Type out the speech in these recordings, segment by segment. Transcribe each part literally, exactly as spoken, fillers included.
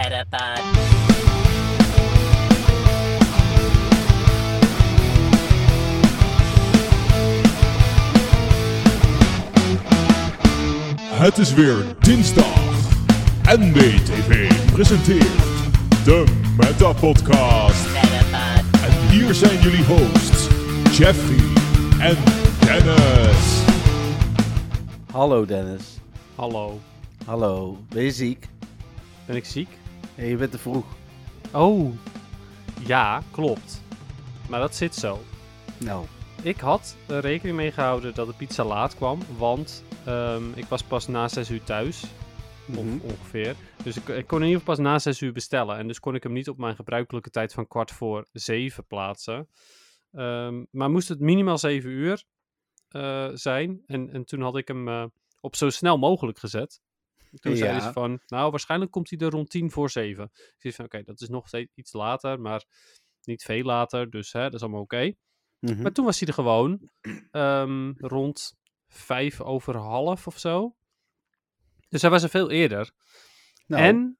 Metapod. Het is weer dinsdag. N B T V presenteert de Metapodcast. Metapod. En hier zijn jullie hosts, Jeffrey en Dennis. Hallo Dennis. Hallo, Hallo. Ben je ziek? ben ik ziek? Nee, je bent te vroeg. Oh, ja, klopt. Maar dat zit zo. Nou, Ik had er rekening mee gehouden dat de pizza laat kwam, want ehm, ik was pas na zes uur thuis, of mhm. ongeveer. Dus ik, ik kon in ieder geval pas na zes uur bestellen. En dus kon ik hem niet op mijn gebruikelijke tijd van kwart voor zeven plaatsen. Ehm, maar moest het minimaal zeven uur eh, zijn. En, en toen had ik hem eh, op zo snel mogelijk gezet. Toen Ja. zeiden ze van, nou waarschijnlijk komt hij er rond tien voor zeven. Ik zei van, oké, dat is nog steeds iets later, maar niet veel later. Dus hè, dat is allemaal oké. Mhm. Maar toen was hij er gewoon ehm, rond vijf over half of zo. Dus hij was er veel eerder. Nou, En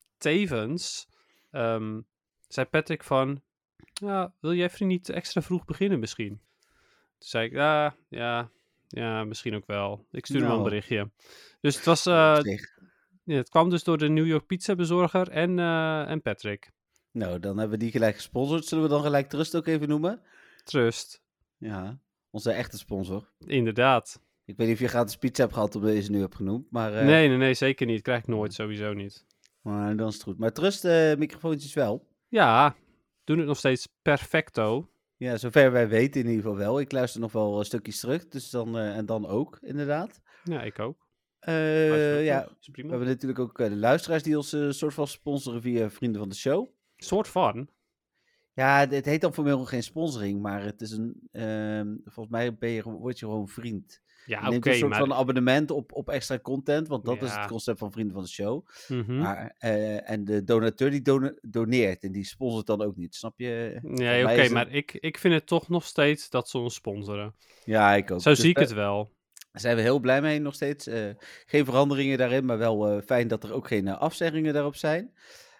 tevens ehm, zei Patrick van, ja, wil Jeffrey niet extra vroeg beginnen misschien? Toen zei ik, ja, ja, ja, misschien ook wel. Ik stuurde hem wel een Nou. berichtje. Dus het was, eh, op zich. ja, het kwam dus door de New York pizza bezorger en, eh, en Patrick. Nou, dan hebben we die gelijk gesponsord. Zullen we dan gelijk Trust ook even noemen? Trust, Ja, onze echte sponsor. inderdaad. Ik weet niet of je gratis pizza hebt gehad omdat je ze nu hebt genoemd, maar, eh, Nee, nee, nee, zeker niet. Krijg ik nooit, sowieso niet. maar dan is het goed. Maar Trust eh, microfoontjes wel. Ja, doen het nog steeds perfecto. Ja, zover wij weten in ieder geval wel. Ik luister nog wel eh, stukjes terug, dus dan, eh, en dan ook, inderdaad. Ja, ik ook. Eh, Luister ook ja, nog, is we prima. hebben natuurlijk ook eh, de luisteraars die ons eh, soort van sponsoren via Vrienden van de Show. Soort van. Ja, het heet dan formeel geen sponsoring, maar het is een, ehm, volgens mij ben je, gewoon- word je gewoon vriend. Ja, Je oké, neemt een soort maar... van abonnement op, op extra content, want dat is Ja. het concept van Vrienden van de Show. Mhm. Maar, eh, en de donateur die done- doneert en die sponsort dan ook niet, snap je? Nee, mij oké, is het- maar ik, ik vind het toch nog steeds dat ze ons sponsoren. Ja, ik ook. Zo Dus zie ik daar het wel. zijn we heel blij mee nog steeds. Eh, geen veranderingen daarin, maar wel eh, fijn dat er ook geen eh, afzeggingen daarop zijn.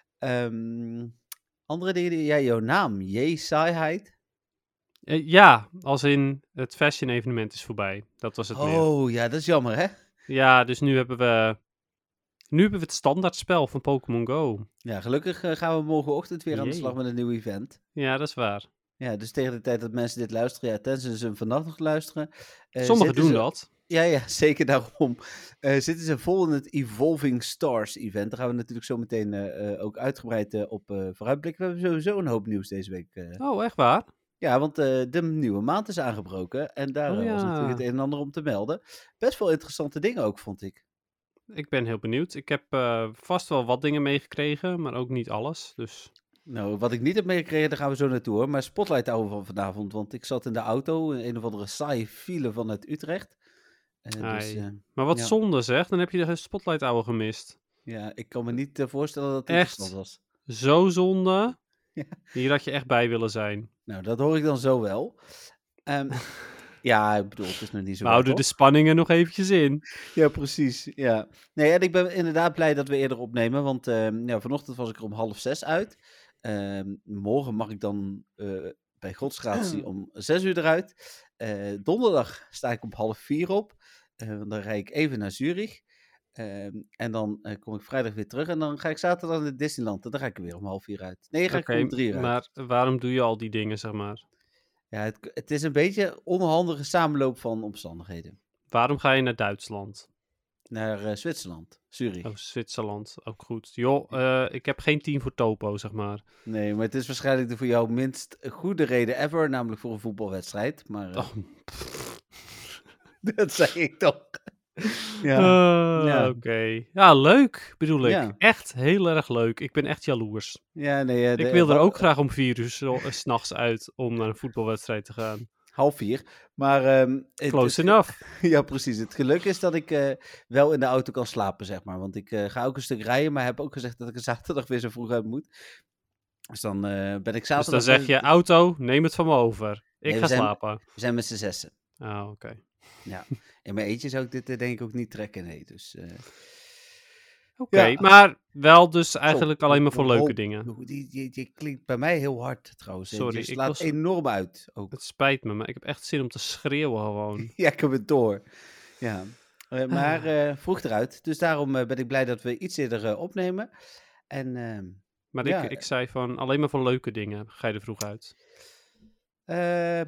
Ehm, andere dingen, die- ja, jouw naam, J. Saaiheid. Eh, ja, als in het fashion evenement is voorbij. Dat was het meer. Oh, ja, dat is jammer, hè? Ja, dus nu hebben we... Nu hebben we het standaardspel van Pokémon Go. Ja, gelukkig eh, gaan we morgenochtend weer aan de Jee. slag met een nieuw event. Ja, dat is waar. Ja, dus tegen de tijd dat mensen dit luisteren, ja, tenzij ze hem vannacht nog luisteren. eh, Sommigen zitten doen ze- dat. Ja, ja, zeker daarom. Eh, zitten ze vol in het Evolving Stars event. Daar gaan we natuurlijk zo meteen eh, eh, ook uitgebreid eh, op eh, vooruitblikken. We hebben sowieso een hoop nieuws deze week. eh. Oh, echt waar? Ja, want eh, de nieuwe maand is aangebroken. En daar Oh, eh, was ja. natuurlijk het een en ander om te melden. Best wel interessante dingen ook, vond ik. Ik ben heel benieuwd. Ik heb eh, vast wel wat dingen meegekregen, maar ook niet alles. Dus Nou, wat ik niet heb meegekregen, daar gaan we zo naartoe hoor. Maar Spotlight houden van vanavond, want ik zat in de auto, in een of andere saaie file vanuit Utrecht. Eh, dus Ai. eh, Maar wat Ja. zonde zeg, dan heb je de Spotlight Hour gemist. ja, ik kan me niet eh, voorstellen dat het Echt? interessant was. Zo zonde. Ja. Hier had je echt bij willen zijn. Nou, dat hoor ik dan zo wel. Ehm, ja, ik bedoel, het is nog niet zo We ver, houden de toch? spanningen nog eventjes in. Ja, precies. Ja. Nee, en ik ben inderdaad blij dat we eerder opnemen, want ehm, ja, vanochtend was ik er om half zes uit. Ehm, morgen mag ik dan eh, bij Godsgratie om zes uur eruit. Eh, donderdag sta ik om half vier op. Eh, want dan rijd ik even naar Zurich. Ehm, en dan eh, kom ik vrijdag weer terug. En dan ga ik zaterdag naar Disneyland. En dan ga ik er weer om half vier uit. Nee, dan ga ik Oké, om drie uur uit. maar waarom doe je al die dingen, zeg maar? Ja, het, het is een beetje een onhandige samenloop van omstandigheden. Waarom ga je naar Duitsland? Naar eh, Zwitserland, Zurich. Of Zwitserland, ook goed. Joh, eh, ik heb geen team voor Topo, zeg maar. Nee, maar het is waarschijnlijk de voor jou minst goede reden ever, namelijk voor een voetbalwedstrijd. Maar eh, Oh, dat zei ik toch. ja. Eh, ja. Oké. Ja, leuk, bedoel ik. Ja. Echt heel erg leuk. Ik ben echt jaloers. ja, nee. eh, Ik de- wil er wa- ook graag om vier uur zo- eh, 's nachts uit om naar een voetbalwedstrijd te gaan. Half vier. Maar ehm, het, Close het- enough. ja, precies. Het geluk is dat ik eh, wel in de auto kan slapen, zeg maar. Want ik eh, ga ook een stuk rijden, maar heb ook gezegd dat ik er zaterdag weer zo vroeg uit moet. Dus dan eh, ben ik Dus zaterdag... dan zeg weer- je, auto, neem het van me over. Ik Nee, we ga zijn- slapen. We zijn met z'n zessen. Ah, oké. Ja. In mijn eentje zou ik dit eh, denk ik ook niet trekken, nee. Dus... eh, Oké, Ja. maar wel dus eigenlijk Zo, alleen maar voor leuke Rob, dingen. Die, die, die klinkt bij mij heel hard trouwens. hè. Sorry, Je ik slaat was- enorm uit ook. Het spijt me, maar ik heb echt zin om te schreeuwen gewoon. Ja, ik heb het door. Ja. Eh, maar Ah. eh, vroeg eruit. Dus daarom eh, ben ik blij dat we iets eerder eh, opnemen. En ehm, Maar Ja. ik, ik zei van alleen maar voor leuke dingen ga je er vroeg uit. eh,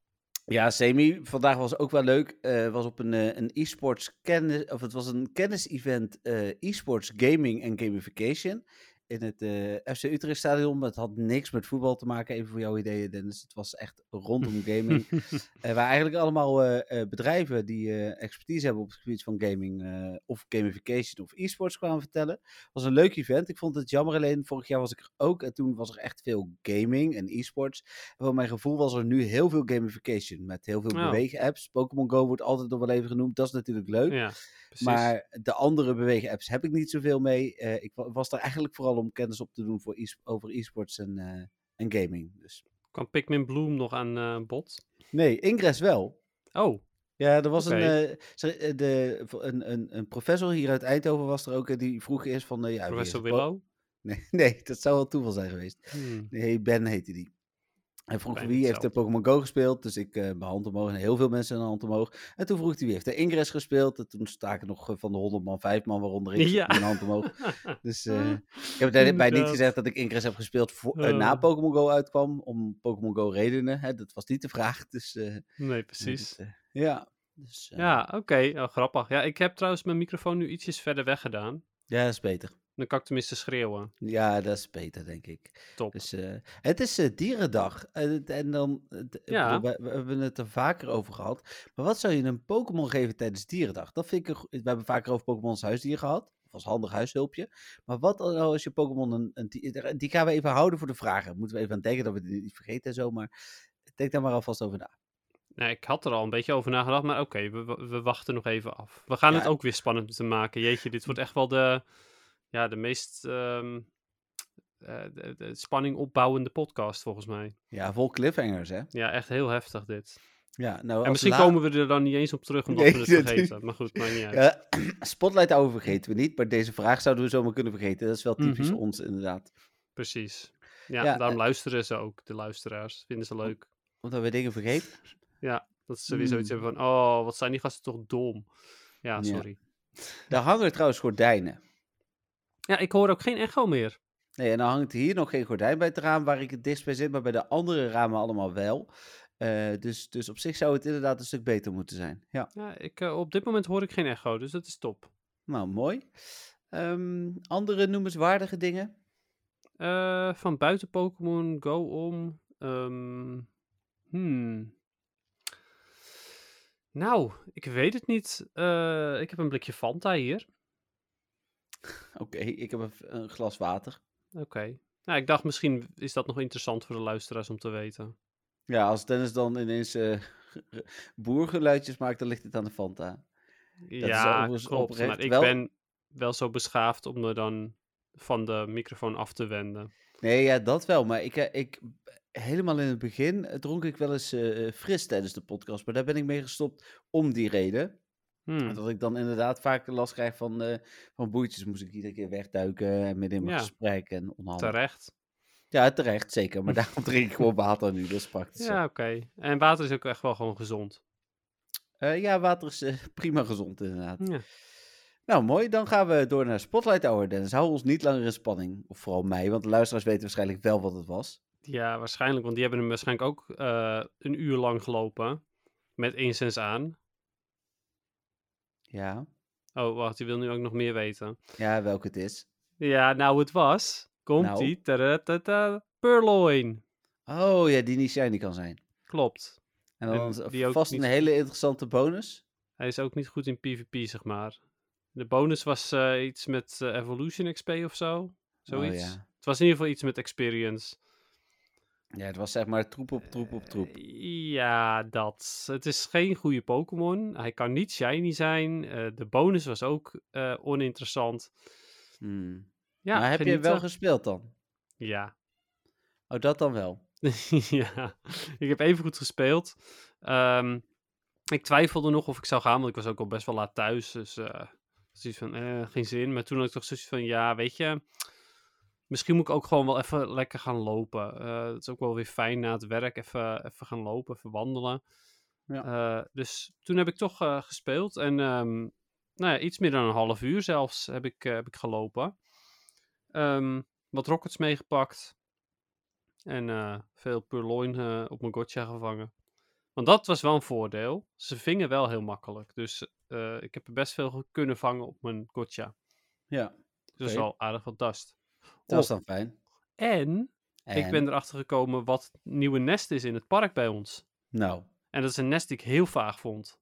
ja, semi. Vandaag was ook wel leuk. Het was op een, eh, een e-sports kennis, of het was een kennis-event eh, e-sports gaming en gamification in het eh, F C Utrecht stadion. Maar het had niks met voetbal te maken, even voor jouw ideeën, Dennis. Het was echt rondom gaming. Eh, waar eigenlijk allemaal eh, eh, bedrijven die eh, expertise hebben op het gebied van gaming eh, of gamification of e-sports kwamen vertellen. Het was een leuk event. Ik vond het jammer alleen, vorig jaar was ik er ook en toen was er echt veel gaming en e-sports. En voor mijn gevoel was er nu heel veel gamification met heel veel Oh. bewegen-apps. Pokémon Go wordt altijd nog wel even genoemd, dat is natuurlijk leuk. Ja, precies. Maar de andere bewegen-apps heb ik niet zoveel mee. Eh, ik wa- was daar eigenlijk vooral om kennis op te doen voor e over e-sports en, eh, en gaming. Dus. Kwam Pikmin Bloom nog aan eh, bod? Nee, Ingress wel. Oh, Ja, er was Oké. een, eh, ze- eh, de, een, een, een professor hier uit Eindhoven was er ook, eh, die vroeg eerst van... eh, ja, wie Professor is het po- Willow? Nee, nee, dat zou wel toeval zijn geweest. Hmm. Nee, Ben heette die. Hij vroeg Bijna wie heeft er hetzelfde. Pokémon Go gespeeld, dus ik eh mijn hand omhoog en heel veel mensen een hand omhoog. En toen vroeg hij wie heeft er Ingress gespeeld. En toen staken nog eh, van de honderd man vijf man, waaronder ik, Ja. mijn hand omhoog. Dus eh, ik heb daarbij niet Inderdaad. gezegd dat ik Ingress heb gespeeld voor, eh, na Oh. Pokémon Go uitkwam, om Pokémon Go redenen. Hè, dat was niet de vraag, dus... eh, Nee, precies. dat, eh, ja, dus, eh, Ja, oké. Oh, grappig. Ja, ik heb trouwens mijn microfoon nu ietsjes verder weg gedaan. ja, dat is beter. Dan kan ik tenminste schreeuwen. Ja, dat is beter, denk ik. Top. Dus, eh, het is eh, dierendag. En, het- en dan, eh, d- ik Ja. bedoel, we, we hebben het er vaker over gehad. Maar wat zou je een Pokémon geven tijdens dierendag? Dat vind ik een go- we hebben vaker over Pokémon als huisdier gehad. Of als handig huishulpje. Maar wat nou als je Pokémon een, een die, die gaan we even houden voor de vragen. Moeten we even aan denken dat we die niet vergeten en zo. Maar denk daar maar alvast over na. Nee, ik had er al een beetje over nagedacht, maar oké, we, we- we wachten nog even af. We gaan Ja. het ook weer spannend te maken. Jeetje, dit wordt echt wel de, ja, de meest ehm, eh, de, de spanning opbouwende podcast volgens mij. Ja, vol cliffhangers, hè? Ja, echt heel heftig dit. Ja, nou, En als misschien la- komen we er dan niet eens op terug omdat Nee, we het dat- vergeten. Maar goed, maakt niet uit. Ja, Spotlight Hour vergeten we niet. Maar deze vraag zouden we zomaar kunnen vergeten. Dat is wel typisch Mhm. ons, inderdaad. Precies. Ja, Ja, daarom eh, luisteren ze ook, de luisteraars. Vinden ze leuk. Omdat we dingen vergeten. Ja, dat ze weer zoiets Hmm. hebben van, oh, wat zijn die gasten toch dom. Ja, Ja. sorry. Daar hangen trouwens gordijnen. Ja, ik hoor ook geen echo meer. Nee, en dan hangt hier nog geen gordijn bij het raam waar ik het dichtst bij zit, maar bij de andere ramen allemaal wel. Eh, dus, dus op zich zou het inderdaad een stuk beter moeten zijn. Ja, Ja, ik, eh, op dit moment hoor ik geen echo, dus dat is top. nou mooi. Ehm, andere noemenswaardige dingen? Eh, van buiten Pokémon Go om. ehm, hmm. Nou, ik weet het niet. Eh, ik heb een blikje Fanta hier. Oké, ik heb een, een glas water. Oké. Nou, ik dacht misschien is dat nog interessant voor de luisteraars om te weten. Ja, als Dennis dan ineens eh boergeluidjes maakt, dan ligt het aan de Fanta. is ja, overigens klopt. oprecht Maar ik wel- ben wel zo beschaafd om me dan van de microfoon af te wenden. Nee, ja, dat wel. Maar ik, eh, ik helemaal in het begin eh, dronk ik wel eens eh, fris tijdens de podcast. Maar daar ben ik mee gestopt om die reden. Hmm. Dat ik dan inderdaad vaak last krijg van, eh, van boertjes. Moest ik iedere keer wegduiken en midden in mijn Ja. gesprek en onhandig. Terecht. Ja, terecht, zeker. Maar daarom drink ik gewoon water nu. Dat is praktisch. Ja, oké. En water is ook echt wel gewoon gezond. Eh, ja, water is eh, prima gezond inderdaad. Ja. Nou, mooi. Dan gaan we door naar Spotlight Hour, Dennis. Hou ons niet langer in spanning. Of vooral mij, want de luisteraars weten waarschijnlijk wel wat het was. Ja, waarschijnlijk, want die hebben hem waarschijnlijk ook eh, een uur lang gelopen. Met incense aan. Ja, Oh, wacht, die wil nu ook nog meer weten. ja welke het is. Ja, nou, het was. Komt-ie. Tadatata, Purloin. Oh ja, die niet shiny kan zijn. Klopt. En dan En is die ook vast niet een hele interessante bonus. Hij is ook niet goed in PvP, zeg maar. De bonus was eh, iets met eh, Evolution X P of zo. Zoiets. Oh, ja. Het was in ieder geval iets met experience. Ja, het was zeg maar troep op troep op troep. Eh, Ja, dat. Het is geen goede Pokémon. Hij kan niet shiny zijn. Eh, de bonus was ook eh, oninteressant. Hmm. Ja, maar heb je genieten. wel gespeeld dan? Ja. Oh, dat dan wel. Ja, ik heb even goed gespeeld. Ehm, ik twijfelde nog of ik zou gaan, want ik was ook al best wel laat thuis. Dus eh, Zoiets van, eh, geen zin. Maar toen had ik toch zoiets van, ja, weet je... Misschien moet ik ook gewoon wel even lekker gaan lopen. Uh, het is ook wel weer fijn na het werk. Even, even gaan lopen, even wandelen. Ja. Uh, dus toen heb ik toch uh, gespeeld. En um, nou ja, iets meer dan een half uur zelfs heb ik, uh, heb ik gelopen. Um, wat rockets meegepakt. En uh, veel purloin uh, op mijn gotcha gevangen. Want dat was wel een voordeel. Ze vingen wel heel makkelijk. Dus uh, ik heb er best veel kunnen vangen op mijn gotcha. Ja. Dus dat is Okay. wel aardig wat dust. Dat is dan fijn. En, en ik ben erachter gekomen wat het nieuwe nest is in het park bij ons. Nou. En dat is een nest die ik heel vaag vond.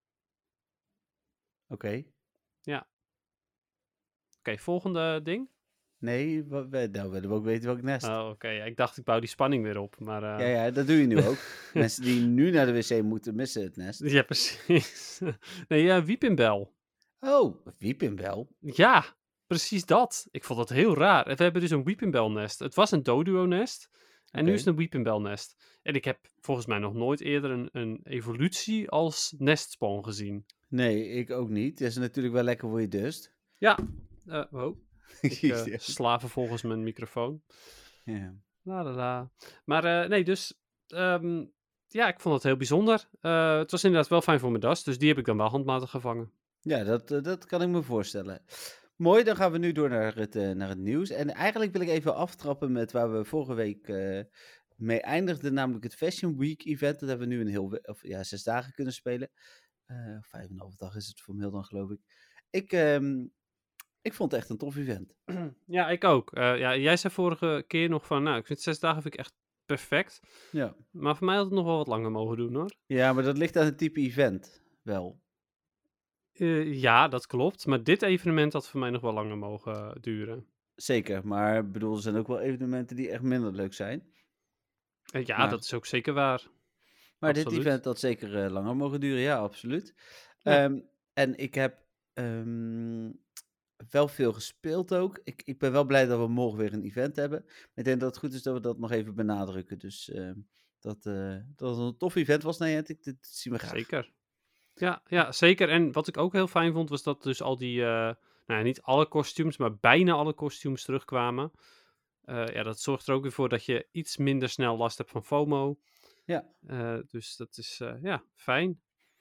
Oké. Okay. Ja. Oké, okay, volgende ding. Nee, we, we, nou willen we ook weten welk nest. Oh, oké. Okay. Ja, ik dacht, ik bouw die spanning weer op. Maar, uh... Ja, ja, dat doe je nu ook. Mensen die nu naar de wc moeten, missen het nest. Ja, precies. Nee, ja, Weepinbell. Oh, Weepinbell? Ja, precies dat. Ik vond dat heel raar. We hebben dus een Weepinbell nest. Het was een Doduo nest. En okay. Nu is het een Weepinbell nest. En ik heb volgens mij nog nooit eerder een, een evolutie als nestspawn gezien. Nee, ik ook niet. Dat is natuurlijk wel lekker voor je dust. Ja. Uh, oh. Ik uh, sla vervolgens mijn microfoon. Ja. La la la. Maar uh, nee, dus... Um, ja, ik vond het heel bijzonder. Uh, het was inderdaad wel fijn voor mijn das. Dus die heb ik dan wel handmatig gevangen. Ja, dat, uh, dat kan ik me voorstellen. Mooi, dan gaan we nu door naar het, uh, naar het nieuws. En eigenlijk wil ik even aftrappen met waar we vorige week uh, mee eindigden. Namelijk het Fashion Week event. Dat hebben we nu een heel... Of, ja, zes dagen kunnen spelen. Uh, vijf en een half dag is het formeel dan, geloof ik. Ik... Um, Ik vond het echt een tof event. Ja, ik ook. Uh, ja, jij zei vorige keer nog van, nou, ik vind zes dagen vind ik echt perfect. Ja. Maar voor mij had het nog wel wat langer mogen doen, hoor. Ja, maar dat ligt aan het type event wel. Uh, ja, dat klopt. Maar dit evenement had voor mij nog wel langer mogen duren. Zeker, maar ik bedoel, er zijn ook wel evenementen die echt minder leuk zijn. Uh, ja, maar... dat is ook zeker waar. Maar absoluut. Dit event had zeker uh, langer mogen duren, ja, absoluut. Ja. Um, en ik heb... Um... wel veel gespeeld ook. Ik, ik ben wel blij dat we morgen weer een event hebben. Maar ik denk dat het goed is dat we dat nog even benadrukken. Dus uh, dat, uh, dat het een tof event was, Niantic. Dit zien we graag. Zeker. Ja, ja, zeker. En wat ik ook heel fijn vond, was dat dus al die... Uh, nou ja, niet alle kostuums, maar bijna alle kostuums terugkwamen. Uh, ja, dat zorgt er ook weer voor dat je iets minder snel last hebt van FOMO. Ja. Uh, dus dat is, uh, ja, fijn.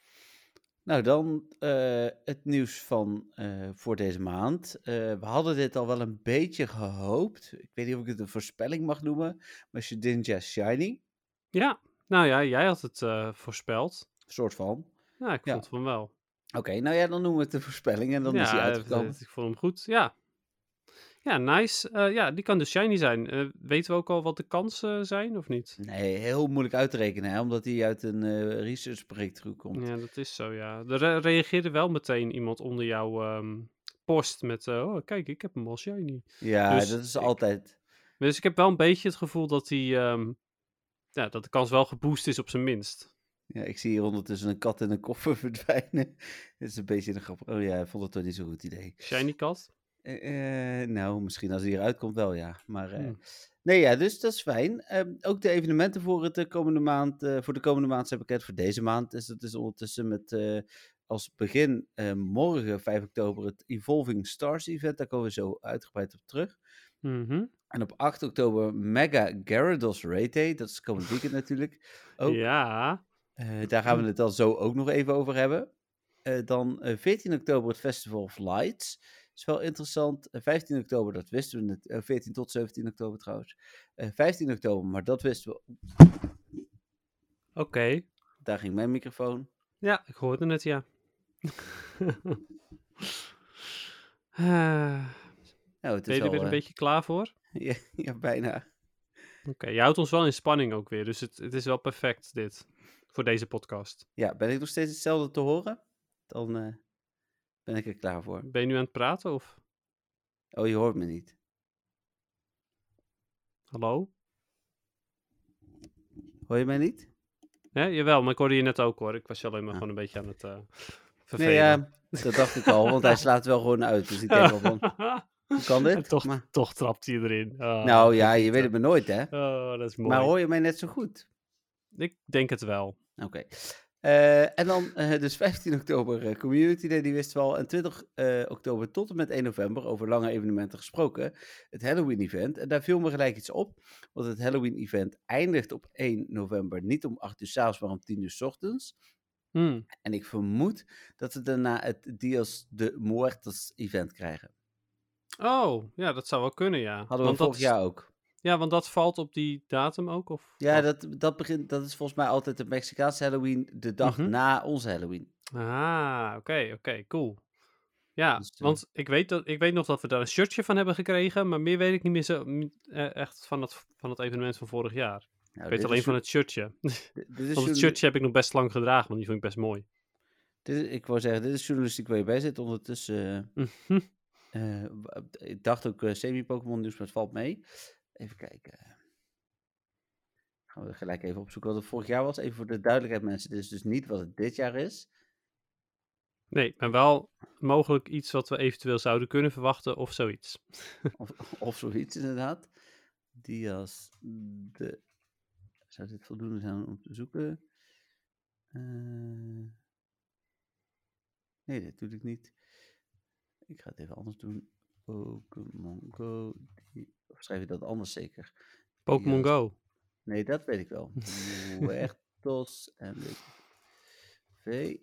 Nou, dan uh, het nieuws van uh, voor deze maand. Uh, we hadden dit al wel een beetje gehoopt. Ik weet niet of ik het een voorspelling mag noemen. Maar Shedinja Shiny. Ja, nou ja, jij had het uh, voorspeld. Een soort van. Ja, ik vond ja. van wel. Oké, okay, nou ja, dan noemen we het de voorspelling en dan ja, is hij uitgekomen. Ik vond hem goed, ja. Ja, nice. Uh, ja, die kan dus shiny zijn. Uh, weten we ook al wat de kansen zijn, of niet? Nee, heel moeilijk uit te rekenen, hè, omdat hij uit een uh, research breakthrough komt. Ja, dat is zo, ja. Er re- reageerde wel meteen iemand onder jouw um, post met... Uh, oh, kijk, ik heb hem al shiny. Ja, dus dat is ik, altijd... Dus ik heb wel een beetje het gevoel dat, die, um, ja, dat de kans wel geboost is op zijn minst. Ja, ik zie hier ondertussen een kat in een koffer verdwijnen. Dat is een beetje een grap. Oh ja, ik vond het toch niet zo'n goed idee. Shiny kat? Uh, uh, nou, misschien als hij eruit komt wel, ja. Maar uh, hmm. nee, ja, dus dat is fijn. Uh, ook de evenementen voor, het, de komende maand, uh, voor de komende maand zijn bekend voor deze maand. Dus dat is ondertussen met uh, als begin uh, morgen, vijf oktober, het Evolving Stars event. Daar komen we zo uitgebreid op terug. Mm-hmm. En op acht oktober Mega Gyarados Raid Day. Dat is komend weekend natuurlijk. Ook. Ja. Uh, daar gaan we het dan zo ook nog even over hebben. Uh, dan uh, veertien oktober het Festival of Lights. Is wel interessant. Uh, vijftien oktober, dat wisten we net. Uh, veertien tot zeventien oktober trouwens. Uh, vijftien oktober, maar dat wisten we. Oké. Okay. Daar ging mijn microfoon. Ja, ik hoorde het, ja. uh, nou, het is ben je er weer uh... een beetje klaar voor? ja, ja, bijna. Oké, okay, je houdt ons wel in spanning ook weer. Dus het, het is wel perfect, dit. Voor deze podcast. Ja, ben ik nog steeds hetzelfde te horen? Dan uh, ben ik er klaar voor. Ben je nu aan het praten, of? Oh, je hoort me niet. Hallo? Hoor je mij niet? Ja, jawel, maar ik hoorde je net ook, hoor. Ik was je alleen maar ah. gewoon een beetje aan het uh, vervelen. Nee, ja, dat dacht ik al, want hij slaat wel gewoon uit. Dus ik denk al van, hoe kan dit? En toch, maar... toch trapt hij erin. Oh, nou ja, je weet het maar nooit, hè? Oh, dat is mooi. Maar hoor je mij net zo goed? Ik denk het wel. Oké. Okay. Uh, en dan uh, dus vijftien oktober uh, Community Day, die wisten we al. En twintig uh, oktober tot en met één november, over lange evenementen gesproken, het Halloween-event. En daar viel me gelijk iets op, want het Halloween-event eindigt op één november, niet om acht uur 's avonds, maar om tien uur 's ochtends. Hmm. En ik vermoed dat we daarna het Dias de Muertos-event krijgen. Oh, ja, dat zou wel kunnen, ja. Hadden we want vorig dat, jaar ook. Ja, want dat valt op die datum ook? Of Ja, wat? dat, dat, begint, dat is volgens mij altijd de Mexicaanse Halloween, de dag Mhm. na onze Halloween. Ah, oké, okay, oké, okay, cool. Ja, Dus, uh, want ik weet, dat, ik weet nog dat we daar een shirtje van hebben gekregen, maar meer weet ik niet meer zo uh, echt van het, van het evenement van vorig jaar. Nou, ik weet alleen van het shirtje. Dit, dit is want het shirtje heb ik nog best lang gedragen, want die vond ik best mooi. Dit is, ik wou zeggen, dit is journalistiek waar je bij zit. Ondertussen, uh, uh, uh, ik dacht ook uh, semi-Pokémon nieuws, maar het valt mee. Even kijken. Gaan we gelijk even opzoeken wat het vorig jaar was. Even voor de duidelijkheid, mensen. Dit is dus niet wat het dit jaar is. Nee, maar wel mogelijk iets wat we eventueel zouden kunnen verwachten of zoiets. of, of zoiets, inderdaad. Dias de... Zou dit voldoende zijn om te zoeken? Uh... Nee, dit doe ik niet. Ik ga het even anders doen. Pokémon Go. Die... Of schrijf je dat anders zeker? Pokémon Dias... Go. Nee, dat weet ik wel. Muertos en de V.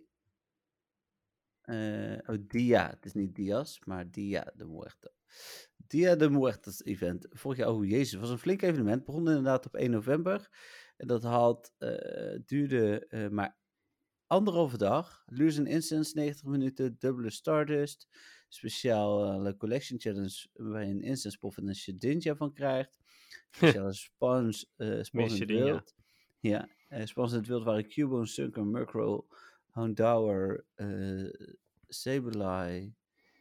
Uh, oh, Dia. Het is niet Dias, maar Dia de Muertos. Dia de Muertos event. Vorig jaar, oh jezus, het was een flink evenement. Begon inderdaad op één november. En dat had, uh, duurde uh, maar anderhalve dag. Lures and Instance, negentig minuten. Dubbele Stardust. Speciaal uh, Collection Challenge, waar je een Instance Puff en een Shedinja van krijgt. Speciale spawns, uh, spawns in het wild. Ja, uh, spawns in het wild waren Cubone, Sunker, Murkrow, Houndour, uh, Sableye,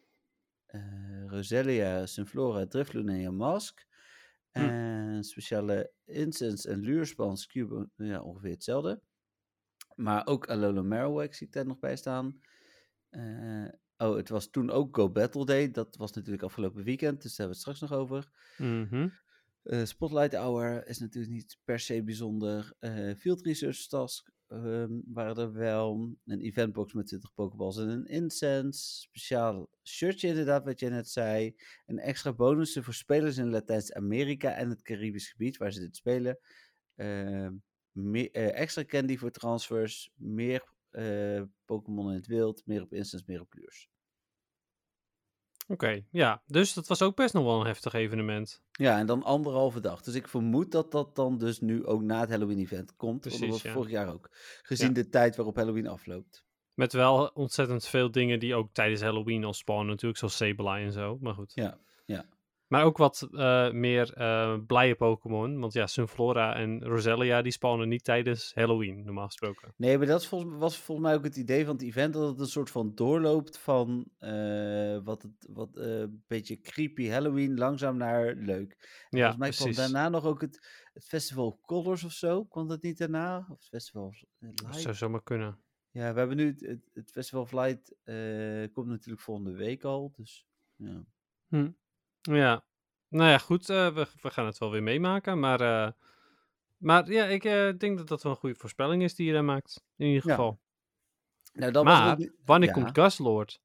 uh, Roselia, Sunflora, Drifloon en Yamask. Hm. En speciale Incense en Luurspans, Cubone, ja, ongeveer hetzelfde. Maar ook Alola Marowak zie ik daar nog bij staan. Uh, oh, het was toen ook Go Battle Day. Dat was natuurlijk afgelopen weekend, dus daar hebben we het straks nog over. Mm-hmm. Uh, Spotlight Hour is natuurlijk niet per se bijzonder. Uh, Field Research Task um, waren er wel. Een eventbox met twintig Pokeballs en een incense. Speciaal shirtje inderdaad, wat jij net zei. En extra bonussen voor spelers in Latijns-Amerika en het Caribisch gebied waar ze dit spelen. Uh, meer, uh, extra candy voor transfers. Meer uh, Pokémon in het wild. Meer op instance, meer op lures. Oké, okay, ja. Dus dat was ook best nog wel een heftig evenement. Ja, en dan anderhalve dag. Dus ik vermoed dat dat dan dus nu ook na het Halloween-event komt. Precies, dat was ja. vorig jaar ook. Gezien ja. de tijd waarop Halloween afloopt. Met wel ontzettend veel dingen die ook tijdens Halloween al spawnen natuurlijk. Zoals Sableye en zo, maar goed. Ja, ja. Maar ook wat uh, meer uh, blije Pokémon. Want ja, Sunflora en Roselia die spawnen niet tijdens Halloween, normaal gesproken. Nee, maar dat was, was volgens mij ook het idee van het event. Dat het een soort van doorloopt van uh, wat een wat, uh, beetje creepy Halloween langzaam naar leuk. En ja, volgens mij precies. kwam daarna nog ook het, het Festival of Colors of zo. Kwam dat niet daarna? Of het Festival of Light? Dat zou zomaar kunnen. Ja, we hebben nu het, het, het Festival of Light uh, komt natuurlijk volgende week al. Dus ja. Hm. Ja. Nou ja, goed, uh, we, we gaan het wel weer meemaken, maar, uh, maar ja, ik uh, denk dat dat wel een goede voorspelling is die je daar maakt, in ieder geval. Ja. Nou, dan maar, was het niet... wanneer ja. komt Guzzlord?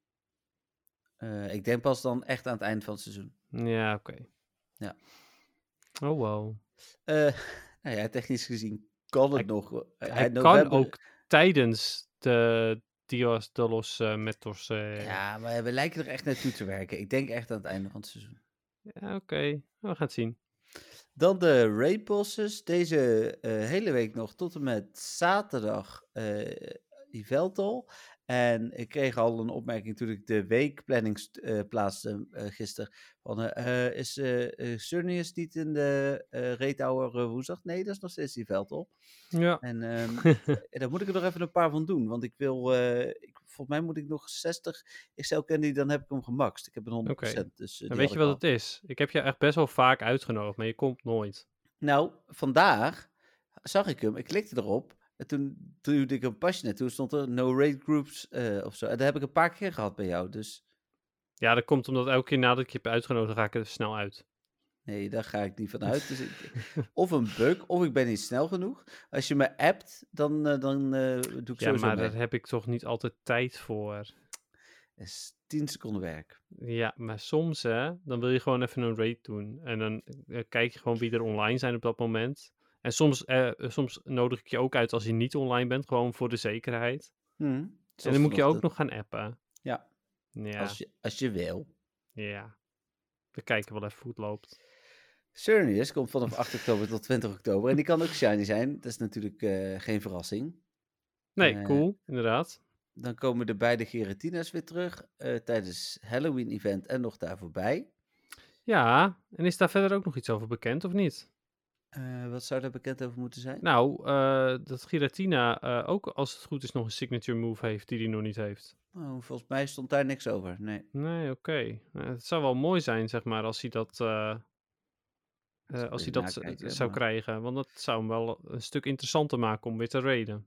Uh, ik denk pas dan echt aan het eind van het seizoen. Ja, oké. Okay. Ja. Oh, wow. Uh, nou ja, technisch gezien kan het hij, nog. Uh, hij november... kan ook tijdens de Dios de los uh, Metos... Uh... Ja, maar we lijken er echt naartoe te werken. Ik denk echt aan het einde van het seizoen. Ja, oké. Okay. We gaan het zien. Dan de raid bosses. Deze uh, hele week nog tot en met zaterdag uh, Yveltal. En ik kreeg al een opmerking toen ik de weekplanning uh, plaatste uh, gisteren. Van, uh, is uh, uh, Surnius niet in de uh, raid hour uh, woensdag? Nee, dat is nog steeds Yveltal. Ja. En um, daar moet ik er nog even een paar van doen. Want ik wil, uh, ik, volgens mij moet ik nog zestig X L candy, dan heb ik hem gemaxt. Ik heb een honderd procent. Okay. Dus, uh, weet je wat al. Het is? Ik heb je echt best wel vaak uitgenodigd, maar je komt nooit. Nou, vandaag zag ik hem, ik klikte erop. En toen duwde ik een pasje net. Toen stond er no raid groups uh, of zo. En dat heb ik een paar keer gehad bij jou, dus... Ja, dat komt omdat elke keer nadat ik je heb uitgenodigd, ga ik er snel uit. Nee, daar ga ik niet van uit. Dus ik, of een bug, of ik ben niet snel genoeg. Als je me appt, dan, uh, dan uh, doe ik Ja, sowieso maar mee. daar heb ik toch niet altijd tijd voor. Dat is tien seconden werk. Ja, maar soms hè, dan wil je gewoon even een raid doen. En dan uh, kijk je gewoon wie er online zijn op dat moment. En soms, uh, soms nodig ik je ook uit als je niet online bent, gewoon voor de zekerheid. Hmm, en dan moet je ook nog gaan appen. Ja, ja. Als, je, als je wil. Ja, we kijken wel even hoe het loopt. Xerneas komt vanaf acht oktober tot twintig oktober. En die kan ook shiny zijn. Dat is natuurlijk uh, geen verrassing. Nee, uh, cool, inderdaad. Dan komen de beide Giratina's weer terug uh, tijdens Halloween-event en nog daar voorbij. Ja, en is daar verder ook nog iets over bekend of niet? Uh, wat zou daar bekend over moeten zijn? Nou, uh, dat Giratina uh, ook als het goed is nog een signature move heeft die hij nog niet heeft. Oh, volgens mij stond daar niks over, nee. Nee, oké. Okay. Uh, het zou wel mooi zijn, zeg maar, als hij dat, uh, uh, als hij dat nakijken, zou maar... krijgen. Want dat zou hem wel een stuk interessanter maken om weer te raiden.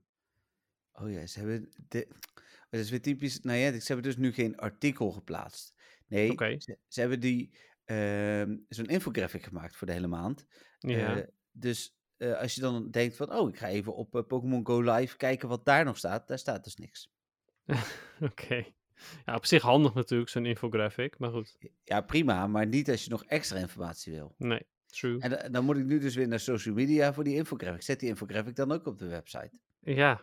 Oh ja, ze hebben... De... Dat is weer typisch... Nou ja, ze hebben dus nu geen artikel geplaatst. Nee, okay. ze, ze hebben die... Uh, zo'n infographic gemaakt voor de hele maand. Ja. Uh, dus uh, als je dan denkt van... Oh, ik ga even op uh, Pokémon Go Live kijken wat daar nog staat. Daar staat dus niks. Oké. Okay. Ja, op zich handig natuurlijk, zo'n infographic, maar goed. Ja, prima, maar niet als je nog extra informatie wil. Nee, true. En uh, dan moet ik nu dus weer naar social media voor die infographic. Zet die infographic dan ook op de website. Ja,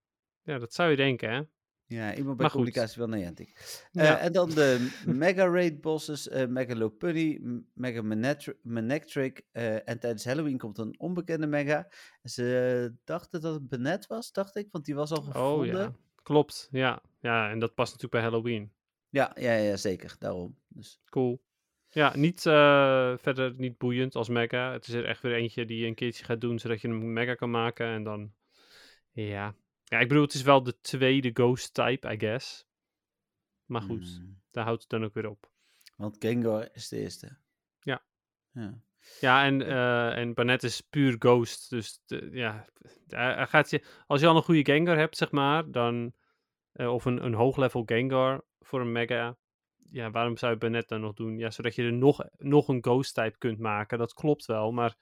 ja dat zou je denken, hè? Ja, iemand bij communicatie wel Niantic. Uh, ja. En dan de Mega Raid bosses, uh, Mega Lopunny, Mega Manectric. Uh, en tijdens Halloween komt een onbekende Mega. Ze uh, dachten dat het Banette was, dacht ik, want die was al gevonden. Oh ja, klopt. Ja, ja en dat past natuurlijk bij Halloween. Ja, ja, ja zeker. Daarom. Dus. Cool. Ja, niet uh, verder niet boeiend als Mega. Het is er echt weer eentje die je een keertje gaat doen, zodat je een Mega kan maken. En dan, ja... Ja, ik bedoel, het is wel de tweede ghost type, I guess. Maar goed, hmm. daar houdt het dan ook weer op. Want Gengar is de eerste. Ja. Ja, ja en, uh, en Banette is puur ghost. Dus de, ja, hij gaat je, als je al een goede Gengar hebt, zeg maar, dan, uh, of een, een hoog-level Gengar voor een Mega, ja, waarom zou je Banette dan nog doen? Ja, zodat je er nog, nog een ghost type kunt maken. Dat klopt wel, maar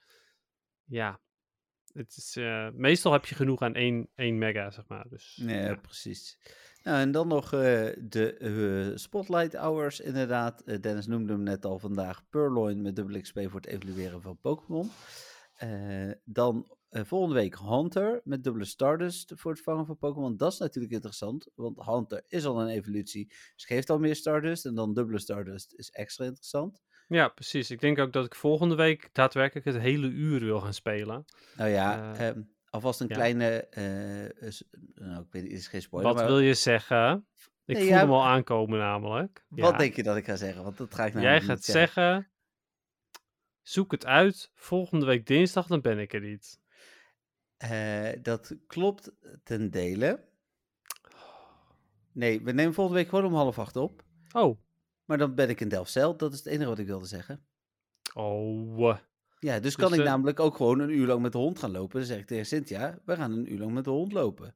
ja... Het is, uh, meestal heb je genoeg aan één, één mega, zeg maar. Dus, ja, ja, precies. Nou, en dan nog uh, de uh, Spotlight Hours, inderdaad. Uh, Dennis noemde hem net al vandaag. Purloin met dubbel X P voor het evalueren van Pokémon. Uh, dan uh, volgende week Hunter met dubbele Stardust voor het vangen van Pokémon. Dat is natuurlijk interessant, want Hunter is al een evolutie. Dus geeft al meer Stardust. En dan dubbele Stardust is extra interessant. Ja, precies. Ik denk ook dat ik volgende week daadwerkelijk het hele uur wil gaan spelen. Nou ja, uh, um, alvast een ja. kleine... Uh, uh, nou, ik weet niet, het is geen spoiler. Wat maar... wil je zeggen? Ik nee, voel ja, hem al aankomen namelijk. Wat ja. denk je dat ik ga zeggen? Want dat ga ik Jij gaat zeggen... zeggen... Zoek het uit. Volgende week dinsdag, dan ben ik er niet. Uh, dat klopt ten dele. Nee, we nemen volgende week gewoon om half acht op. Oh. Maar dan ben ik in Delfzijl. Dat is het enige wat ik wilde zeggen. Oh. Ja, dus, dus kan ik uh... namelijk ook gewoon een uur lang met de hond gaan lopen. Dan zeg ik tegen Cynthia, we gaan een uur lang met de hond lopen.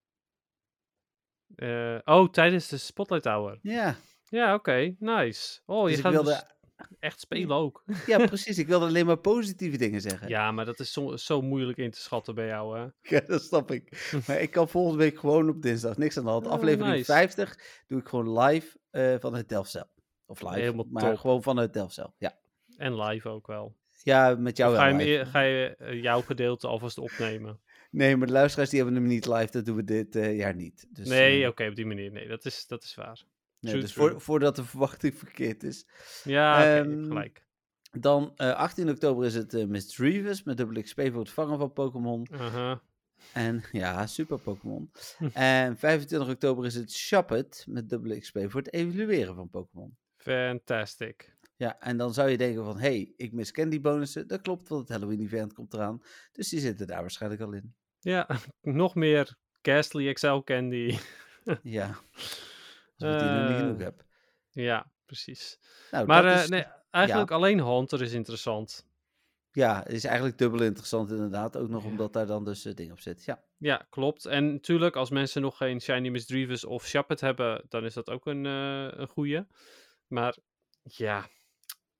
Uh, oh, tijdens de Spotlight Hour. Ja. Ja, oké. Okay. Nice. Oh, dus je gaat wilde... dus echt spelen ook. Ja, precies. Ik wilde alleen maar positieve dingen zeggen. Ja, maar dat is zo, zo moeilijk in te schatten bij jou, hè? Ja, dat snap ik. Maar ik kan volgende week gewoon op dinsdag. Niks aan de hand. Oh, Aflevering nice. vijftig doe ik gewoon live uh, vanuit Delfzijl. Of live, Helemaal maar top. gewoon vanuit Delfzijl. Ja. En live ook wel. Ja, met jou of wel ga je, live. Ga je uh, jouw gedeelte alvast opnemen? Nee, maar de luisteraars die hebben hem niet live. Dat doen we dit uh, jaar niet. Dus, nee, uh, oké, okay, op die manier. Nee, dat is, dat is waar. Nee, true, dus true. voor, voordat de verwachting verkeerd is. Ja, oké, okay, um, je hebt gelijk. Dan uh, achttien oktober is het uh, Misdreavus met dubbel X P voor het vangen van Pokémon. Uh-huh. En ja, super Pokémon. En vijfentwintig oktober is het Shuppet met dubbel X P voor het evalueren van Pokémon. Fantastic. Ja, en dan zou je denken van, hé, hey, ik mis candy bonussen. Dat klopt, want het Halloween event komt eraan. Dus die zitten daar waarschijnlijk al in. Ja, nog meer Ghastly X L candy. Ja, als ik die uh, nog niet genoeg heb. Ja, precies. Nou, maar uh, is... nee, eigenlijk ja. alleen Hunter is interessant. Ja, het is eigenlijk dubbel interessant inderdaad. Ook nog ja. omdat daar dan dus uh, ding op zit. Ja. Ja, klopt. En natuurlijk, als mensen nog geen Shiny Misdreavus of Shuppet hebben, dan is dat ook een, uh, een goeie. Maar ja,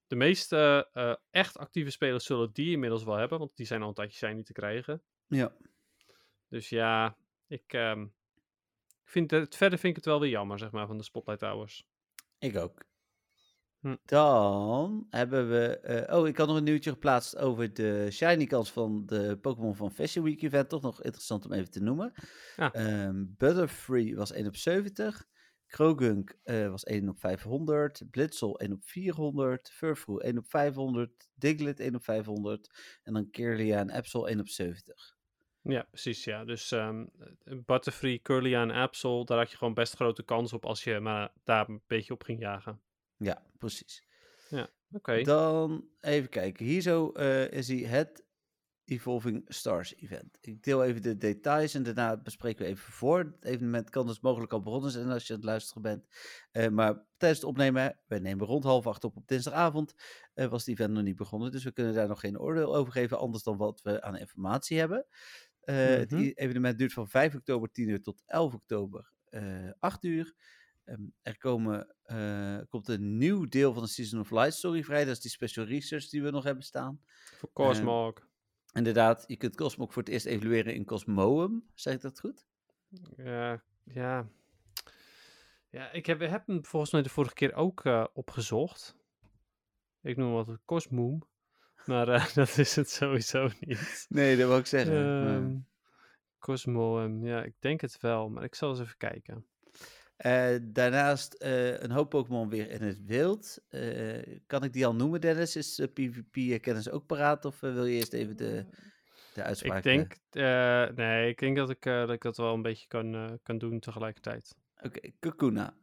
de meeste uh, echt actieve spelers zullen die inmiddels wel hebben, want die zijn al een tijdje zijn niet te krijgen. Ja. Dus ja, ik um, vind het, verder vind ik het wel weer jammer, zeg maar, van de Spotlight Towers. Ik ook. Hm. Dan hebben we... Uh, oh, ik had nog een nieuwtje geplaatst over de shiny kans van de Pokémon van Fashion Week event. Toch nog interessant om even te noemen. Ja. Um, Butterfree was één op zeventig. Krogunk uh, was één op vijfhonderd. Blitzel één op vierhonderd. Furfrou één op vijfhonderd. Diglett één op vijfhonderd. En dan Kirlia en Absol één op zeventig. Ja, precies, ja. Dus um, Butterfree, Kirlia en Absol, daar had je gewoon best grote kans op als je maar daar een beetje op ging jagen. Ja, precies. Ja, oké. Okay. Dan even kijken. Hier zo uh, is hij het Evolving Stars event. Ik deel even de details en daarna bespreken we even voor. Het evenement kan dus mogelijk al begonnen zijn als je aan het luisteren bent. Uh, maar tijdens het opnemen, we nemen rond half acht op op dinsdagavond, uh, was het event nog niet begonnen. Dus we kunnen daar nog geen oordeel over geven, anders dan wat we aan informatie hebben. Uh, mm-hmm. Het evenement duurt van vijf oktober tien uur tot elf oktober uh, acht uur. Um, er komen, uh, komt een nieuw deel van de Season of Light story vrij. Dat is die special research die we nog hebben staan. Voor Cosmog. Um, inderdaad, je kunt Cosmog voor het eerst evalueren in Cosmoem. Zeg ik dat goed? Ja, ja. Ja, ik heb, heb hem volgens mij de vorige keer ook uh, opgezocht. Ik noem wat Cosmoem. Maar uh, dat is het sowieso niet. Nee, dat wil ik zeggen. Um, maar... Cosmoem, ja, ik denk het wel. Maar ik zal eens even kijken. Uh, daarnaast uh, een hoop Pokémon weer in het wild. Uh, kan ik die al noemen, Dennis? Is uh, PvP-kennis ook paraat? Of uh, wil je eerst even de, de uitspraak? Ik denk, uh, nee, ik denk dat ik, uh, dat ik dat wel een beetje kan, uh, kan doen tegelijkertijd. Oké, okay, Kakuna.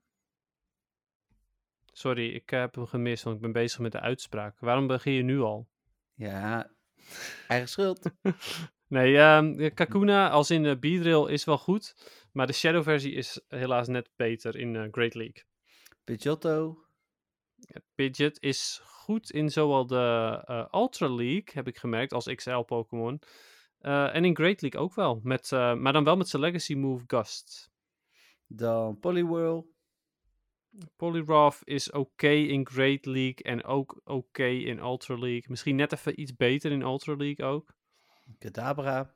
Sorry, ik heb hem gemist, want ik ben bezig met de uitspraak. Waarom begin je nu al? Ja, eigen schuld. Nee, um, Kakuna als in uh, Beedrill is wel goed, maar de Shadow-versie is helaas net beter in uh, Great League. Pidgeotto. Ja, Pidgeot is goed in zowel de uh, Ultra League, heb ik gemerkt, als X L-Pokémon. Uh, en in Great League ook wel, met, uh, maar dan wel met zijn Legacy Move Gust. Dan Poliwhirl. Poliwrath is oké okay in Great League en ook oké okay in Ultra League. Misschien net even iets beter in Ultra League ook. Kadabra.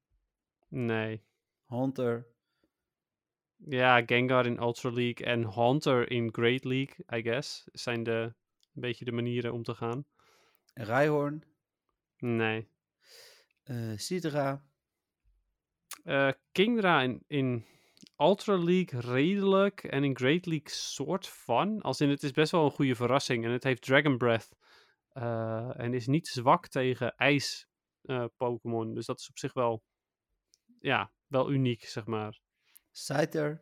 Nee. Haunter. Ja, Gengar in Ultra League en Haunter in Great League, I guess. Zijn de, een beetje de manieren om te gaan. Rhyhorn. Nee. Uh, Sidra. Uh, Kingdra in, in Ultra League redelijk en in Great League soort van. Als in, het is best wel een goede verrassing en het heeft Dragon Breath uh, en is niet zwak tegen ijs uh, Pokémon. Dus dat is op zich wel, ja, wel uniek, zeg maar. Scyther.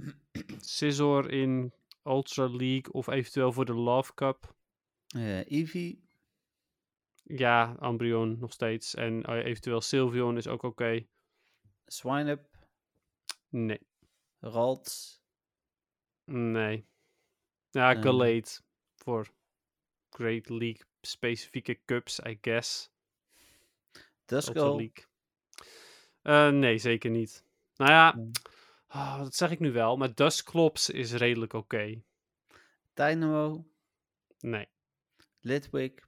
Scizor in Ultra League of eventueel voor de Love Cup. Uh, Eevee. Ja, Umbreon nog steeds. En uh, eventueel Sylveon is ook oké. Okay. Swinub. Nee. Ralts. Nee. Ja, uh. Gallade. Voor Great League specifieke cups, I guess. Duskull. Uh, nee, zeker niet. Nou ja, mm. oh, dat zeg ik nu wel. Maar Dusclops is redelijk oké. Okay. Dynamo. Nee. Litwick.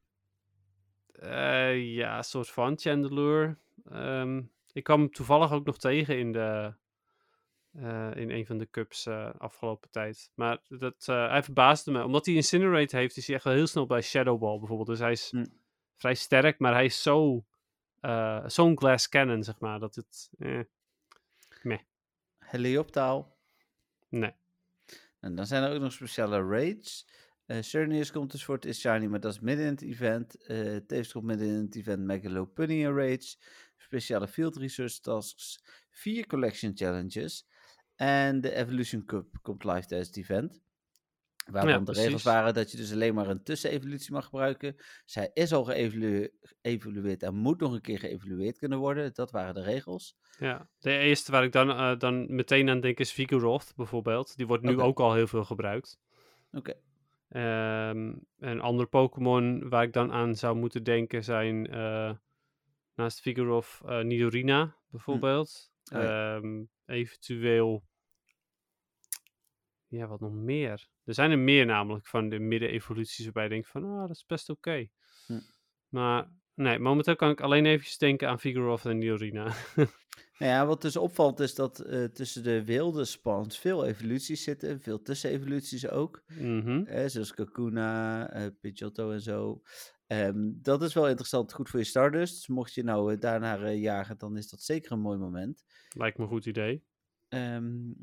Uh, ja, een soort van Chandelure. Um, ik kwam hem toevallig ook nog tegen in de uh, in een van de cups uh, afgelopen tijd. Maar dat, uh, hij verbaasde me. Omdat hij Incinerate heeft, is hij echt wel heel snel bij Shadow Ball bijvoorbeeld. Dus hij is mm. vrij sterk, maar hij is zo uh, zo'n glass cannon, zeg maar, dat het eh, meh. Helioptaal. Nee. En dan zijn er ook nog speciale raids. Uh, Xerneas komt dus voor het is shiny, maar dat is midden in het event. Uh, tevens komt midden in het event Megalopunny raids. Speciale field research tasks. Vier collection challenges. En de Evolution Cup komt live tijdens het event. Waarvan ja, de precies. regels waren dat je dus alleen maar een tussenevolutie mag gebruiken. Zij is al geëvalueerd en moet nog een keer geëvalueerd kunnen worden. Dat waren de regels. Ja, de eerste waar ik dan, uh, dan meteen aan denk is Vigoroth bijvoorbeeld. Die wordt nu okay. ook al heel veel gebruikt. Oké. Okay. Um, en andere Pokémon waar ik dan aan zou moeten denken zijn uh, naast Vigoroth uh, Nidorina bijvoorbeeld. Hm. Oh, ja. um, eventueel... Ja, wat nog meer? Er zijn er meer namelijk van de midden-evoluties waarbij je denkt van, ah, dat is best oké. Okay. Hm. Maar nee, momenteel kan ik alleen eventjes denken aan Vigoroth en Nidorina. Nou ja, wat dus opvalt is dat uh, tussen de wilde spawns veel evoluties zitten, veel tussenevoluties ook. Mhm. Uh, zoals Kakuna, uh, Pidgeotto en zo. Um, dat is wel interessant, goed voor je Stardust. Dus mocht je nou uh, daarnaar uh, jagen, dan is dat zeker een mooi moment. Lijkt me een goed idee. Um,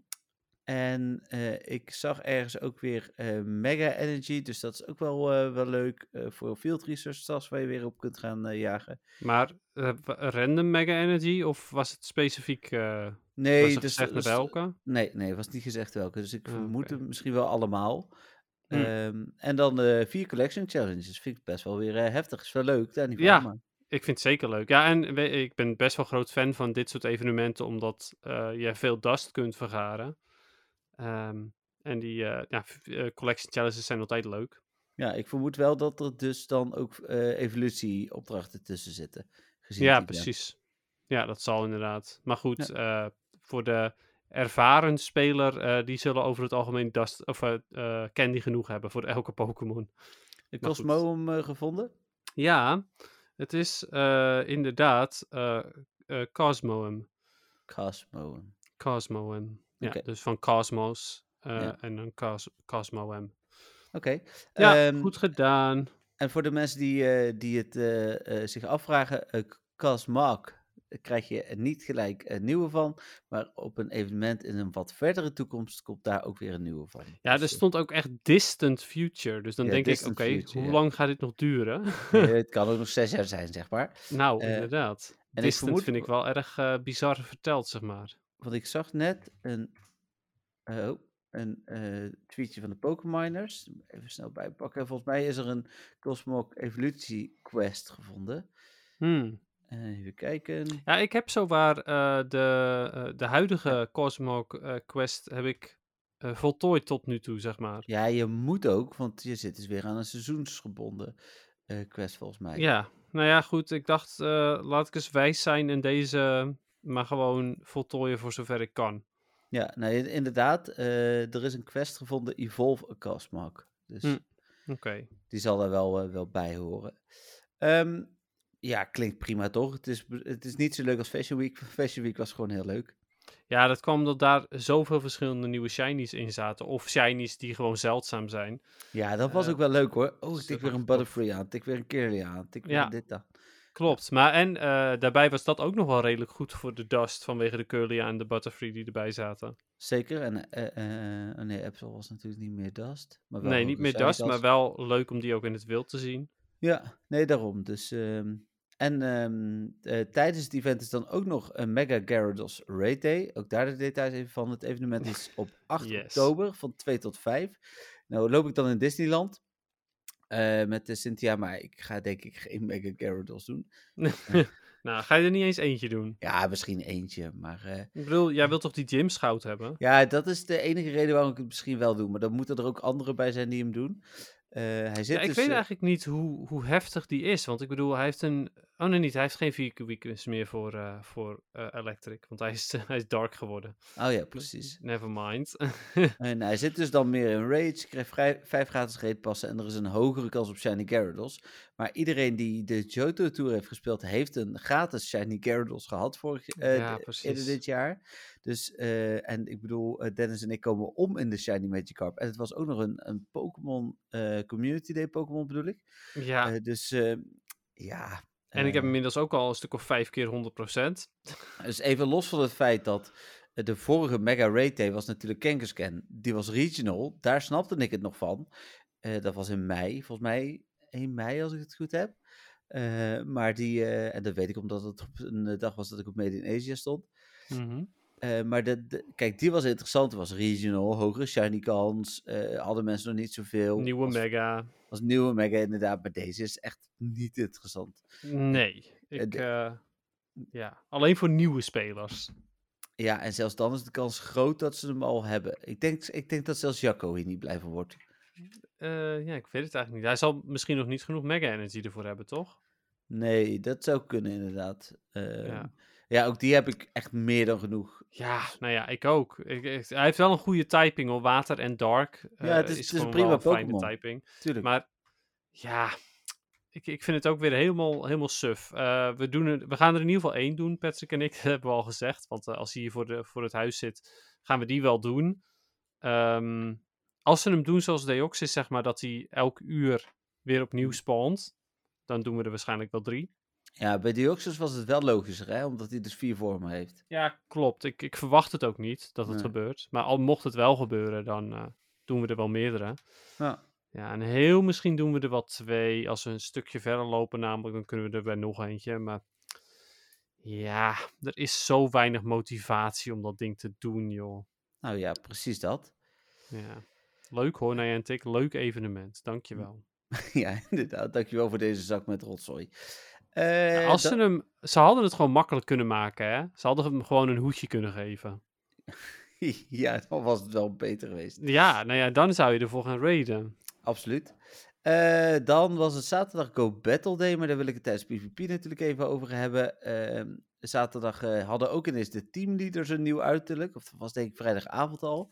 en uh, ik zag ergens ook weer uh, Mega Energy, dus dat is ook wel, uh, wel leuk uh, voor Field Research Stars waar je weer op kunt gaan uh, jagen. Maar uh, random Mega Energy of was het specifiek, uh, nee, was er dus, gezegd dus, welke? Nee, nee, was niet gezegd welke, dus ik Oh, vermoed okay. het misschien wel allemaal. Hm. Um, en dan de uh, vier collection challenges, vind ik best wel weer uh, heftig, is wel leuk, daar niet van. Ja. Maar... Ik vind het zeker leuk. Ja, en we, ik ben best wel groot fan van dit soort evenementen, omdat uh, je veel dust kunt vergaren. Um, en die uh, ja, uh, collection challenges zijn altijd leuk. Ja, ik vermoed wel dat er dus dan ook uh, evolutieopdrachten tussen zitten. Gezien Ja, die precies. Ben. Ja, dat zal inderdaad. Maar goed, ja. uh, voor de ervaren speler, uh, die zullen over het algemeen dust, of, uh, uh, candy genoeg hebben voor elke Pokémon. Heb je Cosmoem uh, gevonden? Ja, het is uh, inderdaad uh, uh, Cosmoem. Cosmoem. Cosmoem. Ja, okay. dus van Cosmos uh, ja. en dan Cos Cosmoem. Oké. Okay. Ja, um, goed gedaan. En voor de mensen die, uh, die het uh, uh, zich afvragen, uh, Cosmog krijg je er niet gelijk een nieuwe van, maar op een evenement in een wat verdere toekomst komt daar ook weer een nieuwe van. Ja, dus, er stond ook echt distant future, dus dan ja, denk ik, oké, okay, hoe ja. lang gaat dit nog duren? Nee, het kan ook nog zes jaar zijn, zeg maar. Nou, uh, inderdaad. En distant ik vermoed, vind ik wel erg uh, bizar verteld, zeg maar. Want ik zag net een, uh, oh, een uh, tweetje van de Pokéminers, even snel bijpakken. Volgens mij is er een Cosmog Evolutie Quest gevonden. Hmm. Uh, even kijken. Ja, ik heb zowaar uh, de, uh, de huidige ja. Cosmog uh, Quest heb ik uh, voltooid tot nu toe, zeg maar. Ja, je moet ook, want je zit dus weer aan een seizoensgebonden uh, quest volgens mij. Ja, nou ja, goed. Ik dacht, uh, laat ik eens wijs zijn en deze maar gewoon voltooien voor zover ik kan. Ja, nou inderdaad. Uh, er is een quest gevonden, Evolve a Cosmog. Dus mm, okay. die zal er wel, uh, wel bij horen. Um, Ja, klinkt prima toch? Het is, het is niet zo leuk als Fashion Week. Fashion Week was gewoon heel leuk. Ja, dat kwam omdat daar zoveel verschillende nieuwe shinies in zaten. Of shinies die gewoon zeldzaam zijn. Ja, dat was uh, ook wel leuk hoor. Oh, ik tik weer een Butterfree aan. Tik weer een Kirlia aan. Tik weer ja, dit aan. Klopt. Maar en uh, daarbij was dat ook nog wel redelijk goed voor de dust. Vanwege de Kirlia en de Butterfree die erbij zaten. Zeker. En uh, uh, nee, Absol was natuurlijk niet meer dust. Maar wel nee, niet meer dust. Maar wel leuk om die ook in het wild te zien. Ja, nee, daarom. Dus... Um... En um, uh, tijdens het event is dan ook nog een Mega Gyarados Raid Day. Ook daar de details even van. Het evenement is op acht yes. oktober van twee tot vijf. Nou loop ik dan in Disneyland uh, met de Cynthia, maar ik ga denk ik geen Mega Gyarados doen. uh, nou, ga je er niet eens eentje doen? Ja, misschien eentje, maar... Uh, ik bedoel, jij wilt toch die gym scout hebben? Ja, dat is de enige reden waarom ik het misschien wel doe. Maar dan moeten er ook anderen bij zijn die hem doen. Uh, hij zit ja, ik dus, weet uh, eigenlijk niet hoe, hoe heftig die is. Want ik bedoel, hij heeft een... Oh nee, niet. Hij heeft geen vier weakness meer voor, uh, voor uh, Electric. Want hij is, uh, hij is dark geworden. Oh ja, precies. Never mind. En hij zit dus dan meer in Rage. Je krijgt vrij, vijf gratis raidpassen. En er is een hogere kans op Shiny Gyarados. Maar iedereen die de Johto Tour heeft gespeeld... heeft een gratis Shiny Gyarados gehad vorig, uh, ja, eerder dit jaar. Dus, uh, en ik bedoel, uh, Dennis en ik komen om in de Shiny Magikarp. En het was ook nog een, een Pokémon uh, Community Day Pokémon bedoel ik. Ja. Uh, dus, uh, ja... En ik heb inmiddels ook al een stuk of vijf keer honderd procent. Dus even los van het feit dat de vorige Mega Raid Day was natuurlijk Kangaskhan. Die was regional. Daar snapte ik het nog van. Uh, dat was in mei. Volgens mij één mei als ik het goed heb. Uh, maar die, uh, en dat weet ik omdat het op een dag was dat ik op Made in Asia stond. Mm-hmm. Uh, maar de, de, kijk, die was interessant. Het was regional, hogere shiny kans. Uh, hadden mensen nog niet zoveel. Nieuwe als, mega. Als nieuwe mega inderdaad. Maar deze is echt niet interessant. Nee. Ik, uh, ja, alleen voor nieuwe spelers. Ja, en zelfs dan is de kans groot dat ze hem al hebben. Ik denk, ik denk dat zelfs Jacco hier niet blij van wordt. Uh, ja, ik weet het eigenlijk niet. Hij zal misschien nog niet genoeg Mega Energy ervoor hebben, toch? Nee, dat zou kunnen inderdaad. Uh, ja. Ja, ook die heb ik echt meer dan genoeg. Ja, nou ja, ik ook. Ik, ik- hij heeft wel een goede typing hoor. Water en dark Ja, eh, het is, is het is een gewoon wel prima een fijne Pokémon. typing. Tuurlijk. Maar ja, ik, ik vind het ook weer helemaal, helemaal suf. Eh, we, doen er, we gaan er in ieder geval één doen, Patrick en ik, dat hebben we al gezegd. Want eh, als hij hier voor, de, voor het huis zit, gaan we die wel doen. Ehm, als ze hem doen zoals Deoxys, zeg maar, dat hij elk uur weer opnieuw spawnt, dan doen we er waarschijnlijk wel drie. Ja, bij Deoxys was het wel logischer, hè? Omdat hij dus vier vormen heeft. Ja, klopt. Ik, ik verwacht het ook niet dat het Nee. gebeurt. Maar al mocht het wel gebeuren, dan eh, doen we er wel meerdere. Ja. Ja, en heel misschien doen we er wel twee. Als we een stukje verder lopen namelijk, dan kunnen we er bij nog eentje. Maar ja, er is zo weinig motivatie om dat ding te doen, joh. Nou ja, precies dat. Ja. Leuk hoor, Niantic. Leuk evenement. Dankjewel. Ja, inderdaad. Dankjewel voor deze zak met rotzooi. Ja, Eh als da- ze hem... Ze hadden het gewoon makkelijk kunnen maken, hè. Ze hadden hem gewoon een hoedje kunnen geven. ja, dan was het wel beter geweest. Ja, nou ja, dan zou je ervoor gaan raiden. Absoluut. Eh, dan was het zaterdag Go Battle Day, maar daar wil ik het tijdens PvP natuurlijk even over hebben. Ehm, zaterdag eh, hadden ook ineens de teamleaders een nieuw uiterlijk. Of dat was denk ik vrijdagavond al.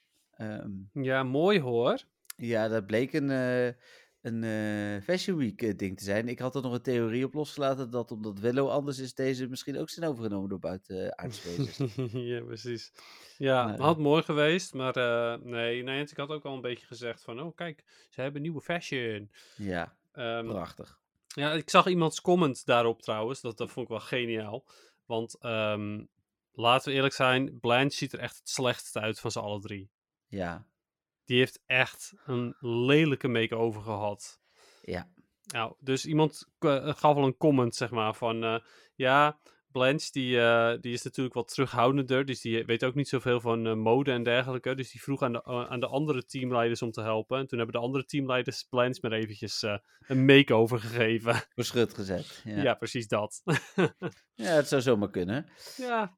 Ehm, Ja, mooi hoor. ja, dat bleek een, eh, een eh, Fashion Week eh, ding te zijn. Ik had er nog een theorie op losgelaten dat omdat Willow anders is, deze misschien ook zijn overgenomen door buitenaardse wezens. Ja, precies. Ja, Maar, had mooi geweest, maar eh, nee, nee, ik had ook al een beetje gezegd van, oh kijk, ze hebben nieuwe fashion. Ja, Ehm, prachtig. ja, ik zag iemands comment daarop trouwens, dat, dat vond ik wel geniaal. Want ehm, laten we eerlijk zijn, Blanche ziet er echt het slechtste uit van z'n alle drie. Ja, Die heeft echt een lelijke make-over gehad. ja. Nou, dus iemand eh, gaf al een comment, zeg maar, van eh, ja, Blanche die, eh, die is natuurlijk wat terughoudender, dus die weet ook niet zoveel van eh, mode en dergelijke. Dus die vroeg aan de, eh, aan de andere teamleiders om te helpen. En toen hebben de andere teamleiders Blanche maar eventjes eh, een make-over gegeven. Verschut gezet. Ja. Ja, precies dat. ja, het zou zomaar kunnen. Ja.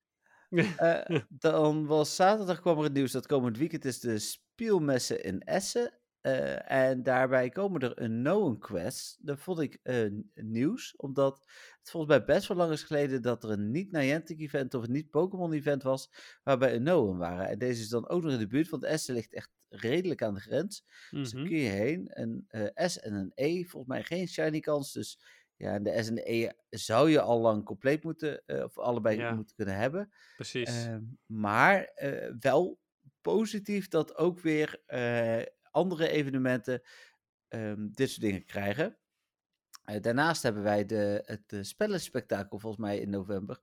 Eh, dan was zaterdag kwam er het nieuws dat komend weekend is de Spielmessen in Essen. Eh, en daarbij komen er een Unknown Quest. Dat vond ik eh, nieuws, omdat het volgens mij best wel lang is geleden dat er een niet-Niantic event of een niet-Pokémon event was, waarbij Unknown waren. En deze is dan ook nog in de buurt, want Essen ligt echt redelijk aan de grens. Dus daar Mhm. kun je heen. Een eh, S en een E, volgens mij geen shiny kans. Dus ja, en de S en de E zou je al lang compleet moeten, eh, of allebei Ja. moeten kunnen hebben. Precies. Ehm, maar eh, wel positief dat ook weer eh, andere evenementen ehm, dit soort dingen krijgen. Eh, daarnaast hebben wij de, het uh, spellenspectakel volgens mij in november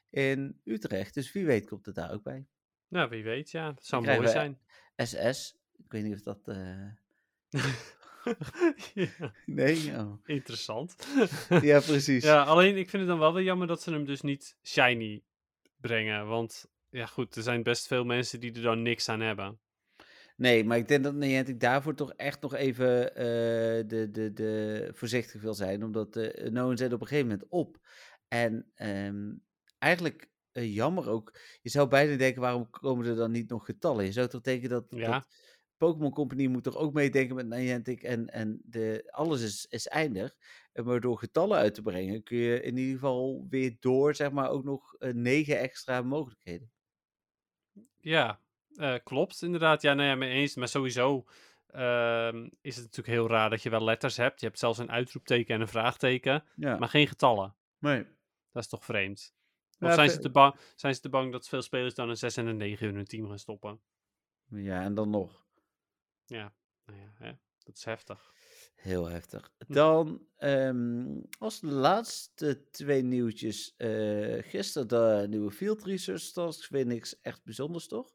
in Utrecht. Dus wie weet komt het daar ook bij. Nou, wie weet, ja. Dat zou Dan mooi krijgen we zijn. S S. Ik weet niet of dat... eh, Ja, Nee? Oh. interessant. Ja, precies. Ja, alleen ik vind het dan wel weer jammer dat ze hem dus niet shiny brengen. Want ja, goed, er zijn best veel mensen die er dan niks aan hebben. Nee, maar ik denk dat Niantic daarvoor toch echt nog even eh, de, de, de voorzichtig wil zijn. Omdat de uh, Unknown zit op een gegeven moment op. En ehm, eigenlijk eh, jammer ook. Je zou bijna denken, waarom komen er dan niet nog getallen? Je zou toch denken dat, Ja. dat Pokémon Company moet toch ook meedenken met Niantic. En, en de, alles is, is eindig. En maar door getallen uit te brengen kun je in ieder geval weer door, zeg maar, ook nog uh, negen extra mogelijkheden. Ja, uh, klopt inderdaad. Ja, nee, ja, mee eens. Maar sowieso uh, is het natuurlijk heel raar dat je wel letters hebt. Je hebt zelfs een uitroepteken en een vraagteken, Ja. maar geen getallen. Nee. Dat is toch vreemd? Of Ja, zijn, ve- ze te ba- zijn ze te bang dat veel spelers dan een zes en een negen in hun team gaan stoppen? Ja, en dan nog. Ja, nou ja, hè? Dat is heftig. Heel heftig. Dan um, als de laatste twee nieuwtjes. Uh, gisteren de nieuwe Field Research Tasks. Weer niks echt bijzonders, toch?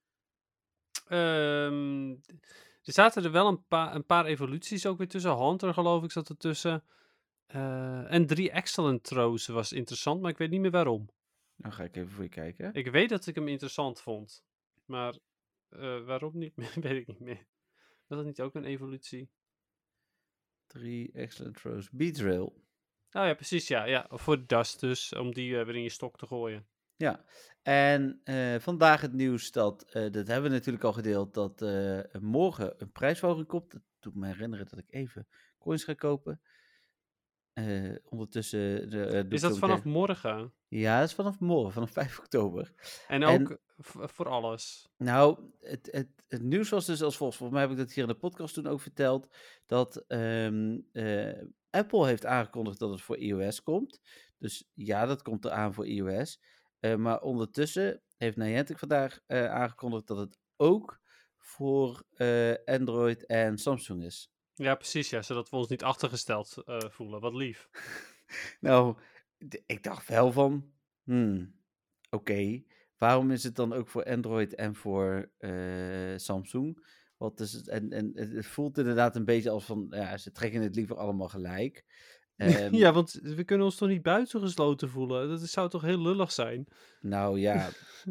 Um, er zaten er wel een, pa- een paar evoluties ook weer tussen. Hunter, geloof ik, zat er tussen. Uh, en drie Excellent Throws was interessant, maar ik weet niet meer waarom. Dan ga ik even voor je kijken. Ik weet dat ik hem interessant vond. Maar uh, waarom niet meer, weet ik niet meer. Was dat niet ook een evolutie? Drie Excellent Throws. Beatrail. Oh ja, precies, ja. ja. Voor de dust dus, om die uh, weer in je stok te gooien. Ja, en uh, vandaag het nieuws dat, uh, dat hebben we natuurlijk al gedeeld, dat uh, morgen een prijsverhoging komt. Dat doet me herinneren dat ik even coins ga kopen. Uh, ondertussen... De, uh, is dat vanaf morgen? Ja, dat is vanaf morgen, vanaf vijf oktober. En ook en, v- voor alles? Nou, het, het, het nieuws was dus als volgt. Volgens mij heb ik dat hier in de podcast toen ook verteld. Dat um, uh, Apple heeft aangekondigd dat het voor iOS komt. Dus ja, dat komt eraan voor iOS. Uh, maar ondertussen heeft Niantic vandaag uh, aangekondigd dat het ook voor uh, Android en Samsung is. Ja, precies. Ja, zodat we ons niet achtergesteld uh, voelen. Wat lief. Nou, d- ik dacht wel van... Hmm, oké, okay. Waarom is het dan ook voor Android en voor uh, Samsung? Wat is het, en, en het voelt inderdaad een beetje als van... Ja, ze trekken het liever allemaal gelijk. Um, ja, want we kunnen ons toch niet buitengesloten voelen? Dat zou toch heel lullig zijn? Nou ja,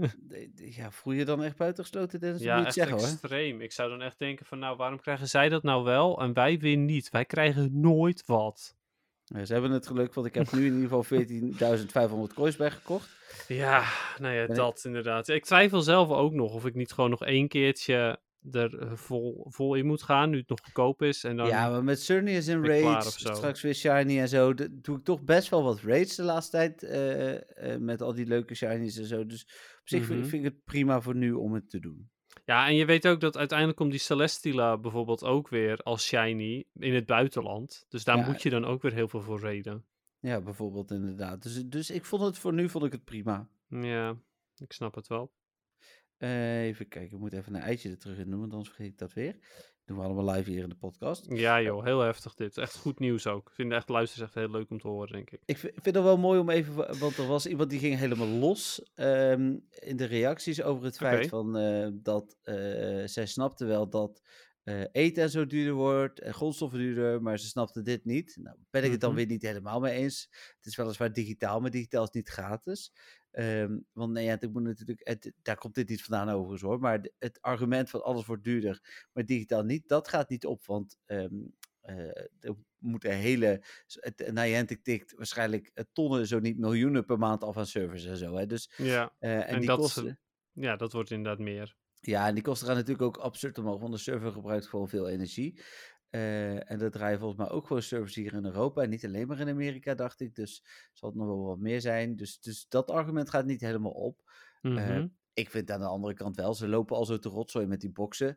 ja voel je dan echt buitengesloten? Dat is ja, echt zeggen, extreem. Hoor. Ik zou dan echt denken van... Nou, waarom krijgen zij dat nou wel en wij weer niet? Wij krijgen nooit wat. Ja, ze hebben het geluk, want ik heb nu in ieder geval veertienduizend vijfhonderd coins bijgekocht. Ja, nou ja, ben dat ik... inderdaad. Ik twijfel zelf ook nog of ik niet gewoon nog één keertje er vol, vol in moet gaan, nu het nog goedkoop is. En dan ja, maar met Xerneas en Raids, straks weer Shiny en zo, de, doe ik toch best wel wat Raids de laatste tijd, uh, uh, met al die leuke Shinies en zo. Dus op zich mm-hmm. vind, vind ik het prima voor nu om het te doen. Ja, en je weet ook dat uiteindelijk komt die Celesteela bijvoorbeeld ook weer als shiny in het buitenland. Dus daar ja. moet je dan ook weer heel veel voor raiden. Ja, bijvoorbeeld inderdaad. Dus, dus ik vond het voor nu vond ik het prima. Ja, ik snap het wel. Uh, even kijken, ik moet even een eitje er terug in doen, want anders vergeet ik dat weer. Doen we allemaal live hier in de podcast. Ja joh, heel heftig dit. Echt goed nieuws ook. Ik vind echt luisteren echt heel leuk om te horen, denk ik. Ik vind, ik vind het wel mooi om even, want er was iemand die ging helemaal los um, in de reacties over het feit okay. van uh, dat uh, zij snapte wel dat uh, eten en zo duurder wordt en grondstoffen duurder, maar ze snapte dit niet. Nou, ben ik het dan mm-hmm. weer niet helemaal mee eens. Het is weliswaar digitaal, maar digitaal is niet gratis. Um, want nee, ja, ik moet natuurlijk, het, daar komt dit niet vandaan overigens hoor, maar de, het argument van alles wordt duurder, maar digitaal niet, dat gaat niet op, want um, uh, er moeten hele, het, Niantic tikt waarschijnlijk tonnen, zo niet miljoenen per maand af aan servers en zo, hè, dus ja, uh, en, en die dat, kosten, ja, dat wordt inderdaad meer. Ja, en die kosten gaan natuurlijk ook absurd omhoog, want de server gebruikt gewoon veel energie. Uh, en dat draaien volgens mij ook gewoon servers hier in Europa en niet alleen maar in Amerika, dacht ik. Dus zal het nog wel wat meer zijn. Dus, dus dat argument gaat niet helemaal op. Mm-hmm. Uh, ik vind aan de andere kant wel, ze lopen al zo te rotzooi met die boxen.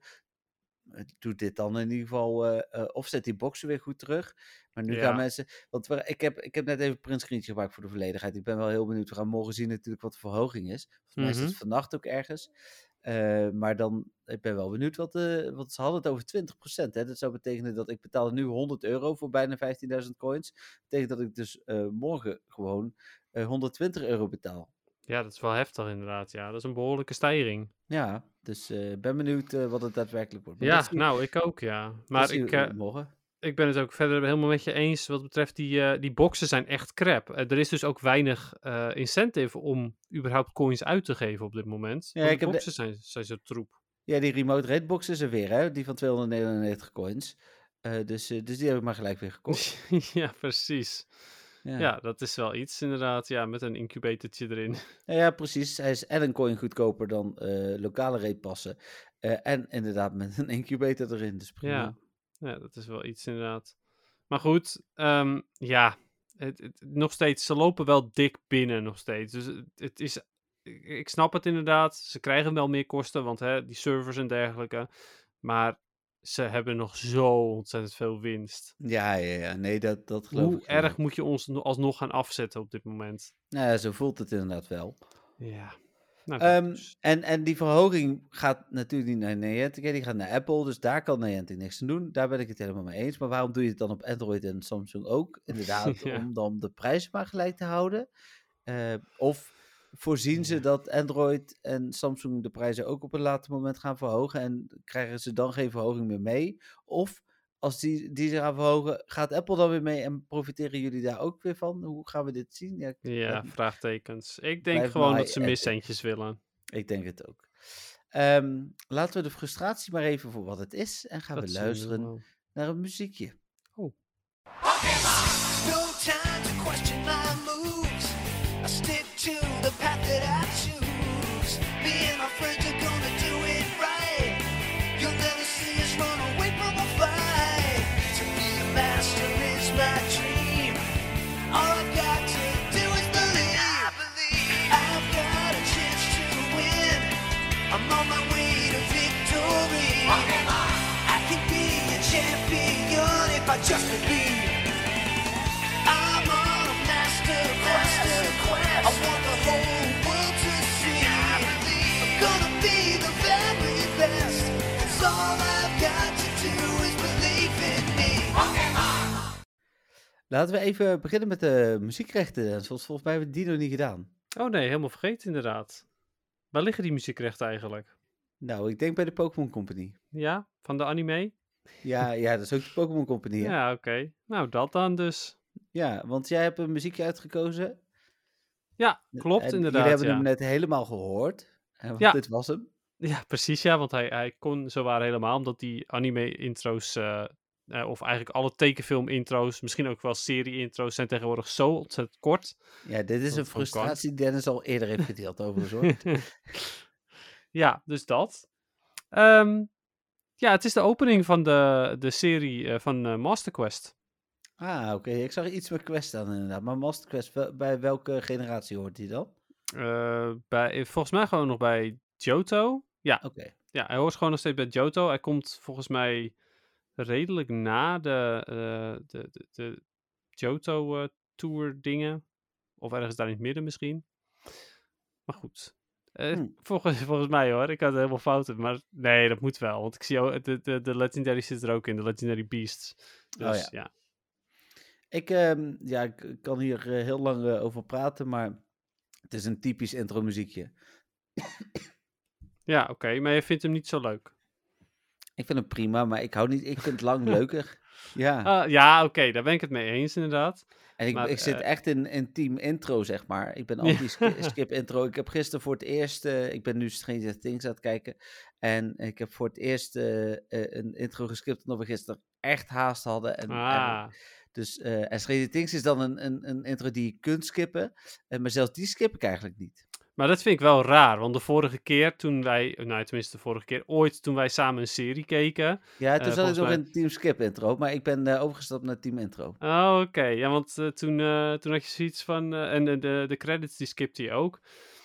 Doe dit dan in ieder geval, uh, uh, of zet die boxen weer goed terug. Maar nu ja. gaan mensen, want we, ik, heb, ik heb net even een printscreentje gemaakt voor de volledigheid. Ik ben wel heel benieuwd. We gaan morgen zien natuurlijk wat de verhoging is. Volgens mij mm-hmm. is het vannacht ook ergens. Uh, maar dan, ik ben wel benieuwd wat, uh, wat ze hadden het over twintig procent. Hè? Dat zou betekenen dat ik betaal nu honderd euro voor bijna vijftienduizend coins. Dat betekent dat ik dus uh, morgen gewoon uh, honderdtwintig euro betaal. Ja, dat is wel heftig inderdaad. Ja, dat is een behoorlijke stijging. Ja, dus ik uh, ben benieuwd uh, wat het daadwerkelijk wordt. Maar ja, nou, ik ook, ja. Maar ik, uh, morgen. ik ben het ook verder helemaal met je eens wat betreft die, uh, die boxen zijn echt crap. Uh, er is dus ook weinig uh, incentive om überhaupt coins uit te geven op dit moment. Ja, ik de boxen de... zijn, zijn zo troep. Ja, die remote raid box is er weer, hè? Die van tweehonderdnegenennegentig coins. Uh, dus, uh, dus die heb ik maar gelijk weer gekocht. Ja, precies. Ja. ja, dat is wel iets inderdaad. Ja, met een incubatortje erin. Ja, ja, precies. Hij is en een coin goedkoper dan uh, lokale raidpassen. Uh, en inderdaad met een incubator erin. Dus prima. Ja. ja, dat is wel iets inderdaad. Maar goed, um, ja. Het, het, nog steeds, ze lopen wel dik binnen nog steeds. Dus het, het is... Ik, ik snap het inderdaad. Ze krijgen wel meer kosten, want hè, die servers en dergelijke. Maar ze hebben nog zo ontzettend veel winst. Ja, ja, ja. Nee, dat, dat geloof Hoe ik. Hoe erg moet je ons alsnog gaan afzetten op dit moment? Nou ja, zo voelt het inderdaad wel. Ja. Nou, um, dus. en, en die verhoging gaat natuurlijk niet naar Niantic, die gaat naar Apple, dus daar kan Niantic niks aan doen. Daar ben ik het helemaal mee eens. Maar waarom doe je het dan op Android en Samsung ook? Inderdaad, ja. om dan de prijzen maar gelijk te houden. Uh, of voorzien ze dat Android en Samsung de prijzen ook op een later moment gaan verhogen en krijgen ze dan geen verhoging meer mee? Of als die, die ze gaan verhogen, gaat Apple dan weer mee en profiteren jullie daar ook weer van? Hoe gaan we dit zien? Ja, ja blijf, vraagtekens. Ik denk gewoon dat ze miscentjes willen. Ik denk het ook. Um, laten we de frustratie maar even voor wat het is en gaan dat we luisteren we naar een muziekje. Oh. No time to question my moves. I stick to the path that I choose. Me and my friends are gonna do it right. You'll never see us run away from a fight. To be a master is my dream. just to be. I'm on a master quest. I want the whole world to see. I'm gonna be the very best. It's all I've got to do is believe in me. Laten we even beginnen met de muziekrechten. Zoals volgens mij hebben we die nog niet gedaan. Oh nee, helemaal vergeten inderdaad. Waar liggen die muziekrechten eigenlijk? Nou, ik denk bij de Pokémon Company. Ja, van de anime? Ja, ja, dat is ook de Pokémon Company, hè? Ja, oké. Nou, dat dan dus. Ja, want jij hebt een muziekje uitgekozen. Ja, klopt En inderdaad. jullie hebben ja. hem net helemaal gehoord. hè, Want Ja. dit was hem. Ja, precies ja, want hij, hij kon zowaar helemaal, omdat die anime-intro's, eh, eh, of eigenlijk alle tekenfilm-intro's, misschien ook wel serie-intro's, zijn tegenwoordig zo ontzettend kort. Ja, dit is Dat een het gewoon kan. frustratie die Dennis al eerder heeft gedeeld overigens, hoor. Ja, dus dat. Ehm, ja, het is de opening van de, de serie eh, van eh, Master Quest. Ah, oké. Ik zag iets met Quest aan inderdaad. Maar Master Quest, wel- bij welke generatie hoort die dan? Eh, bij, volgens mij gewoon nog bij Johto. Ja, Oké. ja, hij hoort gewoon nog steeds bij Johto. Hij komt volgens mij redelijk na de, eh, de, de, de Johto eh, Tour dingen. Of ergens daar in het midden misschien. Maar goed. Eh, Hm. volgens, volgens mij hoor, ik had het helemaal fouten. Maar nee, dat moet wel. Want ik zie ook, de, de, de Legendary zit er ook in. De Legendary Beasts. Dus ja. ja. Ik, ehm, ja, ik kan hier eh, heel lang eh, over praten, maar het is een typisch intro muziekje. Ja, oké. Maar je vindt hem niet zo leuk. Ik vind het prima, maar ik hou niet. Ik vind het lang leuker. Ja. Ah, ja, oké. Daar ben ik het mee eens inderdaad. En ik, maar, ik zit eh, echt in, in team intro, zeg maar. Ik ben Ja. anti-skip intro. Ik heb gisteren voor het eerst, eh, ik ben nu Stranger Things aan het kijken. En ik heb voor het eerst eh, eh, een intro geskipt omdat we gisteren echt haast hadden. En, Ah, en, dus, eh, en Stranger Things is dan een, een, een intro die je kunt skippen. Eh, maar zelfs die skip ik eigenlijk niet. maar dat vind ik wel raar. Want de vorige keer toen wij, nou tenminste de vorige keer ooit toen wij samen een serie keken. Ja, toen Eh, zat ik volgens nog mij- in team skip intro. Maar ik ben eh, overgestapt naar team intro. Oh, oké. Ja, want eh, toen, eh, toen had je zoiets van... eh, en de, de, de credits die skipte je ook.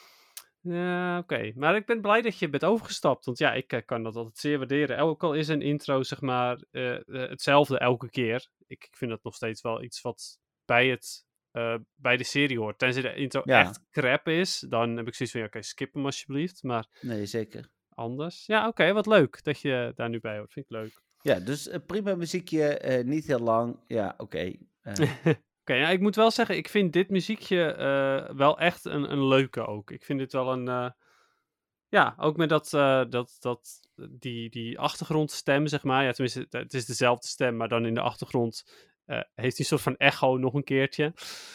Ja, oké. Maar ik ben blij dat je bent overgestapt. Want ja, ik eh, kan dat altijd zeer waarderen. Ook al is een intro, zeg maar, eh, eh, hetzelfde elke keer. Ik, ik vind dat nog steeds wel iets wat bij, het, eh, bij de serie hoort. Tenzij de intro Ja. echt crap is, dan heb ik zoiets van, ja, oké, skip hem alsjeblieft. Maar Nee, zeker. anders. Ja, oké, wat leuk dat je daar nu bij hoort. Vind ik leuk. Ja, dus eh, prima muziekje. eh, niet heel lang. Ja, oké. Eh, Oké, ja, ik moet wel zeggen, ik vind dit muziekje eh, wel echt een, een leuke ook. Ik vind dit wel een... eh, ja, ook met dat, eh, dat, dat, die, die achtergrondstem, zeg maar. Ja, tenminste, het- het is dezelfde stem, maar dan in de achtergrond eh, heeft hij een soort van echo nog een keertje.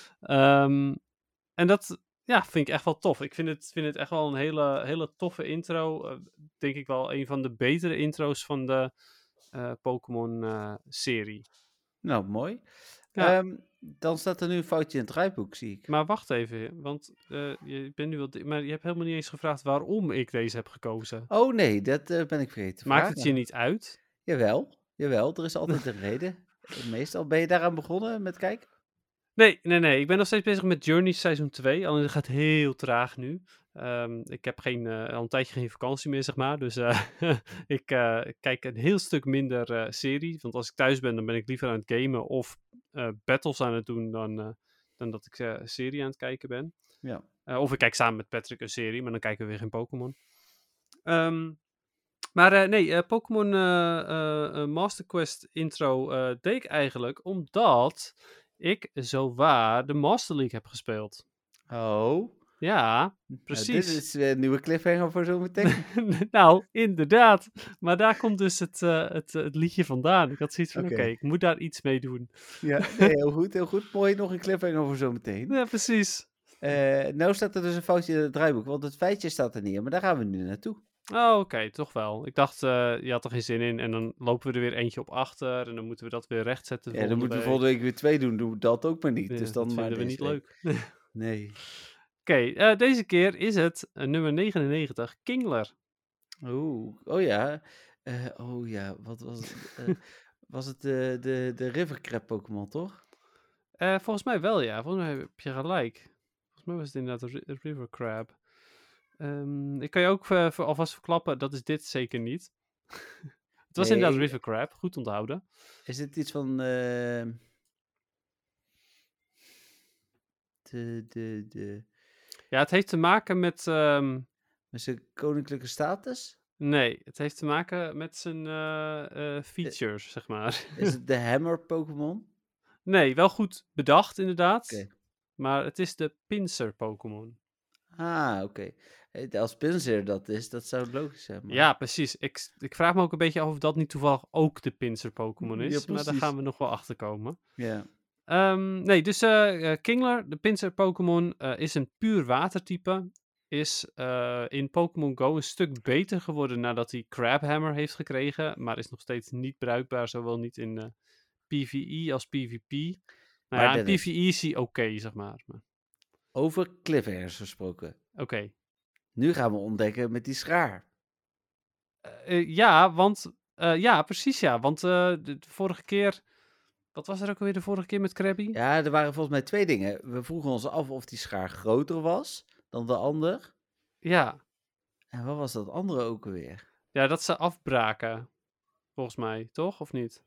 Ehm, en dat, ja, vind ik echt wel tof. Ik vind het, vind het echt wel een hele, hele toffe intro. Eh, denk ik wel een van de betere intro's van de eh, Pokémon-serie. nou, mooi. Ja. Ehm, dan staat er nu een foutje in het draaiboek, zie ik. Maar wacht even, want eh, je bent nu wel. di- Maar je hebt helemaal niet eens gevraagd waarom ik deze heb gekozen. Oh nee, dat eh, ben ik vergeten te Maakt het vragen. je niet uit? Jawel, jawel, er is altijd een reden. Eh, Meestal ben je daaraan begonnen met kijken. Nee, nee, nee. Ik ben nog steeds bezig met Journey seizoen twee. Alleen het gaat heel traag nu. Ehm, ik heb geen, eh, al een tijdje geen vakantie meer, zeg maar. Dus eh, ik eh, kijk een heel stuk minder eh, serie. Want als ik thuis ben, dan ben ik liever aan het gamen of eh, battles aan het doen dan, eh, dan dat ik eh, een serie aan het kijken ben. Ja. Eh, of ik kijk samen met Patrick een serie, maar dan kijken we weer geen Pokémon. Ehm, maar eh, nee, eh, Pokémon eh, eh, eh, Master Quest intro eh, deed ik eigenlijk omdat ik zowaar de Master League heb gespeeld. Oh, Ja, nou, dit precies. is eh, een nieuwe cliffhanger voor zometeen. Nou, inderdaad. Maar daar komt dus het, eh, het, het liedje vandaan. Ik had zoiets van, oké, Oké. ik moet daar iets mee doen. Ja, nee, heel goed, heel goed. Mooi, nog een cliffhanger voor zometeen. Ja, precies. Eh nou staat er dus een foutje in het draaiboek, want het feitje staat er niet in, maar daar gaan we nu naartoe. Oh, oké, toch wel. Ik dacht, eh, je had er geen zin in. En dan lopen we er weer eentje op achter. En dan moeten we dat weer rechtzetten. Ja, dan volgende moeten we week. volgende week weer twee doen, doen we dat ook maar niet. Ja, dus dan dat maar vinden we niet deze leuk. week. Nee. Oké, eh, deze keer is het eh, nummer negenennegentig, Kingler. Oeh, oh ja. Eh, oh ja, wat was het? Eh, was het de, de, de Rivercrab Pokémon, toch? Eh, volgens mij wel, ja. Volgens mij heb je gelijk. Volgens mij was het inderdaad een ri- River Crab. Ehm, ik kan je ook eh, voor- alvast verklappen, dat is dit zeker niet. Het was Nee, inderdaad ik- River Crab, goed onthouden. Is dit iets van... eh, de, de, de... Ja, het heeft te maken met... ehm, Met zijn koninklijke status? nee, het heeft te maken met zijn eh, eh, features, zeg maar. Is het de Hammer Pokémon? Nee, wel goed bedacht inderdaad. Oké. Maar het is de Pinsir Pokémon. Ah, oké. Eh, Als Pinsir dat is, dat zou logisch zijn. Maar... Ja, precies. Ik, ik vraag me ook een beetje af of dat niet toevallig ook de Pinsir Pokémon Ja, is. maar daar precies. gaan we nog wel achter komen. Ja. Ehm, nee, dus eh eh, Kingler, de Pinsir Pokémon, eh, is een puur watertype. Is eh, in Pokémon Go een stuk beter geworden nadat hij Crabhammer heeft gekregen. Maar is nog steeds niet bruikbaar, zowel niet in eh, PvE als PvP. Nou Maar ja, in Dennis- PvE is hij oké, zeg maar. Maar- Over cliffhangers gesproken. Oké. Nu gaan we ontdekken met die schaar. Eh, eh, ja, want... eh, ja, precies ja. Want eh, de, de vorige keer... Wat was er ook alweer de vorige keer met Krabby? Ja, er waren volgens mij twee dingen. We vroegen ons af of die schaar groter was dan de ander. Ja. En wat was dat andere ook alweer? Ja, dat ze afbraken. Volgens mij, toch? Of niet?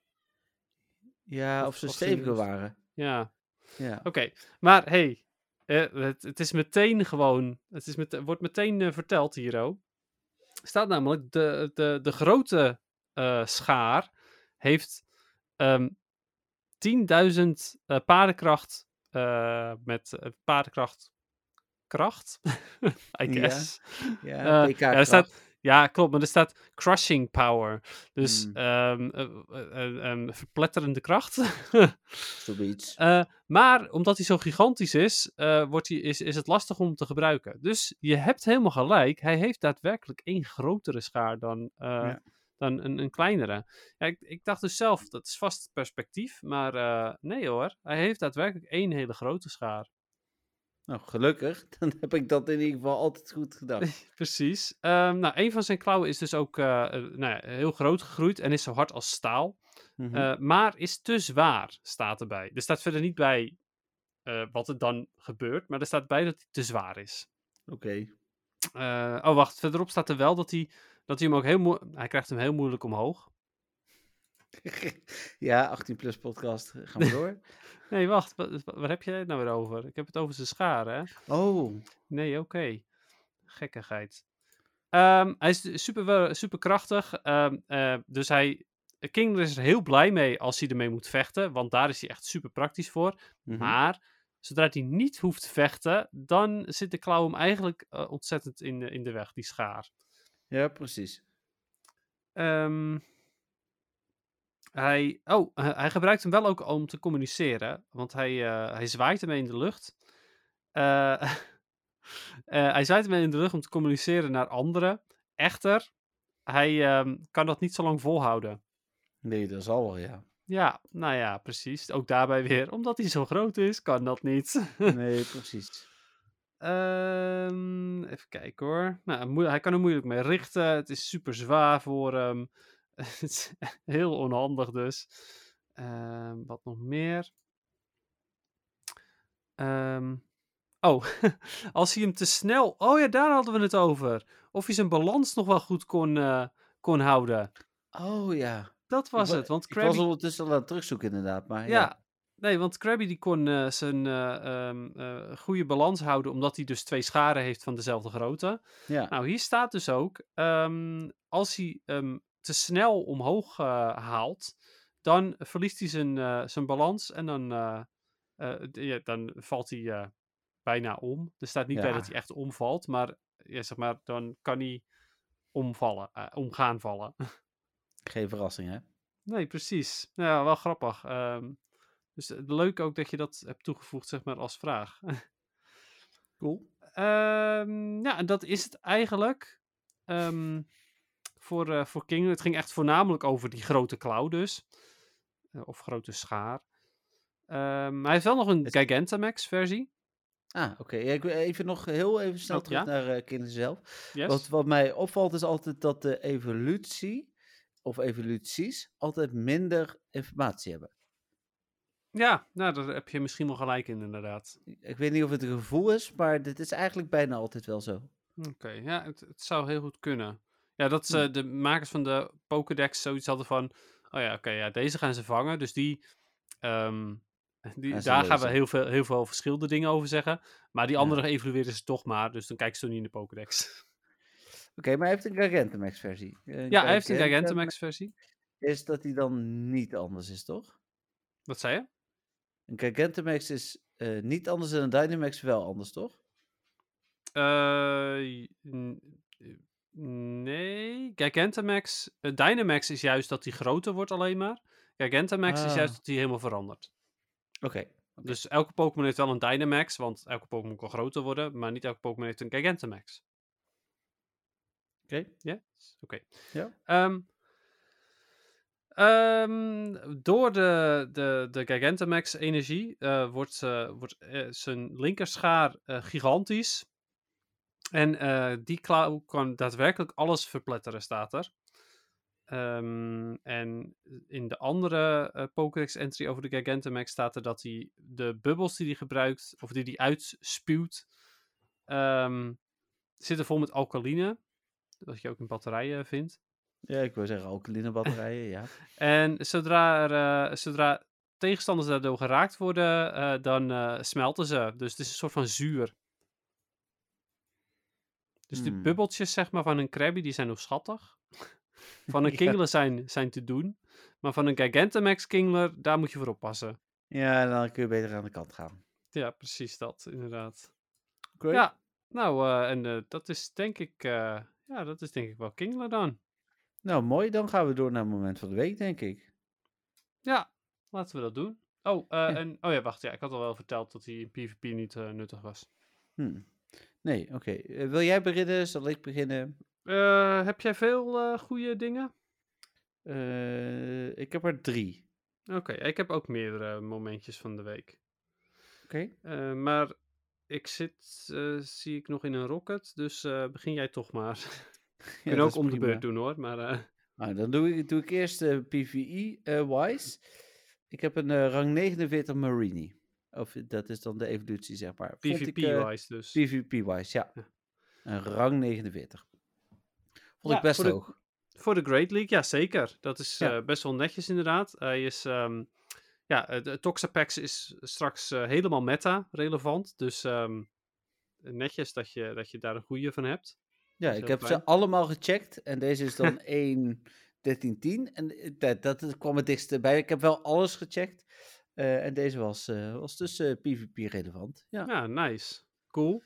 Ja, of, Of- ze of ze steviger moest- waren. Ja. Ja. Oké. Maar hey, eh, het, het is meteen gewoon... Het is met, wordt meteen eh, verteld hier ook. Er staat namelijk... De, de, de grote eh, schaar heeft ehm tienduizend eh, paardenkracht... eh, met eh, paardenkracht... Kracht? I Ja. guess. Ja, Eh, P K ja, er kracht. staat, ja, klopt, maar er staat crushing power. Dus Hmm. ehm, eh, eh, eh, ehm, verpletterende kracht. Zoiets. Eh, maar omdat hij zo gigantisch is, eh, wordt hij, is, is het lastig om hem te gebruiken. Dus je hebt helemaal gelijk. Hij heeft daadwerkelijk één grotere schaar dan, eh, Ja. dan een, een kleinere. Ja, ik, ik dacht dus zelf, dat is vast perspectief. Maar eh, nee hoor, hij heeft daadwerkelijk één hele grote schaar. Nou, gelukkig. Dan heb ik dat in ieder geval altijd goed gedacht. Precies. Ehm, nou, een van zijn klauwen is dus ook eh, eh, nou ja, heel groot gegroeid en is zo hard als staal. Mhm. Eh, maar is te zwaar, staat erbij. Er staat verder niet bij eh, wat er dan gebeurt, maar er staat bij dat hij te zwaar is. Oké. Eh, oh, wacht. Verderop staat er wel dat hij, dat hij hem ook heel moeilijk... Hij krijgt hem heel moeilijk omhoog. Ja, achttien plus podcast. Gaan we door? Nee, wacht. wa- wa- Waar heb je het nou weer over? Ik heb het over zijn schaar, hè? Oh. Nee, oké. Gekkigheid. Ehm, hij is super, wel- super krachtig. ehm, eh, dus hij... King is er heel blij mee als hij ermee moet vechten. Want daar is hij echt super praktisch voor. Mhm. Maar zodra hij niet hoeft te vechten, dan zit de klauw hem eigenlijk eh, ontzettend in, de- in de weg, die schaar. Ja, precies. Ehm, hij, oh, eh, hij gebruikt hem wel ook om te communiceren. Want hij, eh, hij zwaait ermee in de lucht. Eh, eh, hij zwaait ermee in de lucht om te communiceren naar anderen. Echter, hij ehm, kan dat niet zo lang volhouden. Nee, dat zal wel, ja. Ja, nou ja, precies. Ook daarbij weer, omdat hij zo groot is, kan dat niet. Nee, precies. Ehm, even kijken hoor. Nou, moe- hij kan er moeilijk mee richten. Het is super zwaar voor hem. Het is heel onhandig dus. Ehm, wat nog meer? Ehm, oh, als hij hem te snel... Oh ja, daar hadden we het over. Of hij zijn balans nog wel goed kon, eh, kon houden. Oh ja. Dat was Ik wa- het. Want Ik was Krabby... ondertussen al aan het terugzoeken inderdaad, maar ja. Ja, nee, want Krabby die kon eh, zijn eh, ehm, eh, goede balans houden, omdat hij dus twee scharen heeft van dezelfde grootte. Ja. Nou, hier staat dus ook, ehm, als hij hem te snel omhoog eh, haalt, dan verliest hij zijn, eh, zijn balans en dan, eh, eh, d- ja, dan valt hij eh, bijna om. Er staat niet bij Ja. dat hij echt omvalt, maar, ja, zeg maar dan kan hij omvallen, eh, omgaan vallen. Geen verrassing, hè? Nee, precies. Ja, wel grappig. Ehm, dus eh, leuk ook dat je dat hebt toegevoegd, zeg maar, als vraag. Cool. Ehm, ja, en dat is het eigenlijk ehm, voor, eh, voor King. Het ging echt voornamelijk over die grote klauw dus. Eh, of grote schaar. Ehm, hij heeft wel nog een Het- Gigantamax versie. Ah, oké. Ja, ik wil even nog heel even snel Oh, terug ja? naar eh kinderen zelf. Yes. Wat, wat mij opvalt is altijd dat de evolutie of evoluties altijd minder informatie hebben. Ja, nou, daar heb je misschien wel gelijk in, inderdaad. Ik weet niet of het een gevoel is, maar dit is eigenlijk bijna altijd wel zo. Oké, ja, het, het zou heel goed kunnen. Ja, dat ze Hm. de makers van de Pokédex zoiets hadden van... Oh ja, oké, ja, deze gaan ze vangen. Dus die... ehm, die Gaan ze daar gaan we lezen. heel veel, heel veel verschillende dingen over zeggen. Maar die Ja. andere evalueren ze toch maar. Dus dan kijken ze toch niet in de Pokédex. Oké, maar hij heeft een Gigantamax versie. Een Ja, hij heeft een Gigantamax Gigantamax versie. is dat hij dan niet anders is, toch? Wat zei je? Een Gigantamax is eh, niet anders dan een Dynamax, wel anders, toch? Eh, n- nee, Gigantamax... eh, Dynamax is juist dat hij groter wordt alleen maar. Gigantamax is juist Ah. dat hij helemaal verandert. Oké. Oké. Dus elke Pokémon heeft wel een Dynamax, want elke Pokémon kan groter worden, maar niet elke Pokémon heeft een Gigantamax. Oké. Ja? Oké. Ja. Ehm, ehm, door de, de, de Gigantamax-energie eh, wordt, eh, wordt eh, zijn linkerschaar eh, gigantisch. En eh, die klauw kan daadwerkelijk alles verpletteren, staat er. Ehm, en in de andere eh, Pokédex-entry over de Gigantamax staat er dat hij de bubbels die hij gebruikt, of die hij uitspuwt, ehm, zitten vol met alkaline. Wat je ook in batterijen vindt. Ja, ik wil zeggen alkaline batterijen, ja. En zodra, er, eh, zodra tegenstanders daardoor geraakt worden, eh, dan eh, smelten ze. Dus het is een soort van zuur. Dus die Hmm. bubbeltjes zeg maar, van een Krabby, die zijn nog schattig. Van een Ja. Kingler zijn, zijn te doen. Maar van een Gigantamax Kingler, daar moet je voor oppassen. Ja, dan kun je beter aan de kant gaan. Ja, precies dat, inderdaad. Oké. Ja, nou, eh, en eh, dat is denk ik, eh, ja, dat is denk ik wel Kingler dan. Nou, mooi. Dan gaan we door naar het moment van de week, denk ik. Ja, laten we dat doen. Oh, eh, Ja. en, oh ja, wacht, ja, ik had al wel verteld dat hij in PvP niet eh, nuttig was. Hm. Nee, oké. Eh, wil jij beginnen? Zal ik beginnen? Eh, heb jij veel eh goede dingen? Eh, ik heb er drie. Oké, ik heb ook meerdere momentjes van de week. Oké. Eh, maar ik zit, eh, zie ik nog in een rocket, dus eh, begin jij toch maar. Ja, Ik kan dat ook is om de prima. beurt doen hoor, maar eh, Nou, dan doe ik, doe ik eerst eh, PvE-wise. ik heb een eh, rang negenenveertig Marini. Of eh, dat is dan de evolutie, zeg maar. Vond ik, eh, PvP-wise dus. PvP-wise, ja. Ja. Een rang negenenveertig. Vond Ja, ik best voor de- hoog. Voor de Great League, ja zeker. Dat is Ja. eh, best wel netjes inderdaad. Hij is, ehm, ja, eh, de Toxapex is straks eh, helemaal meta-relevant. Dus ehm, netjes dat je, dat je daar een goede van hebt. Ja, Dat is ik heel heb fijn. ze allemaal gecheckt. En deze is dan één dertien tien. En eh, dat, dat kwam het dichtst bij. Ik heb wel alles gecheckt. Eh, en deze was, eh, was dus eh, PvP-relevant. Ja. Ja, nice. Cool.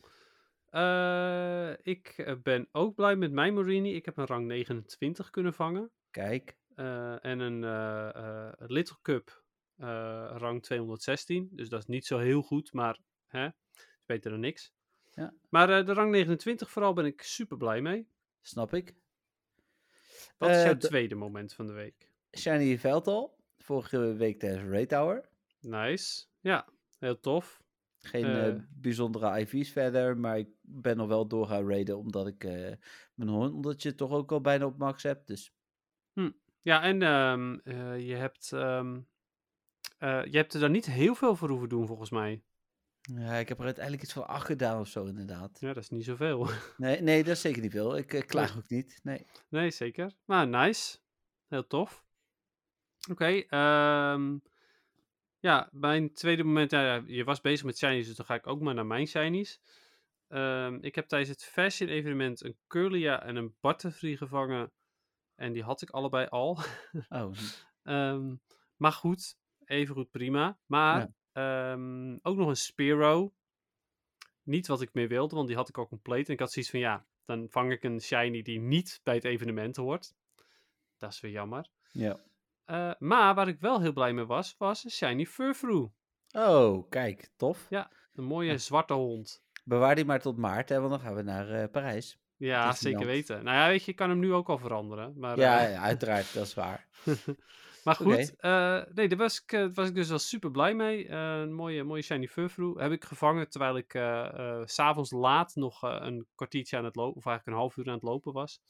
Eh, ik eh, ben ook blij met mijn Marini. Ik heb een rang negenentwintig kunnen vangen. Kijk. Eh, en een eh, eh, Little Cup eh, rang tweehonderdzestien. Dus dat is niet zo heel goed, maar hè, is beter dan niks. Ja. Maar eh, de rang negenentwintig vooral ben ik super blij mee. Snap ik. Wat is Eh, jouw de- tweede moment van de week? Shiny Veltal. Vorige week tijdens Raid Tower. Nice. Ja, heel tof. Geen Eh. eh, bijzondere I V's verder, maar ik ben nog wel door gaan raiden omdat ik eh, mijn honderdje toch ook al bijna op max heb. Dus Ja, en ehm, eh, je, hebt, ehm, eh, je hebt er dan niet heel veel voor hoeven doen volgens mij. ja, ik heb er uiteindelijk iets van acht gedaan of zo inderdaad. Ja, dat is niet zoveel. Nee, nee, dat is zeker niet veel. Ik eh, klaag Nee. ook niet. Nee. Nee, zeker. Maar nice. Heel tof. Oké. ehm, ja, mijn tweede moment. Ja, ja, je was bezig met shinies, dus dan ga ik ook maar naar mijn shinies. Ehm, ik heb tijdens het fashion evenement een Curlia en een Butterfree gevangen. En die had ik allebei al. Oh, Ehm, maar goed, even goed prima. Maar ehm, ook nog een Spearow. Niet wat ik meer wilde, want die had ik al compleet. En ik had zoiets van, ja, dan vang ik een shiny die niet bij het evenement hoort. Dat is weer jammer. ja. Eh, maar waar ik wel heel blij mee was, was een shiny Furfrou. Oh, kijk, tof. Ja, een mooie Ja. zwarte hond. Bewaar die maar tot maart, hè, want dan gaan we naar eh, Parijs. Ja, Disneyland. zeker weten. Nou ja, weet je, ik kan hem nu ook al veranderen. Maar, Ja, eh, ja, uiteraard, dat is waar. maar goed, Oké. eh, nee, daar was ik, eh, was ik dus wel super blij mee. Eh, een mooie, mooie shiny Furfrou heb ik gevangen terwijl ik eh, eh, 's s'avonds laat nog eh, een kwartiertje aan het lopen, of eigenlijk een half uur aan het lopen was.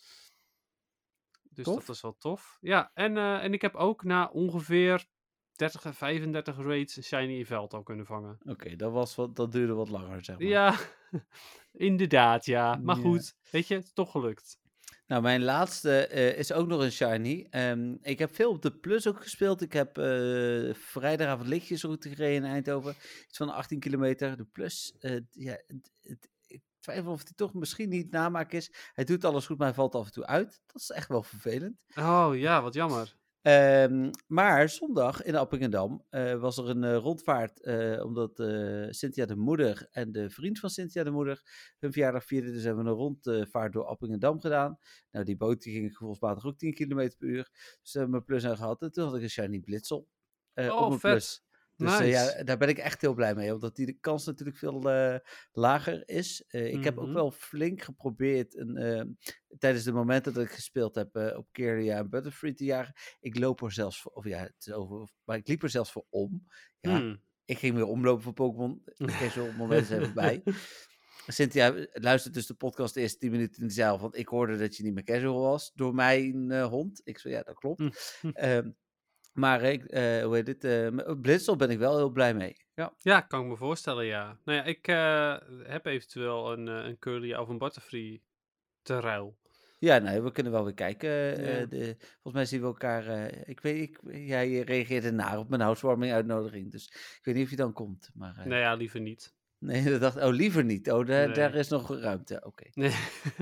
Dus Tof. dat was wel tof. Ja, en, eh, en ik heb ook na ongeveer dertig à vijfendertig raids een shiny Yveltal al kunnen vangen. Oké, dat, was wat, dat duurde wat langer, zeg maar. Ja, inderdaad, ja. Maar Ja. goed, weet je, het is toch gelukt. Nou, mijn laatste eh, is ook nog een shiny. Ehm, ik heb veel op de Plus ook gespeeld. Ik heb eh, vrijdagavond lichtjesroute gereden in Eindhoven. Iets van achttien kilometer. De Plus, eh, ja, het, het- ik twijfel of hij toch misschien niet namaak is. Hij doet alles goed, maar hij valt af en toe uit. Dat is echt wel vervelend. Oh ja, wat jammer. Ehm, maar zondag in Appingedam eh, was er een eh, rondvaart, eh, omdat eh, Cynthia de moeder en de vriend van Cynthia de moeder hun verjaardag vierden. Dus hebben we een rondvaart door Appingedam gedaan. Nou, die boot die ging gevoelsmatig ook tien kilometer per uur. Dus daar hebben we mijn plus aan gehad. En toen had ik een shiny blitzel eh, op Oh, mijn vet. plus. Dus eh, Nice. ja, daar ben ik echt heel blij mee, omdat die de kans natuurlijk veel eh, lager is. Eh, ik heb ook Mhm. wel flink geprobeerd een, eh, tijdens de momenten dat ik gespeeld heb eh, op Keria en Butterfree te jagen. Ik loop er zelfs voor, of ja, het is over, maar ik liep er zelfs voor om. Ja, Hmm. ik ging weer omlopen voor Pokémon. Casual moment is even bij. Cynthia luistert dus de podcast de eerste tien minuten in de zaal, want ik hoorde dat je niet meer casual was door mijn eh, hond. Ik zei, ja, dat klopt. Hm, hm. Ehm, maar ik, eh, hoe heet het? eh, met Blitzel ben ik wel heel blij mee. Ja. Ja, kan ik me voorstellen, ja. Nou ja, ik eh, heb eventueel een, eh, een Curly of een Butterfree te ruil. Ja, nee, we kunnen wel weer kijken. eh, Ja. de, volgens mij zien we elkaar. eh, ik weet, ik, jij reageerde naar op mijn housewarming uitnodiging. Dus ik weet niet of je dan komt. Maar, eh, Nou ja, liever niet. nee, dat dacht oh, liever niet. Oh, daar, Nee. daar is nog ruimte. Oké. Nee.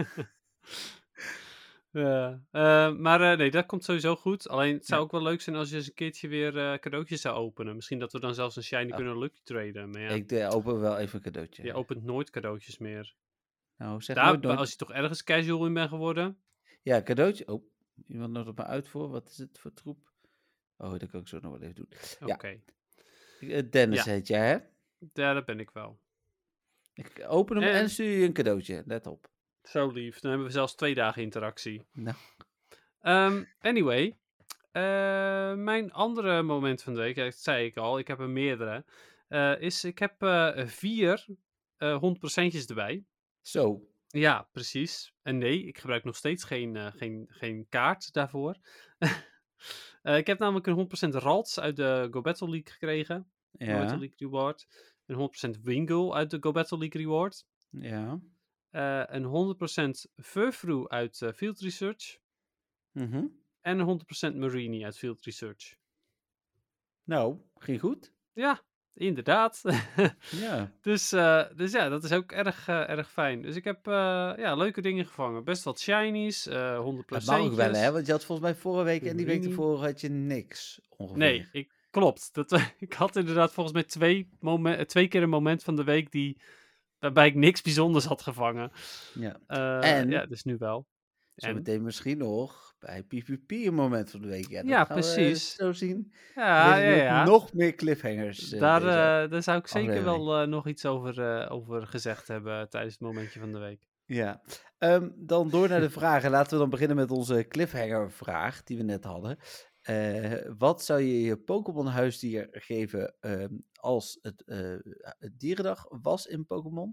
Ja, eh, maar eh, nee, dat komt sowieso goed. Alleen het zou Ja. ook wel leuk zijn als je eens een keertje weer eh, cadeautjes zou openen. Misschien dat we dan zelfs een shiny Ah. kunnen lucky traden. Maar ja, Ik eh, open wel even een cadeautje. je opent nooit cadeautjes meer. Nou, zeg Daar, nooit, nooit. als je toch ergens casual in bent geworden. Ja, cadeautje. Oh, iemand nodigt me uit voor. Wat is het voor troep? Oh, dat kan ik zo nog wel even doen. Ja. Oké, Eh, Dennis Ja. heet jij, hè? daar dat ben ik wel. Ik open hem En- en stuur je een cadeautje. Let op. Zo lief. Dan hebben we zelfs twee dagen interactie. Nou, Ehm, anyway, eh, mijn andere moment van de week, ja, dat zei ik al, ik heb er meerdere, eh, is ik heb eh, vier eh honderd procentjes erbij. zo. Ja, precies. En nee, ik gebruik nog steeds geen, eh, geen, geen kaart daarvoor. Eh, ik heb namelijk een honderd procent Ralts uit de Go Battle League gekregen. Go Battle Ja, League Reward. Een honderd procent Wingull uit de Go Battle League Reward. ja. Eh, een honderd procent Furfrou uit eh, Field Research. Mhm. En een honderd procent Marini uit Field Research. Nou, ging goed. Ja, inderdaad. Ja. dus, eh, dus ja, dat is ook erg, eh, erg fijn. Dus ik heb eh, ja, leuke dingen gevangen. Best wat shinies, eh honderd Het procent. mag ook wel, hè? Want je had volgens mij vorige week en die week Marini. ervoor had je niks, ongeveer. Nee, ik, klopt. Dat, ik had inderdaad volgens mij twee, momen, twee keer een moment van de week die, waarbij ik niks bijzonders had gevangen. Ja. Eh, En? Ja, dus nu wel. En? Zometeen misschien nog bij PvP een moment van de week. Ja, dat Ja, gaan we, eh, precies. zo zien. Ja, Er ja, zitten ja. nog meer cliffhangers. eh, Daar, deze eh, daar zou ik zeker aflevering. wel eh, nog iets over, eh, over gezegd hebben tijdens het momentje van de week. Ja, Ehm, dan door naar de vragen. Laten we dan beginnen met onze cliffhanger-vraag die we net hadden. Eh, wat zou je je Pokémon-huisdier geven ehm, als het, eh, het dierendag was in Pokémon?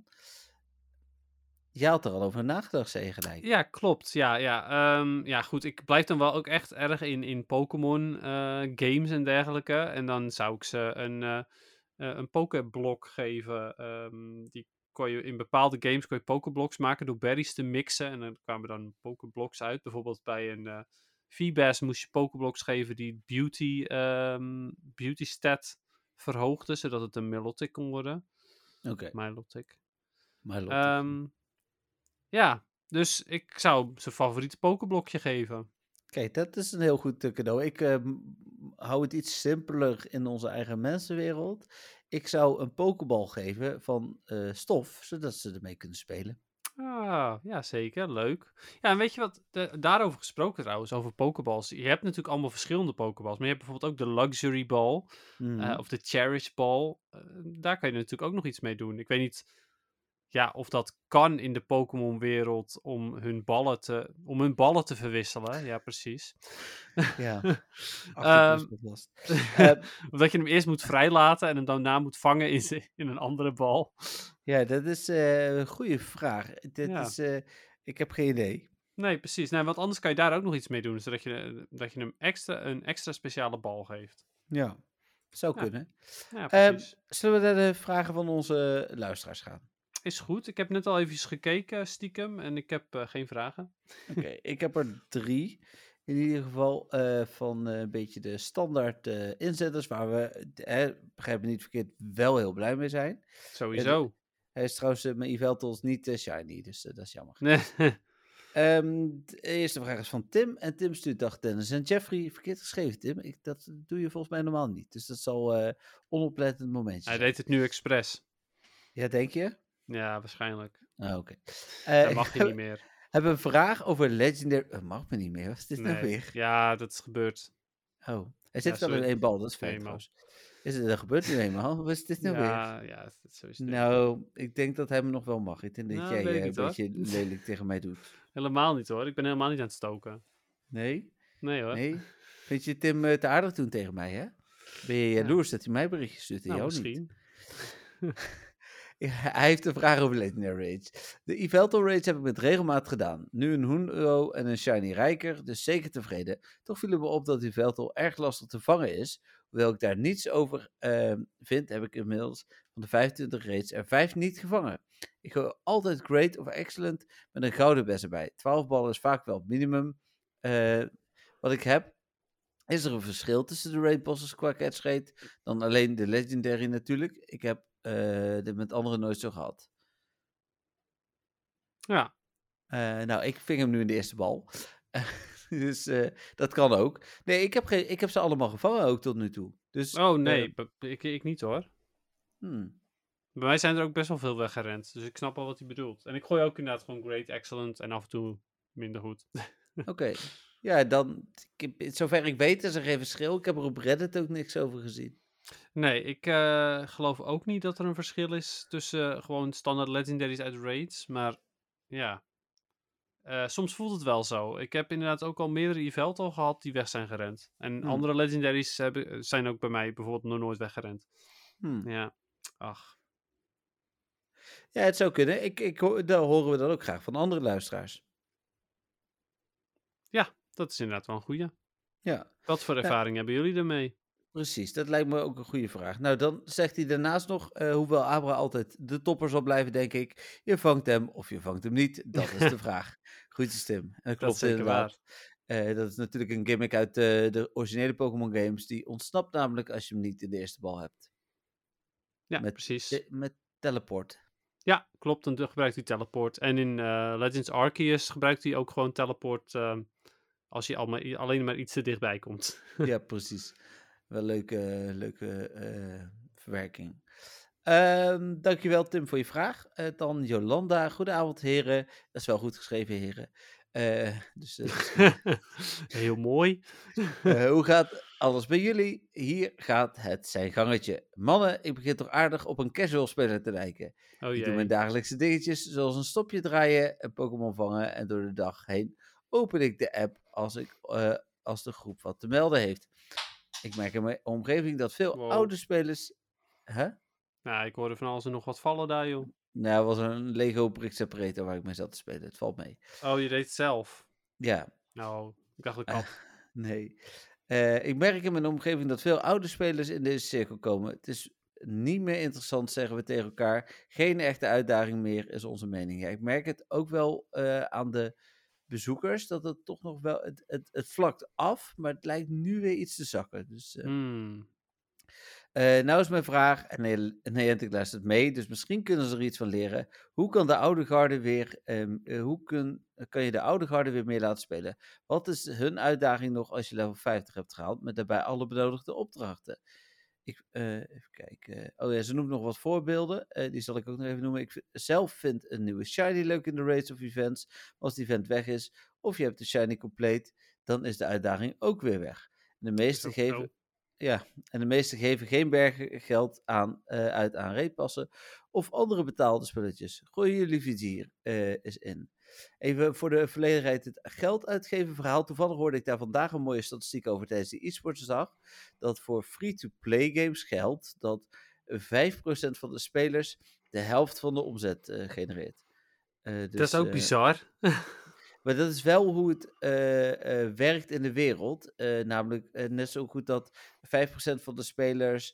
Jij had er al over nagedacht, zei je gelijk. Ja, klopt. Ja, ja. Ehm, ja, goed. Ik blijf dan wel ook echt erg in, in Pokémon eh, games en dergelijke. En dan zou ik ze een, eh eh, een Pokéblok geven. Ehm, die kon je in bepaalde games kon je Pokéblocks maken door berries te mixen. En dan kwamen dan Pokéblocks uit. Bijvoorbeeld bij een eh V-Bass moest je Pokéblocks geven die beauty, ehm, beauty stat verhoogden, zodat het een Milotic kon worden. Oké, Milotic. maar Lotte. Ehm ja, dus ik zou hem zijn favoriete Pokéblokje geven. Kijk, dat is een heel goed eh, cadeau. Ik eh, m- hou het iets simpeler in onze eigen mensenwereld. Ik zou een Pokéball geven van eh, stof, zodat ze ermee kunnen spelen. Ah, ja, zeker. Leuk. Ja, en weet je wat? De- daarover gesproken trouwens, over Pokéballs. Je hebt natuurlijk allemaal verschillende Pokéballs. Maar je hebt bijvoorbeeld ook de Luxury Ball. Mhm. eh, of de Cherish Ball. Eh, daar kan je natuurlijk ook nog iets mee doen. Ik weet niet ja, of dat kan in de Pokémon-wereld om hun ballen te, om hun ballen te verwisselen. Ja, precies. Ja, Ehm, achterklus met last. Eh, of dat je hem eerst moet vrijlaten en hem daarna moet vangen in, z'n- in een andere bal. ja, dat is eh, een goede vraag. Dit Ja. is, eh, ik heb geen idee. Nee, precies. Nee, want anders kan je daar ook nog iets mee doen. Zodat je, dat je hem extra, een extra speciale bal geeft. Ja, zou Ja. kunnen. Ja, Ehm, precies. zullen we naar de vragen van onze luisteraars gaan? Is goed. Ik heb net al even gekeken, stiekem. En ik heb uh, geen vragen. Oké, ik heb er drie. In ieder geval uh, van uh, een beetje de standaard uh, inzetters, waar we, uh, begrijp me niet verkeerd, wel heel blij mee zijn. Sowieso. Uh, hij is trouwens uh, met Yveltal niet uh, shiny, dus uh, dat is jammer. Nee. um, de eerste vraag is van Tim. En Tim stuurt dag Dennis en Jeffrey. Verkeerd geschreven, Tim. Ik, dat doe je volgens mij normaal niet. Dus dat zal uh, onoplettend momentje Hij zijn. deed het nu expres. Ja, denk je? Ja, waarschijnlijk. Ah, oké. Okay. Dat mag je niet meer. Hebben een vraag over Legendary... Dat mag me niet meer. Wat is dit nee. nou weer? Ja, dat is gebeurd. Oh, hij zit ja, wel in één bal. Dat is fijn eenmaal. trouwens. Is het, dat gebeurt nu eenmaal. Wat is dit nou ja, weer? Ja, dat is sowieso. Nou, ik denk dat hij me nog wel mag. Ik denk dat nou, jij weet ik uh, niet, een beetje hoor. lelijk tegen mij doet. Helemaal niet hoor. Ik ben helemaal niet aan het stoken. Nee? Nee hoor. Nee? Vind je Tim uh, te aardig doen tegen mij, hè? Ben je jaloers ja. dat hij mij berichtjes stuurt en nou, jou misschien. niet? Hij heeft een vraag over Legendary Raids. De Yveltal Raids heb ik met regelmaat gedaan. Nu een Hoenro en een Shiny Rijker, dus zeker tevreden. Toch viel het me op dat Yveltal erg lastig te vangen is. Hoewel ik daar niets over uh, vind, heb ik inmiddels van de vijfentwintig raids er vijf niet gevangen. Ik gooi altijd Great of Excellent met een gouden bes erbij. twaalf ballen is vaak wel het minimum. Uh, wat ik heb, is er een verschil tussen de raid bosses qua catch rate dan alleen de Legendary natuurlijk. Ik heb Uh, dit met anderen nooit zo gehad. Ja. Uh, nou, ik ving hem nu in de eerste bal. Uh, dus uh, dat kan ook. Nee, ik heb, geen, ik heb ze allemaal gevangen ook tot nu toe. Dus, oh nee, uh, ik, ik niet hoor. Hmm. Bij mij zijn er ook best wel veel weggerend. Dus ik snap al wat hij bedoelt. En ik gooi ook inderdaad gewoon great, excellent en af en toe minder goed. Oké. Okay. Ja, dan, ik, zover ik weet is er geen verschil. Ik heb er op Reddit ook niks over gezien. Nee, ik uh, geloof ook niet dat er een verschil is tussen uh, gewoon standaard legendaries uit raids. Maar ja, uh, soms voelt het wel zo. Ik heb inderdaad ook al meerdere Yveltal gehad die weg zijn gerend. En hmm. andere legendaries hebben, zijn ook bij mij bijvoorbeeld nog nooit weggerend. Hmm. Ja, ach. Ja, het zou kunnen. Ik, ik, daar horen we dan ook graag van andere luisteraars. Ja, dat is inderdaad wel een goeie. Ja. Wat voor ervaring ja. hebben jullie ermee? Precies, dat lijkt me ook een goede vraag. Nou, dan zegt hij daarnaast nog, uh, hoewel Abra altijd de topper zal blijven, denk ik, je vangt hem of je vangt hem niet. Dat is de vraag. Goeie stem. En dat klopt dat inderdaad. Uh, dat is natuurlijk een gimmick uit uh, de originele Pokémon games. Die ontsnapt namelijk als je hem niet in de eerste bal hebt. Ja, met, precies. De, met teleport. Ja, klopt. Dan gebruikt hij teleport. En in uh, Legends Arceus gebruikt hij ook gewoon teleport uh, als je al maar, alleen maar iets te dichtbij komt. Ja, precies. Wel leuke, leuke uh, verwerking. Um, dankjewel Tim voor je vraag. Uh, dan Jolanda. Goedenavond heren. Dat is wel goed geschreven heren. Uh, dus, uh, Heel mooi. uh, hoe gaat alles bij jullie? Hier gaat het zijn gangetje. Mannen, ik begin toch aardig op een casual speler te lijken. Oh, ik doe mijn dagelijkse dingetjes zoals een stopje draaien, een Pokémon vangen en door de dag heen open ik de app als, ik, uh, als de groep wat te melden heeft. Ik merk in mijn omgeving dat veel wow. oude spelers... Huh? Nou, ik hoorde van alles en nog wat vallen daar, joh. Nou, het was een Lego Brick Separator waar ik mee zat te spelen. Het valt mee. Oh, je deed het zelf? Ja. Nou, ik dacht ik had. Uh, nee. Uh, ik merk in mijn omgeving dat veel oude spelers in deze cirkel komen. Het is niet meer interessant, zeggen we tegen elkaar. Geen echte uitdaging meer, is onze mening. Ja, ik merk het ook wel uh, aan de bezoekers, dat het toch nog wel... Het, het, het vlakt af, maar het lijkt nu weer iets te zakken. Dus... Uh, hmm. Uh, nou is mijn vraag, en nee, nee, ik luister het mee, dus misschien kunnen ze er iets van leren. Hoe kan de oude garde weer, um, uh, hoe kun, kan je de oude garde weer meer laten spelen? Wat is hun uitdaging nog als je level vijftig hebt gehaald, met daarbij alle benodigde opdrachten? Ik, uh, even kijken. Oh ja, ze noemt nog wat voorbeelden, uh, die zal ik ook nog even noemen. Ik v- zelf vind een nieuwe shiny leuk in de raids of events. Als die event weg is, of je hebt de shiny compleet, dan is de uitdaging ook weer weg. De meeste geven... Zo. Ja, en de meesten geven geen bergen geld aan, uh, uit aan raidpassen of andere betaalde spulletjes. Gooi jullie vizier uh, eens in. Even voor de volledigheid, het geld uitgeven verhaal. Toevallig hoorde ik daar vandaag een mooie statistiek over tijdens de e-sportsdag. Dat voor free-to-play games geldt dat vijf procent van de spelers de helft van de omzet uh, genereert. Uh, dus, dat is ook uh, bizar. Maar dat is wel hoe het uh, uh, werkt in de wereld. Uh, namelijk uh, net zo goed dat vijf procent van de spelers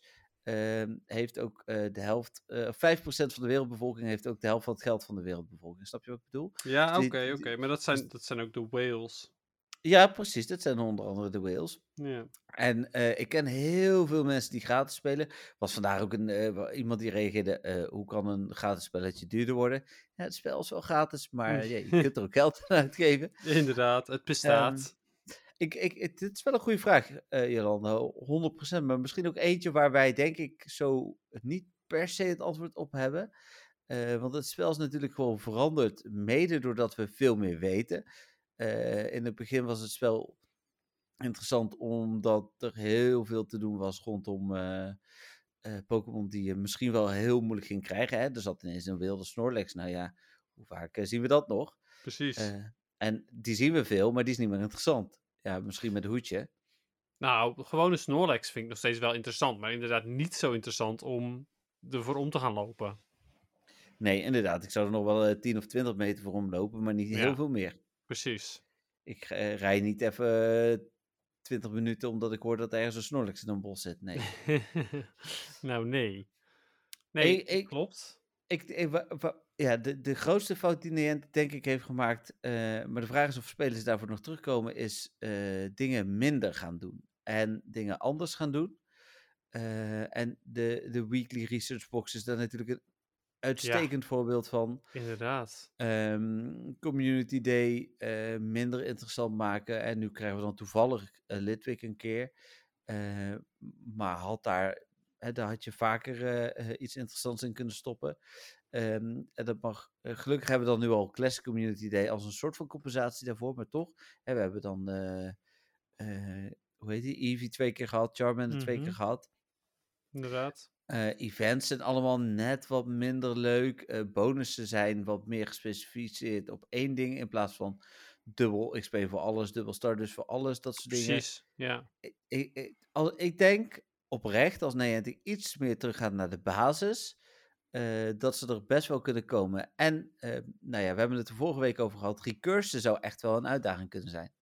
ehm, heeft ook eh, de helft, eh vijf procent van de wereldbevolking heeft ook de helft van het geld van de wereldbevolking. Snap je wat ik bedoel? Ja, Dus oké, die- oké. die- Maar dat dus- zijn, dat zijn ook de whales. ja, precies. Dat zijn onder andere de whales. Ja. En eh, ik ken heel veel mensen die gratis spelen. Was vandaag ook een, eh, wa- iemand die reageerde, eh, hoe kan een gratis spelletje duurder worden? Ja, het spel is wel gratis, maar ja, je kunt er ook geld aan uitgeven. Inderdaad, het Ehm, bestaat. ik, ik, het, het is wel een goede vraag, eh Jolanda, honderd procent. Maar misschien ook eentje waar wij, denk ik, zo niet per se het antwoord op hebben. Eh, want het spel is natuurlijk gewoon veranderd, mede doordat we veel meer weten. Eh, in het begin was het spel interessant omdat er heel veel te doen was rondom eh, eh, Pokémon die je misschien wel heel moeilijk ging krijgen. Hè? Er zat ineens een wilde Snorlax. Nou ja, hoe vaak eh, zien we dat nog? Precies. Eh, en die zien we veel, maar die is niet meer interessant. Ja, misschien met een hoedje. Nou, gewone Snorlax vind ik nog steeds wel interessant. Maar inderdaad niet zo interessant om ervoor om te gaan lopen. Nee, inderdaad. Ik zou er nog wel eh, tien of twintig meter voor omlopen, maar niet heel Ja. veel meer. Precies. Ik eh, rij niet even eh, twintig minuten omdat ik hoor dat ergens een Snorlax in een bos zit. Nee. nou, nee. Nee, Ik- ik- klopt. Ik, ik- wa- wa- ja, de, de grootste fout die Niantic denk ik heeft gemaakt, eh, maar de vraag is of spelers daarvoor nog terugkomen, is eh, dingen minder gaan doen en dingen anders gaan doen. Eh, en de, de weekly research box is daar natuurlijk een uitstekend voorbeeld van. Inderdaad. Ehm, Community Day eh, minder interessant maken. En nu krijgen we dan toevallig uh, Litwick een keer. Uh, maar had daar, hè, daar had je vaker uh, uh, iets interessants in kunnen stoppen. Um, en dat mag, uh, gelukkig hebben we dan nu al Classic Community Day als een soort van compensatie daarvoor. Maar toch, hè, we hebben dan, uh, uh, hoe heet die, Eevee twee keer gehad, Charmander mm-hmm. twee keer gehad. Inderdaad. Uh, events zijn allemaal net wat minder leuk. Uh, bonussen zijn wat meer gespecificeerd op één ding in plaats van dubbel X P voor alles, dubbel Stardust voor alles, dat soort Precies, dingen. Precies, ja. Ik, ik, ik, als, ik denk oprecht, als Niantic iets meer teruggaat naar de basis, uh, dat ze er best wel kunnen komen. En, uh, nou ja, we hebben het er vorige week over gehad, recursen zou echt wel een uitdaging kunnen zijn.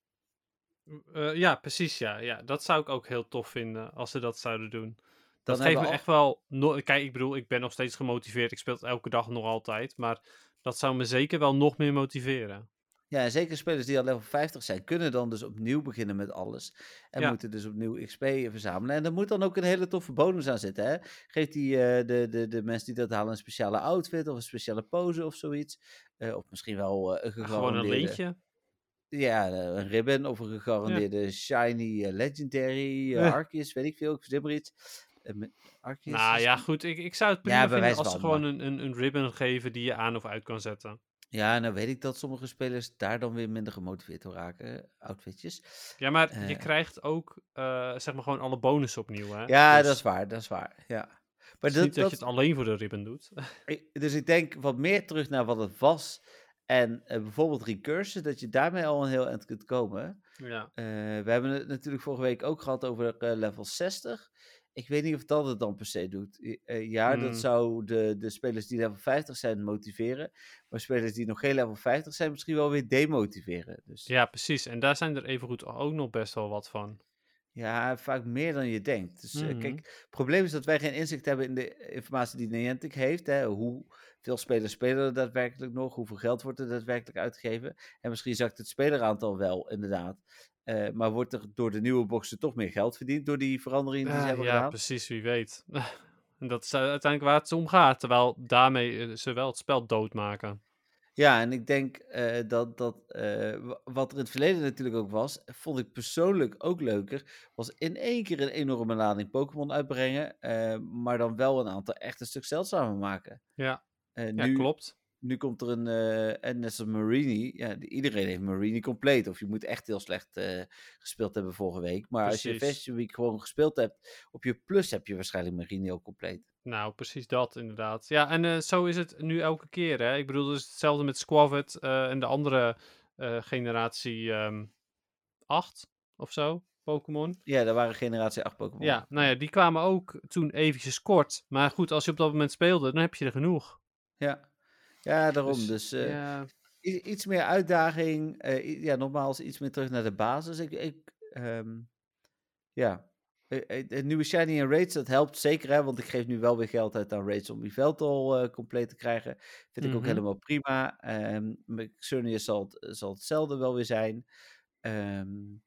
Uh, ja, precies, ja. ja. Dat zou ik ook heel tof vinden, als ze dat zouden doen. Dat Dan geeft me al... echt wel... No- Kijk, ik bedoel, ik ben nog steeds gemotiveerd. Ik speel het elke dag nog altijd. Maar dat zou me zeker wel nog meer motiveren. Ja, en zeker spelers die al level vijftig zijn, kunnen dan dus opnieuw beginnen met alles. En Ja. moeten dus opnieuw X P verzamelen. En er moet dan ook een hele toffe bonus aan zitten. Hè? Geeft die, uh, de, de, de mensen die dat halen een speciale outfit of een speciale pose of zoiets. Uh, of misschien wel uh, een gegarandeerde... Gewoon een leentje. Ja, een ribbon of een gegarandeerde ja. shiny uh, legendary uh, Arceus, weet ik veel. Ik verzin maar iets. Uh, Arceus nou ja, goed. Ik, ik zou het prima ja, vinden als ze gewoon een, een, een ribbon geven die je aan of uit kan zetten. Ja, nou weet ik dat sommige spelers daar dan weer minder gemotiveerd door raken, outfitjes. Ja, maar uh, je krijgt ook, uh, zeg maar, gewoon alle bonussen opnieuw, hè? Ja, dus... dat is waar, dat is waar, ja. Maar het is dat, niet dat, dat je het alleen voor de ribbon doet. Ik, dus ik denk wat meer terug naar wat het was. En uh, bijvoorbeeld recursen, dat je daarmee al een heel eind kunt komen. Ja. Uh, we hebben het natuurlijk vorige week ook gehad over uh, level zestig. Ik weet niet of dat het dan per se doet. Uh, ja, Hmm. dat zou de, de spelers die level vijftig zijn motiveren. Maar spelers die nog geen level vijftig zijn misschien wel weer demotiveren. Dus... Ja, precies. En daar zijn er evengoed ook nog best wel wat van. Ja, vaak meer dan je denkt. Dus mm-hmm. uh, kijk, het probleem is dat wij geen inzicht hebben in de informatie die Niantic heeft. Hè? Hoeveel spelers spelen er daadwerkelijk nog? Hoeveel geld wordt er daadwerkelijk uitgegeven? En misschien zakt het speleraantal wel, inderdaad. Uh, maar wordt er door de nieuwe boxen toch meer geld verdiend door die veranderingen die uh, ze hebben ja, gedaan? Ja, precies, wie weet. En dat is uiteindelijk waar het om gaat. Terwijl daarmee ze wel het spel doodmaken. Ja, en ik denk uh, dat, dat uh, wat er in het verleden natuurlijk ook was, vond ik persoonlijk ook leuker, was in één keer een enorme lading Pokémon uitbrengen, uh, maar dan wel een aantal echt een stuk zeldzamer maken. Ja, uh, ja nu, klopt. Nu komt er een, uh, en net zoals Marini, ja, iedereen heeft Marini compleet, of je moet echt heel slecht uh, gespeeld hebben vorige week, maar precies. Als je Fashion Week gewoon gespeeld hebt, op je plus heb je waarschijnlijk Marini ook compleet. Nou, precies dat inderdaad. Ja, en uh, zo is het nu elke keer, hè. Ik bedoel, dus hetzelfde met Squavit uh, en de andere uh, generatie um, acht of zo, Pokémon. Ja, daar waren generatie acht Pokémon. Ja, nou ja, die kwamen ook toen eventjes kort. Maar goed, als je op dat moment speelde, dan heb je er genoeg. Ja, ja daarom. Dus, dus uh, ja. iets meer uitdaging. Uh, ja, nogmaals, iets meer terug naar de basis. Ik, ik, um, ja... eh, het nieuwe Shiny en Raids, dat helpt zeker, hè, want ik geef nu wel weer geld uit aan Raids om die Veltal eh compleet te krijgen. Vind ik ook Mhm. helemaal prima. Ehm met Xerneas zal het, zal hetzelfde wel weer zijn. Ehm,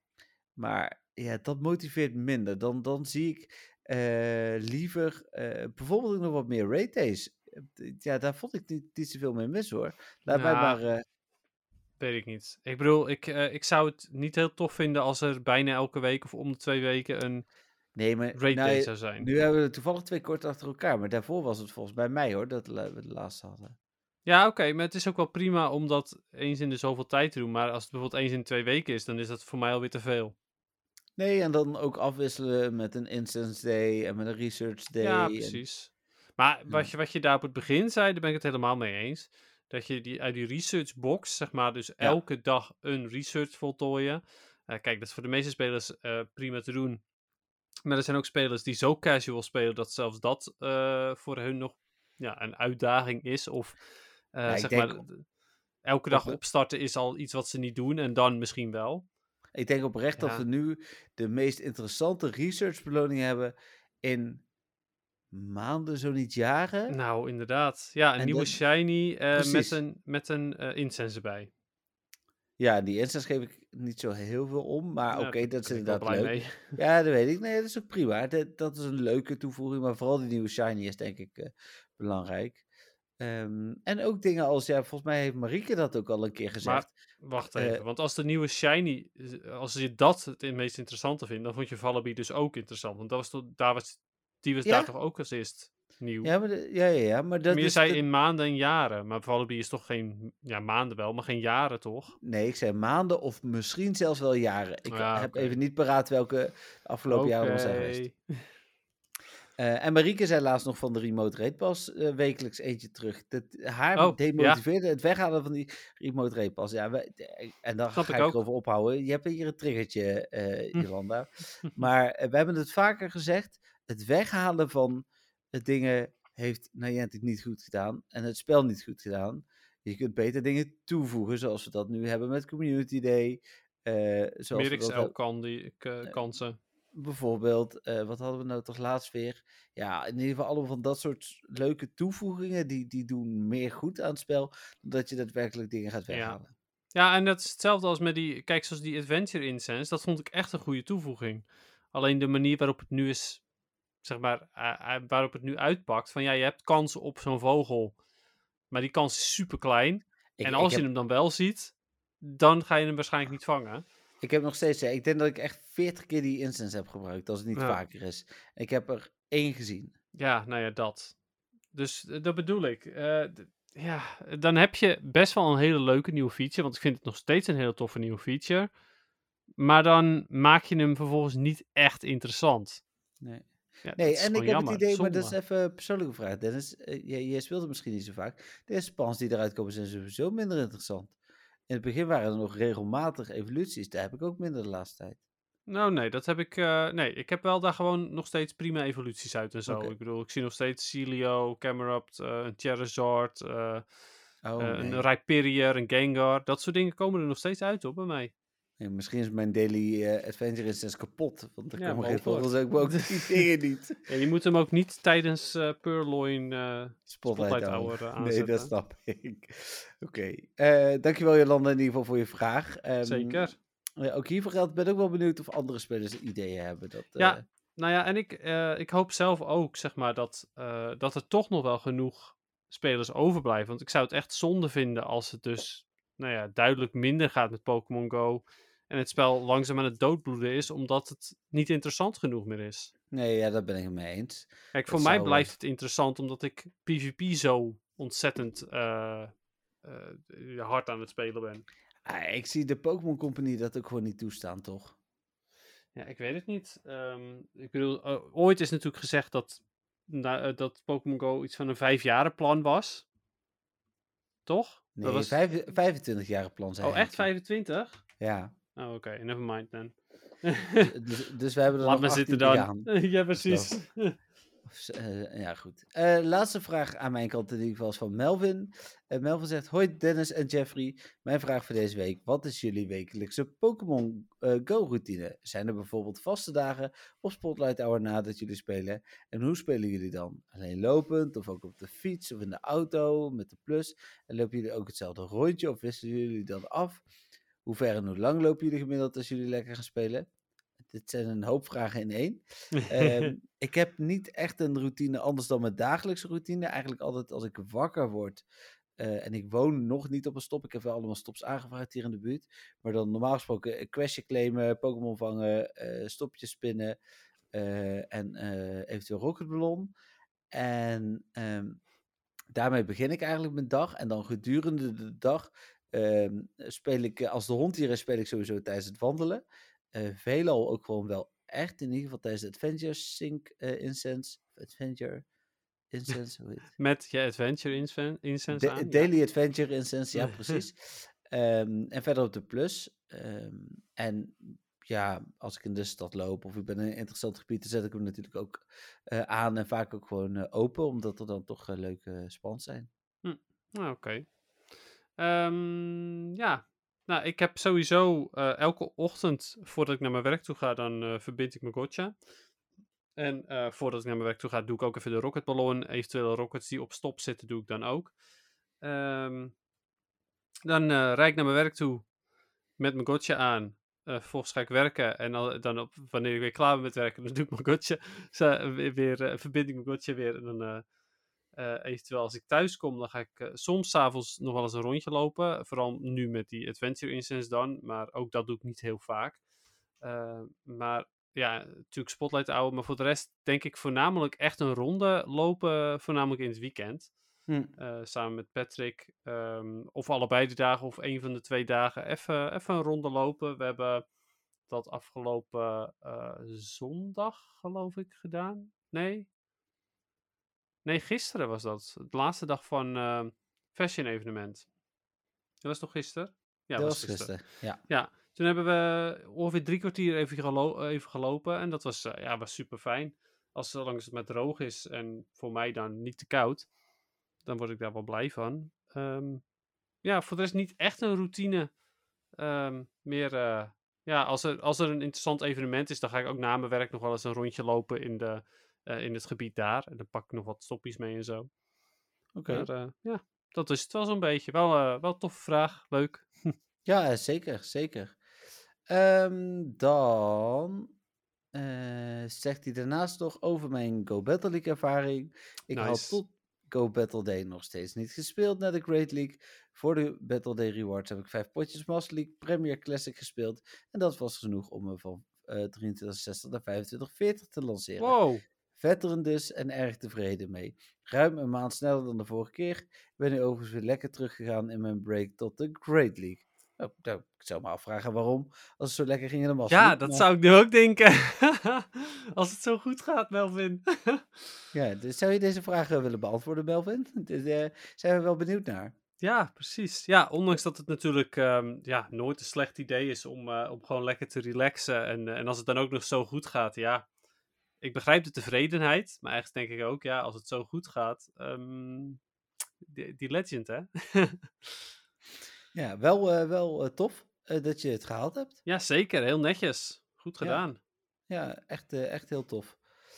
maar ja, dat motiveert minder. Dan, dan zie ik eh, liever eh, bijvoorbeeld ook nog wat meer raid days. Eh, d- Ja, daar vond ik niet, niet zoveel mee mis hoor. Laat mij Nou, maar. eh, weet ik niet. Ik bedoel, ik, eh, ik zou het niet heel tof vinden als er bijna elke week of om de twee weken een nee, maar raid nou, day ja, zou zijn. nu hebben we toevallig twee kort achter elkaar. Maar daarvoor was het volgens bij mij hoor, dat la- we de laatste hadden. Ja, oké, maar het is ook wel prima om dat eens in de zoveel tijd te doen. Maar als het bijvoorbeeld eens in de twee weken is, dan is dat voor mij alweer te veel. Nee, en dan ook afwisselen met een instance day en met een research day. Ja, en- precies. Maar Ja. wat je, wat je daar op het begin zei, daar ben ik het helemaal mee eens. Dat je die, uit die research box, zeg maar, dus elke dag een research voltooien. Eh, kijk, dat is voor de meeste spelers eh, prima te doen. Maar er zijn ook spelers die zo casual spelen dat zelfs dat eh, voor hun nog ja, een uitdaging is. Of eh, Ja, ik zeg denk maar, d- elke op dag de- opstarten is al iets wat ze niet doen en dan misschien wel. Ik denk oprecht dat Ja. we nu de meest interessante researchbeloningen hebben in maanden, zo niet jaren. Nou, inderdaad. Ja, een En nieuwe dat- shiny eh, met precies. een, met een eh, incense erbij. Ja, die instance geef ik niet zo heel veel om, maar Ja, oké, daar dat is ben ik wel inderdaad blij leuk. mee. Ja, dat weet ik. Nee, dat is ook prima. Dat, dat is een leuke toevoeging, maar vooral die nieuwe shiny is denk ik eh, belangrijk. Ehm, en ook dingen als, ja, volgens mij heeft Marieke dat ook al een keer gezegd. Wacht Eh, even, want als de nieuwe shiny, eh, als je dat het meest interessante vindt, dan vond je Vallaby dus ook interessant. Want dat was toch, daar was, die was Ja. daar toch ook als eerst nieuw? Ja, maar, de- ja, ja, ja, maar dat Maar je is... zei dat- in maanden en jaren, maar Vallaby is toch geen, ja maanden wel, maar geen jaren toch? Nee, ik zei maanden of misschien zelfs wel jaren. Ik Ja, heb oké. even niet paraat welke de afgelopen jaren al zijn geweest. Oké. Eh, en Marieke zei laatst nog van de remote rate pas eh, wekelijks eentje terug. Dat, haar Oh, demotiveerde het weghalen van die remote rate pas. Ja, we- eh, en dan Snap ga ik ik ook. erover ophouden. Je hebt hier een triggertje, eh Hm. Jolanda. Maar eh, we hebben het vaker gezegd. Het weghalen van eh, dingen heeft Niantic niet goed gedaan. En het spel niet goed gedaan. Je kunt beter dingen toevoegen, zoals we dat nu hebben met Community Day. eh, zoals Meer we dat X L hebben- kan die, k- kansen. Bijvoorbeeld, eh, wat hadden we nou toch laatst weer? Ja, in ieder geval allemaal van dat soort leuke toevoegingen. Die, die doen meer goed aan het spel. Dan dat je daadwerkelijk dingen gaat Ja. weghalen. Ja, en dat is hetzelfde als met die, kijk, zoals die Adventure Incense, dat vond ik echt een goede toevoeging. Alleen de manier waarop het nu is, zeg maar, eh, eh, waarop het nu uitpakt, van ja, je hebt kansen op zo'n vogel, maar die kans is super klein. Ik, En ik als heb, je hem dan wel ziet, dan ga je hem waarschijnlijk niet vangen. ik heb nog steeds, ja, ik denk dat ik echt veertig keer die instance heb gebruikt. Als het niet Ja. vaker is. Ik heb er één gezien. Ja, nou ja, dat. Dus eh, dat bedoel ik. Eh, d- ja, dan heb je best wel een hele leuke nieuwe feature, want ik vind het nog steeds een hele toffe nieuwe feature. Maar dan maak je hem vervolgens niet echt interessant. Nee. Ja, dat Nee, is en ik gewoon heb jammer, het idee, maar dat is zonde. even een persoonlijke vraag, Dennis. Eh, jij, jij speelt het misschien niet zo vaak. De spans die eruit komen zijn sowieso minder interessant. In het begin waren er nog regelmatig evoluties. Daar heb ik ook minder de laatste tijd. Nou, nee, dat heb ik. eh, nee, ik heb wel daar gewoon nog steeds prima evoluties uit en zo. Oké. Ik bedoel, ik zie nog steeds Celio, Camerupt, eh, een Charizard, eh, Oh, eh, nee. een Rhyperior, een Gengar. Dat soort dingen komen er nog steeds uit hoor, bij mij. Nee, misschien is mijn daily eh, adventure instance kapot. Want er Ja, komen geen mogelijk. vogels ook, ook die dingen niet. Ja, je moet hem ook niet tijdens eh Purloin eh Spotlight, Spotlight hour. Hour eh, Nee, aanzetten. dat snap ik. Oké. Eh, dankjewel Jolanda in ieder geval voor je vraag. Ehm, Zeker. eh, ook hiervoor geldt, ik ben ook wel benieuwd of andere spelers ideeën hebben. Dat, eh, Ja. Nou ja, en ik, eh, ik hoop zelf ook, zeg maar, dat, eh, dat er toch nog wel genoeg spelers overblijven. Want ik zou het echt zonde vinden als het dus, nou ja, duidelijk minder gaat met Pokémon Go. En het spel langzaam aan het doodbloeden is, omdat het niet interessant genoeg meer is. Nee, ja, daar ben ik het mee eens. Kijk, voor Dat mij zou, blijft het interessant, omdat ik PvP zo ontzettend eh, eh, hard aan het spelen ben. Ah, ik zie de Pokémon Company dat ook gewoon niet toestaan, toch? Ja, ik weet het niet. Ehm, ik bedoel, eh, ooit is natuurlijk gezegd dat, na- eh, dat Pokémon Go iets van een vijfjarenplan was. Toch? Nee, Dat was... vijf, vijfentwintig jaar plan zijn. Oh, echt vijfentwintig? Ja. Oh, oké. Nevermind dan. Dus, dus we hebben er Laat nog maar achttien zitten te dan. gaan. Ja, precies. Of, z- eh, ja, goed. Eh, laatste vraag aan mijn kant in ieder geval is van Melvin. Eh, Melvin zegt, hoi Dennis en Jeffrey. Mijn vraag voor deze week. Wat is jullie wekelijkse Pokémon eh, Go routine? Zijn er bijvoorbeeld vaste dagen of Spotlight Hour nadat jullie spelen? En hoe spelen jullie dan? Alleen lopend of ook op de fiets of in de auto met de plus? En lopen jullie ook hetzelfde rondje of wisselen jullie dan af? Hoe ver en hoe lang lopen jullie gemiddeld als jullie lekker gaan spelen? Dit zijn een hoop vragen in één. Ehm, ik heb niet echt een routine anders dan mijn dagelijkse routine. Eigenlijk altijd als ik wakker word eh, en ik woon nog niet op een stop. Ik heb wel allemaal stops aangevraagd hier in de buurt. Maar dan normaal gesproken een questje claimen, Pokémon vangen, eh, stopjes spinnen eh, en eh, eventueel rocketballon. En ehm, daarmee begin ik eigenlijk mijn dag. En dan gedurende de dag ehm, speel ik, eh, als de hond hier is, speel ik sowieso tijdens het wandelen. Eh, veelal ook gewoon wel echt, in ieder geval tijdens de Adventure Sync eh, Incense. Adventure Incense, hoe heet het? Met je Adventure insen- Incense Da- aan. ja. Daily Adventure Incense, ja precies. Ehm, en verder op de plus. Ehm, en ja, als ik in de stad loop of ik ben in een interessant gebied, dan zet ik hem natuurlijk ook eh, aan en vaak ook gewoon eh, open, omdat er dan toch eh, leuke spans zijn. Ah, Oké. Ehm, ja, nou, ik heb sowieso eh, elke ochtend voordat ik naar mijn werk toe ga, dan eh, verbind ik mijn gotcha. En eh, voordat ik naar mijn werk toe ga, doe ik ook even de rocketballon. Eventuele rockets die op stop zitten, doe ik dan ook. Ehm, dan eh rijd ik naar mijn werk toe met mijn gotcha aan. Eh, vervolgens ga ik werken. En dan, dan op, wanneer ik weer klaar ben met werken, dan doe ik mijn gotcha. Zo, weer, weer eh, verbind ik mijn gotcha weer. En dan eh, eh, eventueel als ik thuis kom, dan ga ik eh, soms 's avonds nog wel eens een rondje lopen. Vooral nu met die Adventure Incense dan. Maar ook dat doe ik niet heel vaak. Uh, maar ja, natuurlijk Spotlight houden. Maar voor de rest denk ik voornamelijk echt een ronde lopen. Voornamelijk in het weekend. Hm. Uh, samen met Patrick. Um, of allebei de dagen of een van de twee dagen. Even, even een ronde lopen. We hebben dat afgelopen uh, zondag, geloof ik, gedaan. Nee? Nee, gisteren was dat. De laatste dag van uh, Fashion Evenement. Dat was toch gisteren? Ja, dat was was gisteren. gisteren, ja. Ja, toen hebben we ongeveer drie kwartier even, gelo- even gelopen. En dat was, uh, ja, was super fijn. Als zolang het maar droog is en voor mij dan niet te koud, dan word ik daar wel blij van. Um, ja, voor de rest niet echt een routine. Um, meer, uh, ja, als er, als er een interessant evenement is, dan ga ik ook na mijn werk nog wel eens een rondje lopen in, de, uh, in het gebied daar. En dan pak ik nog wat stoppies mee en zo. Oké. Okay. Maar uh, ja, dat is het wel zo'n beetje. Wel, uh, wel een toffe vraag. Leuk. Ja, zeker, zeker. Um, dan uh, zegt hij daarnaast nog over mijn Go Battle League ervaring. Ik Nice. had tot Go Battle Day nog steeds niet gespeeld naar de Great League. Voor de Battle Day Rewards heb ik vijf potjes Master League Premier Classic gespeeld. En dat was genoeg om me van uh, drieëntwintig zestig naar vijfentwintig veertig te lanceren. Wow. Veteran dus en erg tevreden mee. Ruim een maand sneller dan de vorige keer. Ik ben nu overigens weer lekker teruggegaan in mijn break tot de Great League. Oh, nou, ik zou me afvragen waarom, als het zo lekker ging in de Master Ja, League, dat maar... zou ik nu ook denken. Als het zo goed gaat, Melvin. Ja, dus zou je deze vraag willen beantwoorden, Melvin? Daar zijn we wel benieuwd naar. Ja, precies. Ja, ondanks dat het natuurlijk um, ja, nooit een slecht idee is om, uh, om gewoon lekker te relaxen. En, uh, en als het dan ook nog zo goed gaat, ja... Ik begrijp de tevredenheid, maar eigenlijk denk ik ook, ja, als het zo goed gaat... Um, die, die legend, hè? Ja, wel, uh, wel uh, tof uh, dat je het gehaald hebt. Ja, zeker. Heel netjes. Goed gedaan. Ja, ja echt, uh, echt heel tof.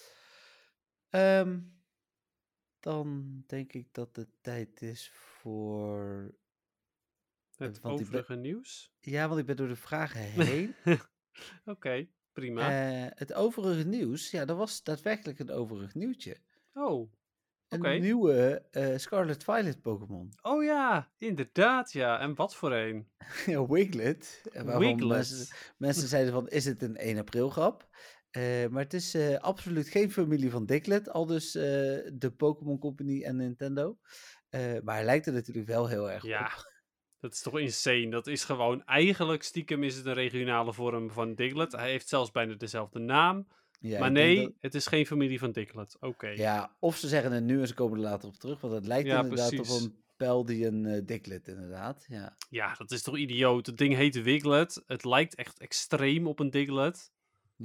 Um, dan denk ik dat het tijd is voor... Het want overige ben... nieuws? Ja, want ik ben door de vragen heen. Oké, okay, prima. Uh, het overige nieuws, ja, dat was daadwerkelijk een overig nieuwtje. Oh, oké. Okay. Een nieuwe uh, Scarlet Violet Pokémon. Oh ja, inderdaad ja. En wat voor een? Ja, Wiglet. Wiglet. Mensen, mensen zeiden van, is het een één april grap? Uh, maar het is uh, absoluut geen familie van Diglett, al dus uh, de Pokémon Company en Nintendo. Uh, maar hij lijkt er natuurlijk wel heel erg ja, op. Dat is toch insane. Dat is gewoon, eigenlijk stiekem is het een regionale vorm van Diglett. Hij heeft zelfs bijna dezelfde naam. Ja, maar nee, dat... het is geen familie van Diglett. Oké. Okay. Ja, of ze zeggen het nu en ze komen er later op terug. Want het lijkt ja, inderdaad precies. op een pijl die een uh, Diglett inderdaad. Ja. ja, dat is toch idioot. Het ding heet Wiglet. Het lijkt echt extreem op een Diglett. Ja.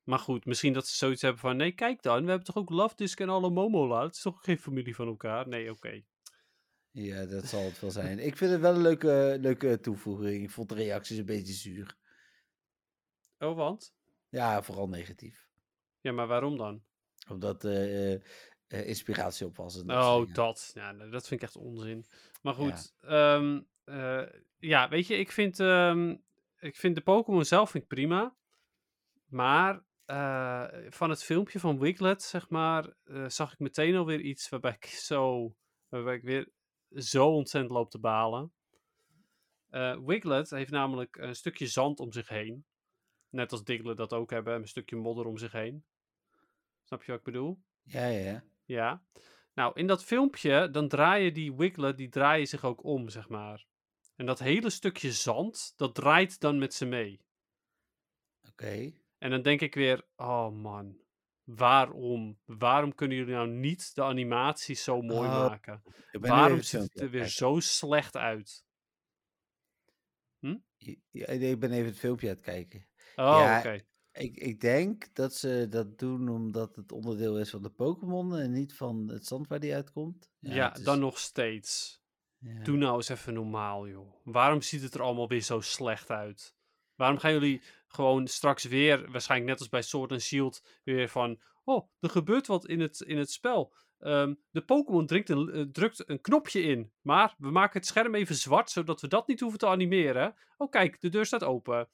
Maar goed, misschien dat ze zoiets hebben van... Nee, kijk dan, we hebben toch ook Love Disc en alle Momola. Het is toch geen familie van elkaar? Nee, oké. Okay. Ja, dat zal het wel zijn. Ik vind het wel een leuke, leuke toevoeging. Ik vond de reacties een beetje zuur. Oh, want? Ja, vooral negatief. Ja, maar waarom dan? Omdat uh, uh, uh, inspiratie op was. En dat oh, dat. Ja, dat vind ik echt onzin. Maar goed, ja, um, uh, ja weet je, ik vind, um, ik vind de Pokémon zelf vind ik prima. Maar uh, van het filmpje van Wiglet, zeg maar, uh, zag ik meteen alweer iets waarbij ik zo, waarbij ik weer zo ontzettend loop te balen. Uh, Wiglet heeft namelijk een stukje zand om zich heen. Net als Diglett dat ook hebben, een stukje modder om zich heen. Snap je wat ik bedoel? Ja, ja, ja. Ja. Nou, in dat filmpje, dan draaien die Wiglet, die draaien zich ook om, zeg maar. En dat hele stukje zand, dat draait dan met ze mee. Oké. Okay. En dan denk ik weer, oh man, waarom? Waarom kunnen jullie nou niet de animaties zo mooi oh, maken? Waarom ziet het er weer kijken. zo slecht uit? Hm? Ja, ik ben even het filmpje aan het kijken. Oh, ja, oké. Okay. Ik, ik denk dat ze dat doen omdat het onderdeel is van de Pokémon en niet van het zand waar die uitkomt. Ja, ja is... dan nog steeds. Ja. Doe nou eens even normaal, joh. Waarom ziet het er allemaal weer zo slecht uit? Waarom gaan jullie gewoon straks weer, waarschijnlijk net als bij Sword and Shield, weer van... Oh, er gebeurt wat in het, in het spel. Um, de Pokémon een, uh, drukt een knopje in. Maar we maken het scherm even zwart, zodat we dat niet hoeven te animeren. Oh, kijk, de deur staat open.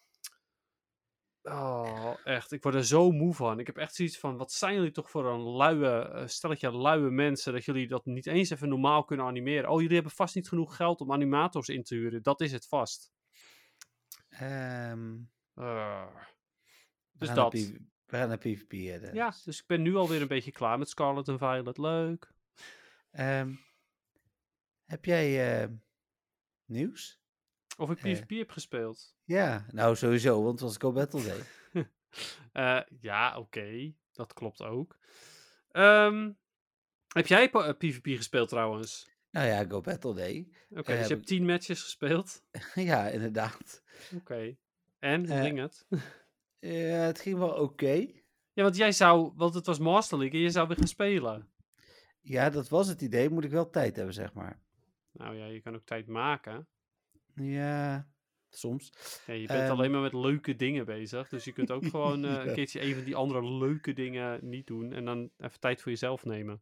Oh, echt. Ik word er zo moe van. Ik heb echt zoiets van, wat zijn jullie toch voor een luie, uh, stelletje luie mensen, dat jullie dat niet eens even normaal kunnen animeren. Oh, jullie hebben vast niet genoeg geld om animators in te huren. Dat is het vast. Um, uh, dus we dat. P- we gaan naar PvP. Hè, dus. Ja, dus ik ben nu alweer een beetje klaar met Scarlet en Violet. Leuk. Um, heb jij uh, nieuws? Of ik PvP uh, heb gespeeld? Ja, nou sowieso, want het was Go Battle Day. uh, ja, oké. Okay. Dat klopt ook. Um, heb jij uh, PvP gespeeld trouwens? Nou ja, Go Battle Day. Oké, okay, uh, dus je hebt tien matches gespeeld? Ja, inderdaad. Oké. Okay. En, hoe uh, ging het? Ja, het ging wel oké. Okay. Ja, want jij zou, want het was Master League en je zou weer gaan spelen. Ja, dat was het idee. Moet ik wel tijd hebben, zeg maar. Nou ja, je kan ook tijd maken. Ja, soms. Ja, je bent um, alleen maar met leuke dingen bezig. Dus je kunt ook gewoon uh, ja. een keertje een van die andere leuke dingen niet doen. En dan even tijd voor jezelf nemen.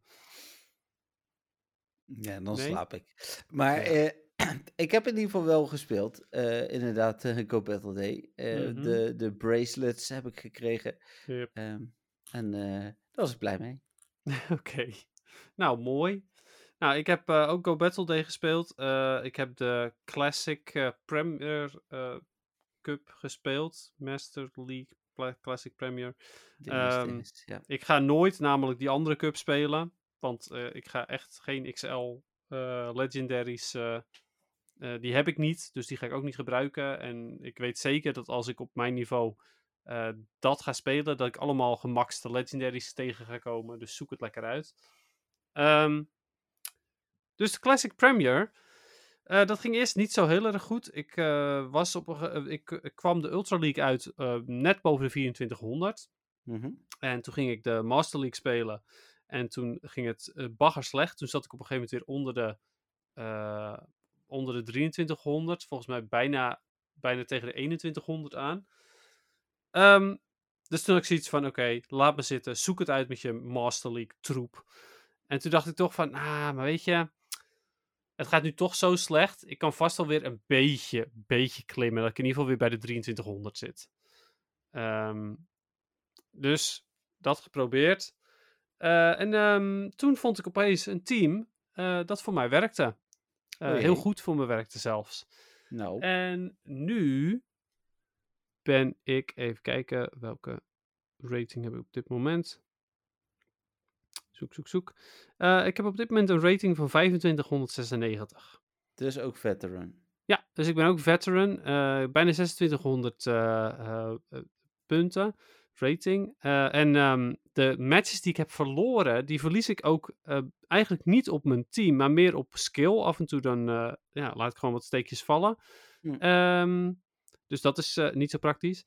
Ja, dan nee? slaap ik. Maar ja. uh, ik heb in ieder geval wel gespeeld. Uh, inderdaad, uh, Go Battle Day. Uh, mm-hmm. de, de bracelets heb ik gekregen. Yep. Um, en uh, daar was ik blij mee. Oké. Okay. Nou, mooi. Nou, ik heb uh, ook Go Battle Day gespeeld. Uh, ik heb de Classic uh, Premier uh, Cup gespeeld. Master League Pla- Classic Premier. Um, is, ja. Ik ga nooit namelijk die andere cup spelen. Want uh, ik ga echt geen X L uh, Legendaries... Uh, uh, die heb ik niet, dus die ga ik ook niet gebruiken. En ik weet zeker dat als ik op mijn niveau uh, dat ga spelen, dat ik allemaal gemaxte Legendaries tegen ga komen. Dus zoek het lekker uit. Um, dus de Classic Premier, uh, dat ging eerst niet zo heel erg goed. Ik, uh, was op, uh, ik, ik kwam de Ultra League uit uh, net boven de vierentwintighonderd. Mm-hmm. En toen ging ik de Master League spelen. En toen ging het uh, bagger slecht. Toen zat ik op een gegeven moment weer onder de, uh, onder de drieëntwintighonderd. Volgens mij bijna, bijna tegen de eenentwintighonderd aan. Um, dus toen had ik zoiets van, oké, okay, laat me zitten. Zoek het uit met je Master League troep. En toen dacht ik toch van, ah, maar weet je, het gaat nu toch zo slecht. Ik kan vast wel weer een beetje, beetje klimmen. Dat ik in ieder geval weer bij de drieëntwintighonderd zit. Um, dus dat geprobeerd. Uh, en um, toen vond ik opeens een team uh, dat voor mij werkte. Uh, heel goed voor me werkte zelfs. Nou. En nu ben ik, even kijken, welke rating heb ik op dit moment? Zoek, zoek, zoek. Uh, ik heb op dit moment een rating van vijfentwintighonderdzesennegentig. Dus ook veteran. Ja, dus ik ben ook veteran. Uh, bijna zesentwintighonderd uh, uh, uh, punten. Rating. Uh, en um, de matches die ik heb verloren, die verlies ik ook uh, eigenlijk niet op mijn team, maar meer op skill. Af en toe dan uh, ja, laat ik gewoon wat steekjes vallen. Mm. Um, dus dat is uh, niet zo praktisch.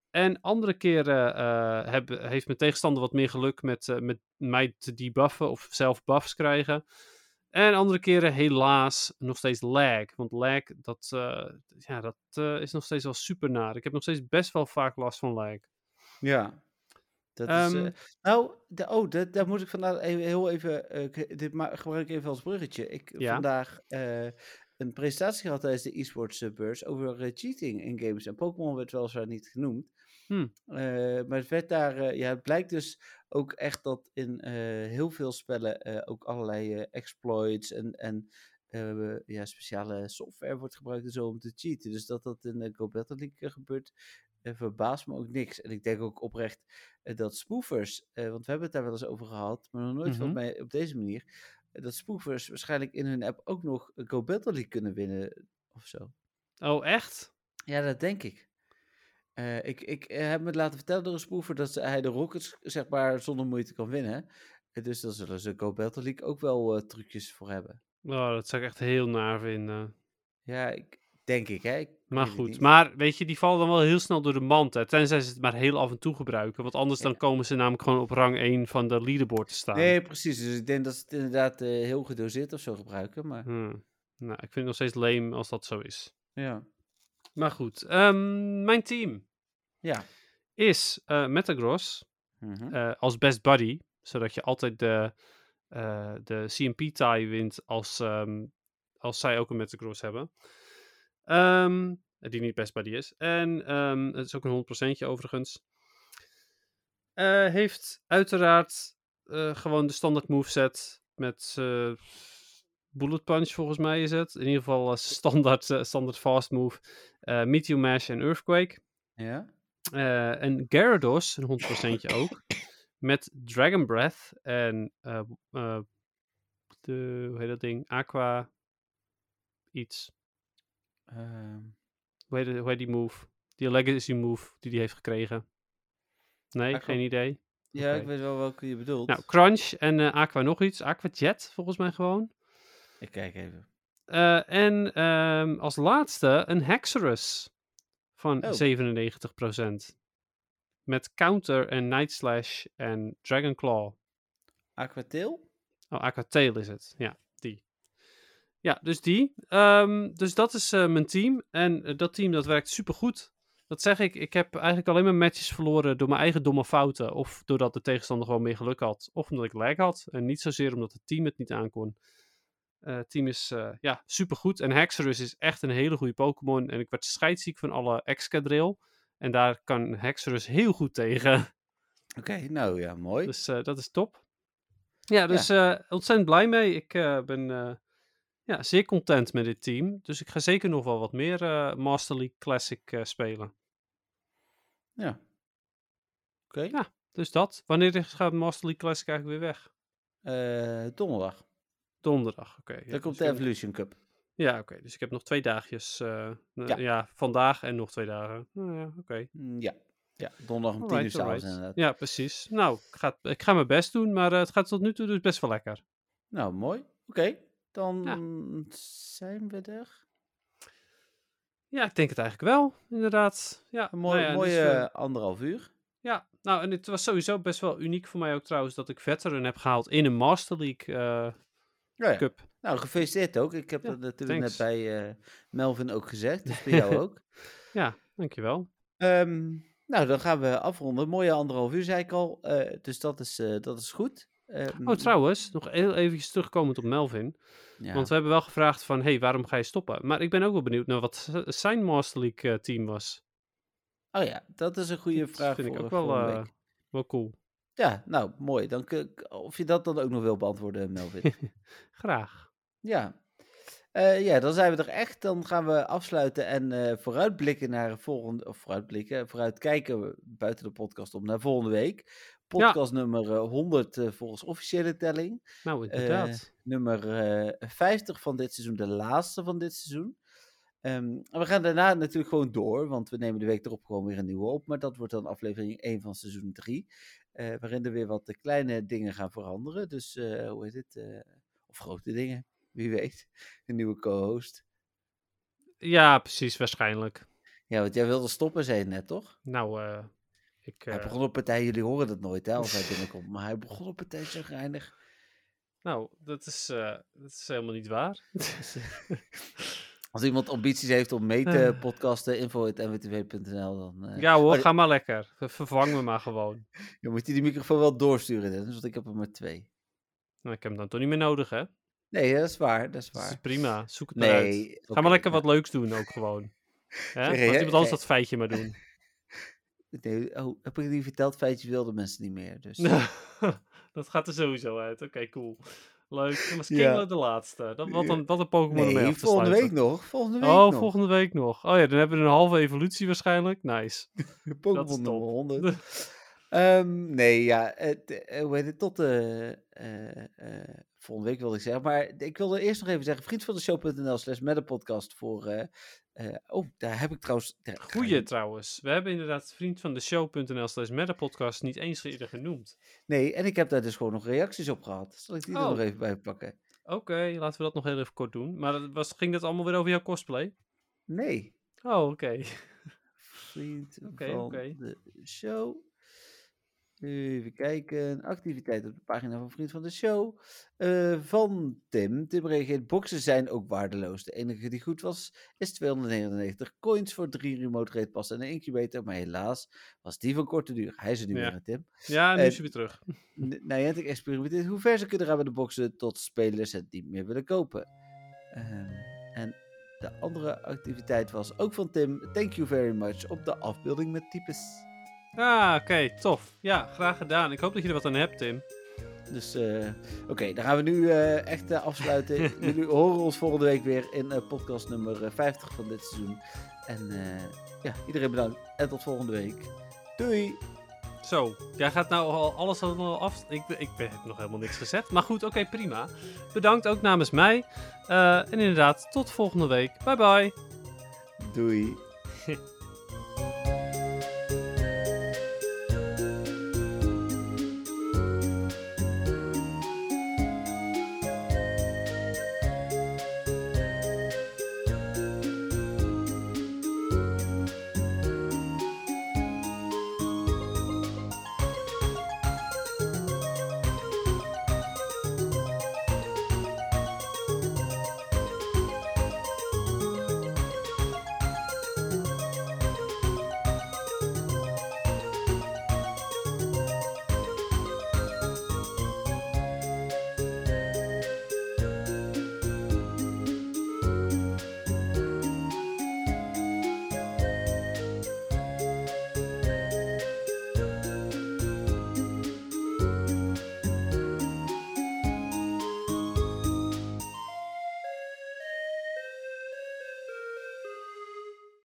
En andere keren uh, heb, heeft mijn tegenstander wat meer geluk met, uh, met mij te debuffen of zelf buffs krijgen. En andere keren helaas nog steeds lag. Want lag, dat, uh, ja, dat uh, is nog steeds wel super naar. Ik heb nog steeds best wel vaak last van lag. Ja. Dat is, Um, uh, nou, de, oh, de, daar moet ik vandaag even, heel even, uh, dit ma- gebruik ik even als bruggetje. Ik heb ja. vandaag uh, een presentatie gehad tijdens de eSports uh, beurs over uh, cheating in games. En Pokémon werd weliswaar niet genoemd. Hmm. Uh, maar het werd daar, uh, ja, het blijkt dus ook echt dat in uh, heel veel spellen uh, ook allerlei uh, exploits en, en uh, ja, speciale software wordt gebruikt en zo om te cheaten. Dus dat dat in de Go Battle League uh, gebeurt, uh, verbaast me ook niks. En ik denk ook oprecht uh, dat spoofers, uh, want we hebben het daar wel eens over gehad, maar nog nooit Mm-hmm. van mij op deze manier, uh, dat spoofers waarschijnlijk in hun app ook nog Go Battle League kunnen winnen of zo. Oh, echt? Ja, dat denk ik. Uh, ik, ik uh, heb me laten vertellen door een spoever dat ze, hij de Rockets zeg maar zonder moeite kan winnen. Uh, dus daar zullen ze Go Battle League ook wel uh, trucjes voor hebben. Oh, dat zou ik echt heel naar vinden. Ja, ik, denk ik hè. Ik maar goed, maar weet je, die vallen dan wel heel snel door de mand. Hè, tenzij ze het maar heel af en toe gebruiken. Want anders ja. dan komen ze namelijk gewoon op rang één van de leaderboard te staan. Nee, precies. Dus ik denk dat ze het inderdaad uh, heel gedoseerd of zo gebruiken. Maar... Hmm. Nou, ik vind het nog steeds lame als dat zo is. Ja. Maar goed, um, mijn team ja. is uh, Metagross mm-hmm. uh, als best buddy. Zodat je altijd de, uh, de C M P-tie wint als, um, als zij ook een Metagross hebben. Um, die niet best buddy is. En um, het is ook een honderd procent overigens. Uh, heeft uiteraard uh, gewoon de standaard moveset met uh, Bullet Punch volgens mij is het. In ieder geval uh, standaard, uh, standaard fast move. Uh, Meteor Mash en Earthquake. Ja. Uh, en Gyarados, een honderd procent ook. Met Dragon Breath en uh, uh, de, hoe heet dat ding? Aqua iets. Um. Hoe, heet, hoe heet die move? Die legacy move die hij heeft gekregen. Nee, Aqua... geen idee. Ja, okay. Ik weet wel welke je bedoelt. Nou, Crunch en uh, Aqua nog iets. Aqua Jet, volgens mij gewoon. Ik kijk even. Uh, en um, als laatste een Hexerus van oh. zevenennegentig procent. Met Counter en Night Slash en Dragon Claw. Aqua Tail? Oh, Aqua Tail is het. Ja, die. Ja, dus die. Um, dus dat is uh, mijn team. En uh, dat team dat werkt supergoed. Dat zeg ik. Ik heb eigenlijk alleen maar matches verloren door mijn eigen domme fouten. Of doordat de tegenstander gewoon meer geluk had. Of omdat ik lag had. En niet zozeer omdat het team het niet aankon. Het uh, team is uh, ja, supergoed. En Hexerus is echt een hele goede Pokémon. En ik werd scheidsziek van alle Excadrill. En daar kan Hexerus heel goed tegen. Oké, okay, nou ja, mooi. Dus uh, dat is top. Ja, dus ja. Uh, ontzettend blij mee. Ik uh, ben uh, ja, zeer content met dit team. Dus ik ga zeker nog wel wat meer uh, Master League Classic uh, spelen. Ja. Oké. Okay. Ja, dus dat. Wanneer gaat Master League Classic eigenlijk weer weg? Uh, donderdag. Donderdag, oké. Okay. Dan Ja, komt dus de Evolution Cup. Ja, oké. Okay. Dus ik heb nog twee dagjes. Uh, ja. ja, vandaag en nog twee dagen. Nou ja, oké. Okay. Ja. Ja, donderdag om tien uur s'avonds inderdaad. Ja, precies. Nou, ik ga, ik ga mijn best doen, maar uh, het gaat tot nu toe dus best wel lekker. Nou, mooi. Oké, okay. dan ja. zijn we er. Ja, ik denk het eigenlijk wel, inderdaad. Ja, een mooi, nou ja, mooie dus, uh, anderhalf uur. Ja, nou, en het was sowieso best wel uniek voor mij ook trouwens dat ik veteran heb gehaald in een Master League uh, ja, ja. Cup. Nou, gefeliciteerd ook. Ik heb ja, dat natuurlijk thanks. net bij uh, Melvin ook gezegd, dus bij jou ook. Ja, dankjewel. Um, nou, dan gaan we afronden. Mooie anderhalf uur, zei ik al. Uh, dus dat is, uh, dat is goed. Um, oh, trouwens, nog heel eventjes terugkomend op Melvin. Ja. Want we hebben wel gevraagd van, hey, waarom ga je stoppen? Maar ik ben ook wel benieuwd naar wat zijn Master League uh, team was. Oh ja, dat is een goede dat vraag vind voor ik ook wel, uh, week. wel cool. Ja, nou, mooi. Dan, of je dat dan ook nog wil beantwoorden, Melvin. Graag. Ja. Uh, ja, dan zijn we er echt. Dan gaan we afsluiten en uh, vooruitblikken naar volgende... Of vooruitblikken, vooruitkijken buiten de podcast om naar volgende week. Podcast ja. nummer uh, honderd uh, volgens officiële telling. Nou, inderdaad. Uh, nummer uh, vijftig van dit seizoen, de laatste van dit seizoen. Um, en we gaan daarna natuurlijk gewoon door, want we nemen de week erop gewoon weer een nieuwe op. Maar dat wordt dan aflevering één van seizoen drie. Uh, waarin er weer wat kleine dingen gaan veranderen. Dus, uh, hoe heet het? Uh, of grote dingen. Wie weet. Een nieuwe co-host. Ja, precies, waarschijnlijk. Ja, want jij wilde stoppen, zei je net, toch? Nou, eh, ik... Hij eh, begon op partij, jullie horen dat nooit, hè, als hij binnenkomt. Maar hij begon op partij zo geinig. nou, dat is, eh, dat is helemaal niet waar. Als iemand ambities heeft om mee te podcasten, info at n w t v punt n l, dan... eh, Ja hoor, oh, ga maar lekker. Ver- Vervang me maar gewoon. dan moet je die microfoon wel doorsturen, Dennis, want ik heb er maar twee. Nou, ik heb hem dan toch niet meer nodig, hè? Nee, dat is waar, dat is Dat is waar. prima, zoek het maar uit. Nee, Ga oké, maar lekker nou. wat leuks doen ook gewoon. Hè? Zeg, Laat hè, iemand anders hè? dat feitje maar doen. Nee, oh, heb ik die verteld? Feitjes wilden mensen niet meer, dus... Dat gaat er sowieso uit. Oké, cool. Leuk. Dan was Ja. Kingler de laatste. Dat, wat een, wat een Pokémon om mee Nee, af te volgende sluiten. week nog. Volgende week Oh, nog. volgende week nog. Oh ja, dan hebben we een halve evolutie waarschijnlijk. Nice. Pokémon dat is nummer top. honderd. Ehm, nee, ja, het, eh, hoe heet het, tot de eh, eh, volgende week wilde ik zeggen. Maar ik wilde eerst nog even zeggen, vriendvandeshow.nl slash met een podcast voor... eh, eh, oh, daar heb ik trouwens... daar- Goeie trouwens. We hebben inderdaad vriend van de show.nl slash metapodcast niet eens eerder genoemd. Nee, en ik heb daar dus gewoon nog reacties op gehad. Zal ik die er Oh. nog even bij pakken? Oké, laten we dat nog heel even kort doen. Maar dat was, ging dat allemaal weer over jouw cosplay? Nee. Oh, oké. Vriend Oké, van oké. de show. Even kijken. Activiteit op de pagina van Vriend van de Show. Eh, van Tim. Tim reageert. Boxen zijn ook waardeloos. De enige die goed was, is tweehonderdnegenennegentig coins voor drie remote raid passen en een incubator. Maar helaas was die van korte duur. Hij is er nu Ja. weer, hè, Tim. Ja, nu Eh, is hij weer terug. N- Niantic experimenteert hoe ver ze kunnen gaan met de boxen tot spelers het niet meer willen kopen. Ehm, en de andere activiteit was ook van Tim. Thank you very much op de afbeelding met types. Ah, oké, tof. Ja, graag gedaan. Ik hoop dat je er wat aan hebt, Tim. Dus eh, oké, dan gaan we nu eh, echt eh, afsluiten. Jullie horen ons volgende week weer in eh, podcast nummer eh, vijftig van dit seizoen. En eh, ja, iedereen bedankt en tot volgende week. Doei! Zo, jij gaat nou al alles al af. Ik, ik heb nog helemaal niks gezegd. Maar goed, oké, prima. Bedankt ook namens mij. Eh, en inderdaad, tot volgende week. Bye bye. Doei!